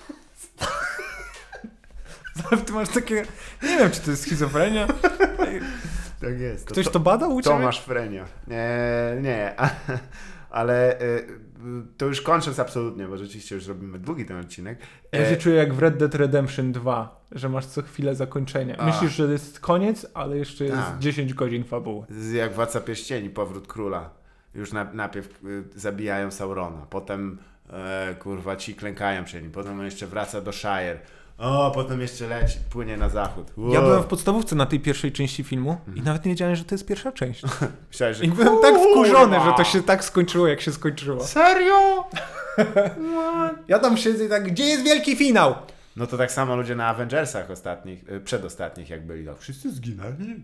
Speaker 1: Ty masz takie... Nie wiem, czy to jest schizofrenia.
Speaker 2: Tak jest.
Speaker 1: Ktoś to badał u ciebie?
Speaker 2: Tomasz Frenia. Nie, nie, ale y, to już kończąc absolutnie, bo rzeczywiście już robimy długi ten odcinek.
Speaker 1: Ja się czuję jak w Red Dead Redemption dwa, że masz co chwilę zakończenie.
Speaker 2: A.
Speaker 1: Myślisz, że jest koniec, ale jeszcze jest
Speaker 2: A.
Speaker 1: dziesięć godzin fabuły.
Speaker 2: Z- Jak Władca Pierścieni, Powrót Króla. Już na, najpierw y, zabijają Saurona, potem e, kurwa ci klękają przed nim, potem on jeszcze wraca do Shire. O, potem jeszcze leci, płynie na zachód. Wow.
Speaker 1: Ja byłem w podstawówce na tej pierwszej części filmu i nawet nie wiedziałem, że to jest pierwsza część.
Speaker 2: Myślałeś, że
Speaker 1: I byłem tak wkurzony,
Speaker 2: kurwa.
Speaker 1: że to się tak skończyło, jak się skończyło.
Speaker 2: Serio?
Speaker 1: Ja tam siedzę i tak, gdzie jest wielki finał?
Speaker 2: No to tak samo ludzie na Avengersach ostatnich, y, przedostatnich jak byli, tak wszyscy zginęli.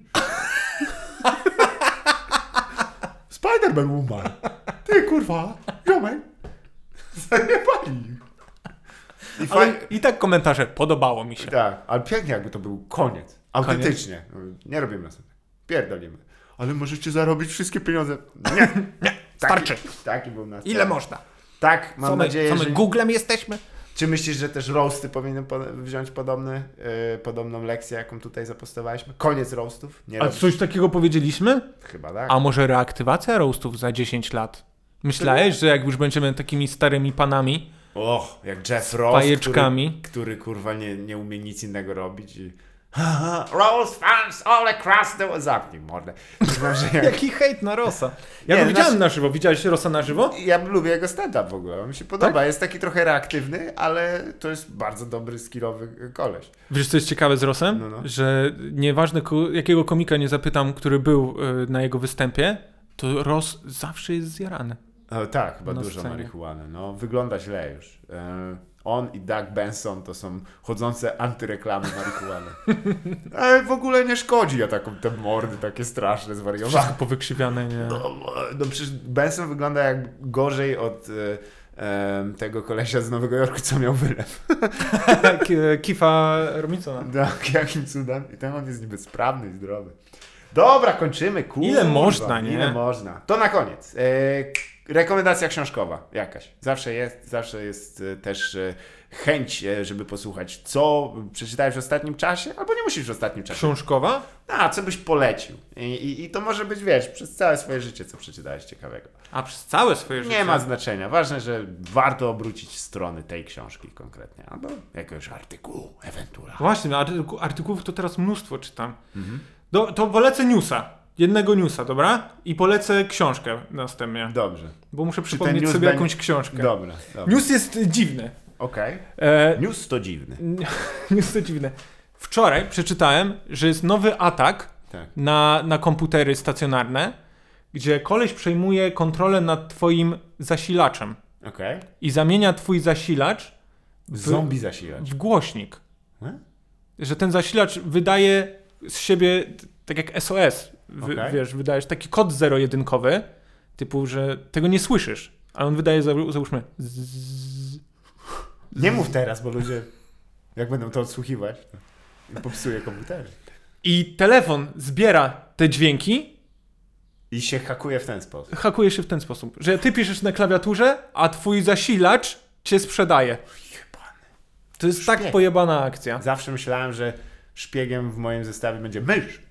Speaker 2: Spider-Man umarł. Ty kurwa, ziomek. Zajebali. I
Speaker 1: Ale
Speaker 2: fajnie.
Speaker 1: i tak komentarze, podobało mi się.
Speaker 2: Tak, ale pięknie jakby to był koniec. Autentycznie. Nie robimy sobie. Pierdolimy. Ale możecie zarobić wszystkie pieniądze. Nie, nie.
Speaker 1: Starczy.
Speaker 2: Taki, taki był nasz
Speaker 1: Ile
Speaker 2: cel.
Speaker 1: można?
Speaker 2: Tak, mam
Speaker 1: Co my,
Speaker 2: nadzieję,
Speaker 1: co my
Speaker 2: że...
Speaker 1: Googlem jesteśmy?
Speaker 2: Czy myślisz, że też roasty powinny po- wziąć podobny, yy, podobną lekcję, jaką tutaj zapostowaliśmy? Koniec roastów? Nie
Speaker 1: A
Speaker 2: robisz?
Speaker 1: coś takiego powiedzieliśmy?
Speaker 2: Chyba tak.
Speaker 1: A może reaktywacja roastów za dziesięć lat? Myślałeś, że jak już będziemy takimi starymi panami,
Speaker 2: Och, jak Jeff Ross,
Speaker 1: pajeczkami.
Speaker 2: który, który kurwa nie, nie umie nic innego robić i...
Speaker 3: Roast fans all across the...
Speaker 2: Zamknij mordę. Znam, że jak...
Speaker 1: Jaki hejt na Rossa. Ja
Speaker 2: Nie,
Speaker 1: go widziałem
Speaker 2: znaczy-
Speaker 1: na żywo. Widziałeś Rossa na żywo?
Speaker 2: Ja lubię jego stand-up w ogóle, on mi się podoba.
Speaker 1: Tak?
Speaker 2: Jest taki trochę reaktywny, ale to jest bardzo dobry, skillowy koleś.
Speaker 1: Wiesz, co jest ciekawe z Rossem?
Speaker 2: No, no.
Speaker 1: Że nieważne ko- jakiego komika nie zapytam, który był y, na jego występie, to Ross zawsze jest zjarany.
Speaker 2: O, tak, chyba
Speaker 1: Na
Speaker 2: dużo
Speaker 1: scenie.
Speaker 2: marihuany. No, wygląda źle już. E, on i Doug Benson to są chodzące antyreklamy marihuany. Ale w ogóle nie szkodzi, ja taką te mordy takie straszne, zwariowane.
Speaker 1: Wszystko powykrzywiane, nie?
Speaker 2: No, no przecież Benson wygląda jak gorzej od e, e, tego kolesia z Nowego Jorku, co miał wylew.
Speaker 1: K- Kifa Robinson.
Speaker 2: Tak, jakim cudem. I ten on jest niby sprawny i zdrowy. Dobra, kończymy, kurwa.
Speaker 1: Ile można, nie?
Speaker 2: Ile można. To na koniec. E, rekomendacja książkowa jakaś. Zawsze jest, zawsze jest e, też e, chęć, e, żeby posłuchać, co przeczytałeś w ostatnim czasie, albo nie musisz w ostatnim czasie.
Speaker 1: Książkowa?
Speaker 2: A, co byś polecił. I, i, I to może być, wiesz, przez całe swoje życie, co przeczytałeś ciekawego.
Speaker 1: A przez całe swoje życie?
Speaker 2: Nie ma znaczenia. Ważne, że warto obrócić strony tej książki konkretnie, albo jakiegoś artykułu, ewentualnie.
Speaker 1: Właśnie, no, artyku- artykułów to teraz mnóstwo czytam. Do, to polecę newsa. Jednego newsa, dobra? I polecę książkę następnie.
Speaker 2: Dobrze.
Speaker 1: Bo muszę
Speaker 2: ten
Speaker 1: przypomnieć
Speaker 2: news
Speaker 1: sobie
Speaker 2: będzie-
Speaker 1: jakąś książkę.
Speaker 2: Dobra. dobra.
Speaker 1: News jest dziwny.
Speaker 2: Okej.
Speaker 1: E,
Speaker 2: News to dziwny.
Speaker 1: news to dziwny. Wczoraj przeczytałem, że jest nowy atak
Speaker 2: Tak.
Speaker 1: na, na komputery stacjonarne, gdzie koleś przejmuje kontrolę nad twoim zasilaczem
Speaker 2: Okej.
Speaker 1: i zamienia twój zasilacz w,
Speaker 2: Zombie zasilacz.
Speaker 1: w głośnik.
Speaker 2: E?
Speaker 1: Że ten zasilacz wydaje z siebie t- tak jak S O S. Wy,
Speaker 2: Okej.
Speaker 1: Wiesz, wydajesz taki kod zero-jedynkowy, typu, że tego nie słyszysz, ale on wydaje, za- załóżmy, zzz.
Speaker 2: Nie mów teraz, bo ludzie, jak będą to odsłuchiwać, to popsuje komputery.
Speaker 1: I telefon zbiera te dźwięki,
Speaker 2: I się hakuje w ten sposób.
Speaker 1: hakuje się w ten sposób, że ty piszesz na klawiaturze, a twój zasilacz cię sprzedaje. To jest tak
Speaker 2: Szpieg.
Speaker 1: pojebana akcja.
Speaker 2: Zawsze myślałem, że szpiegiem w moim zestawie będzie mysz.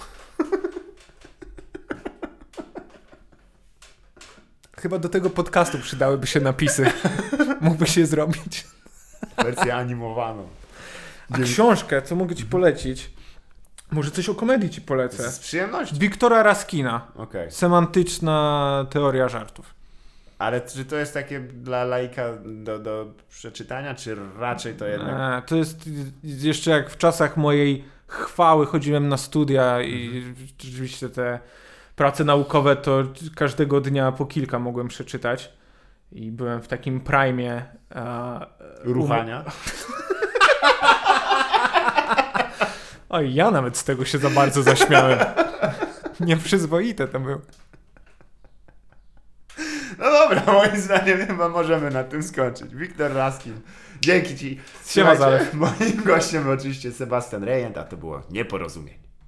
Speaker 1: Chyba do tego podcastu przydałyby się napisy. Mógłbyś je zrobić.
Speaker 2: Wersję animowaną.
Speaker 1: A książkę, co mogę ci polecić? Może coś o komedii ci polecę.
Speaker 2: Z przyjemnością.
Speaker 1: Wiktora Raskina.
Speaker 2: Okej.
Speaker 1: Semantyczna teoria żartów.
Speaker 2: Ale czy to jest takie dla laika do, do przeczytania, czy raczej to jednak...
Speaker 1: E, to jest jeszcze jak w czasach mojej chwały chodziłem na studia i rzeczywiście te prace naukowe to każdego dnia po kilka mogłem przeczytać. I byłem w takim prime e,
Speaker 2: Ruchania.
Speaker 1: Oj, ja nawet z tego się za bardzo zaśmiałem. Nieprzyzwoite to było.
Speaker 2: No dobra, moim zdaniem chyba możemy na tym skończyć. Wiktor Raskin, dzięki ci.
Speaker 1: Siema, Zalew.
Speaker 2: Moim gościem był oczywiście Sebastian Rejent, a to było Nieporozumienie.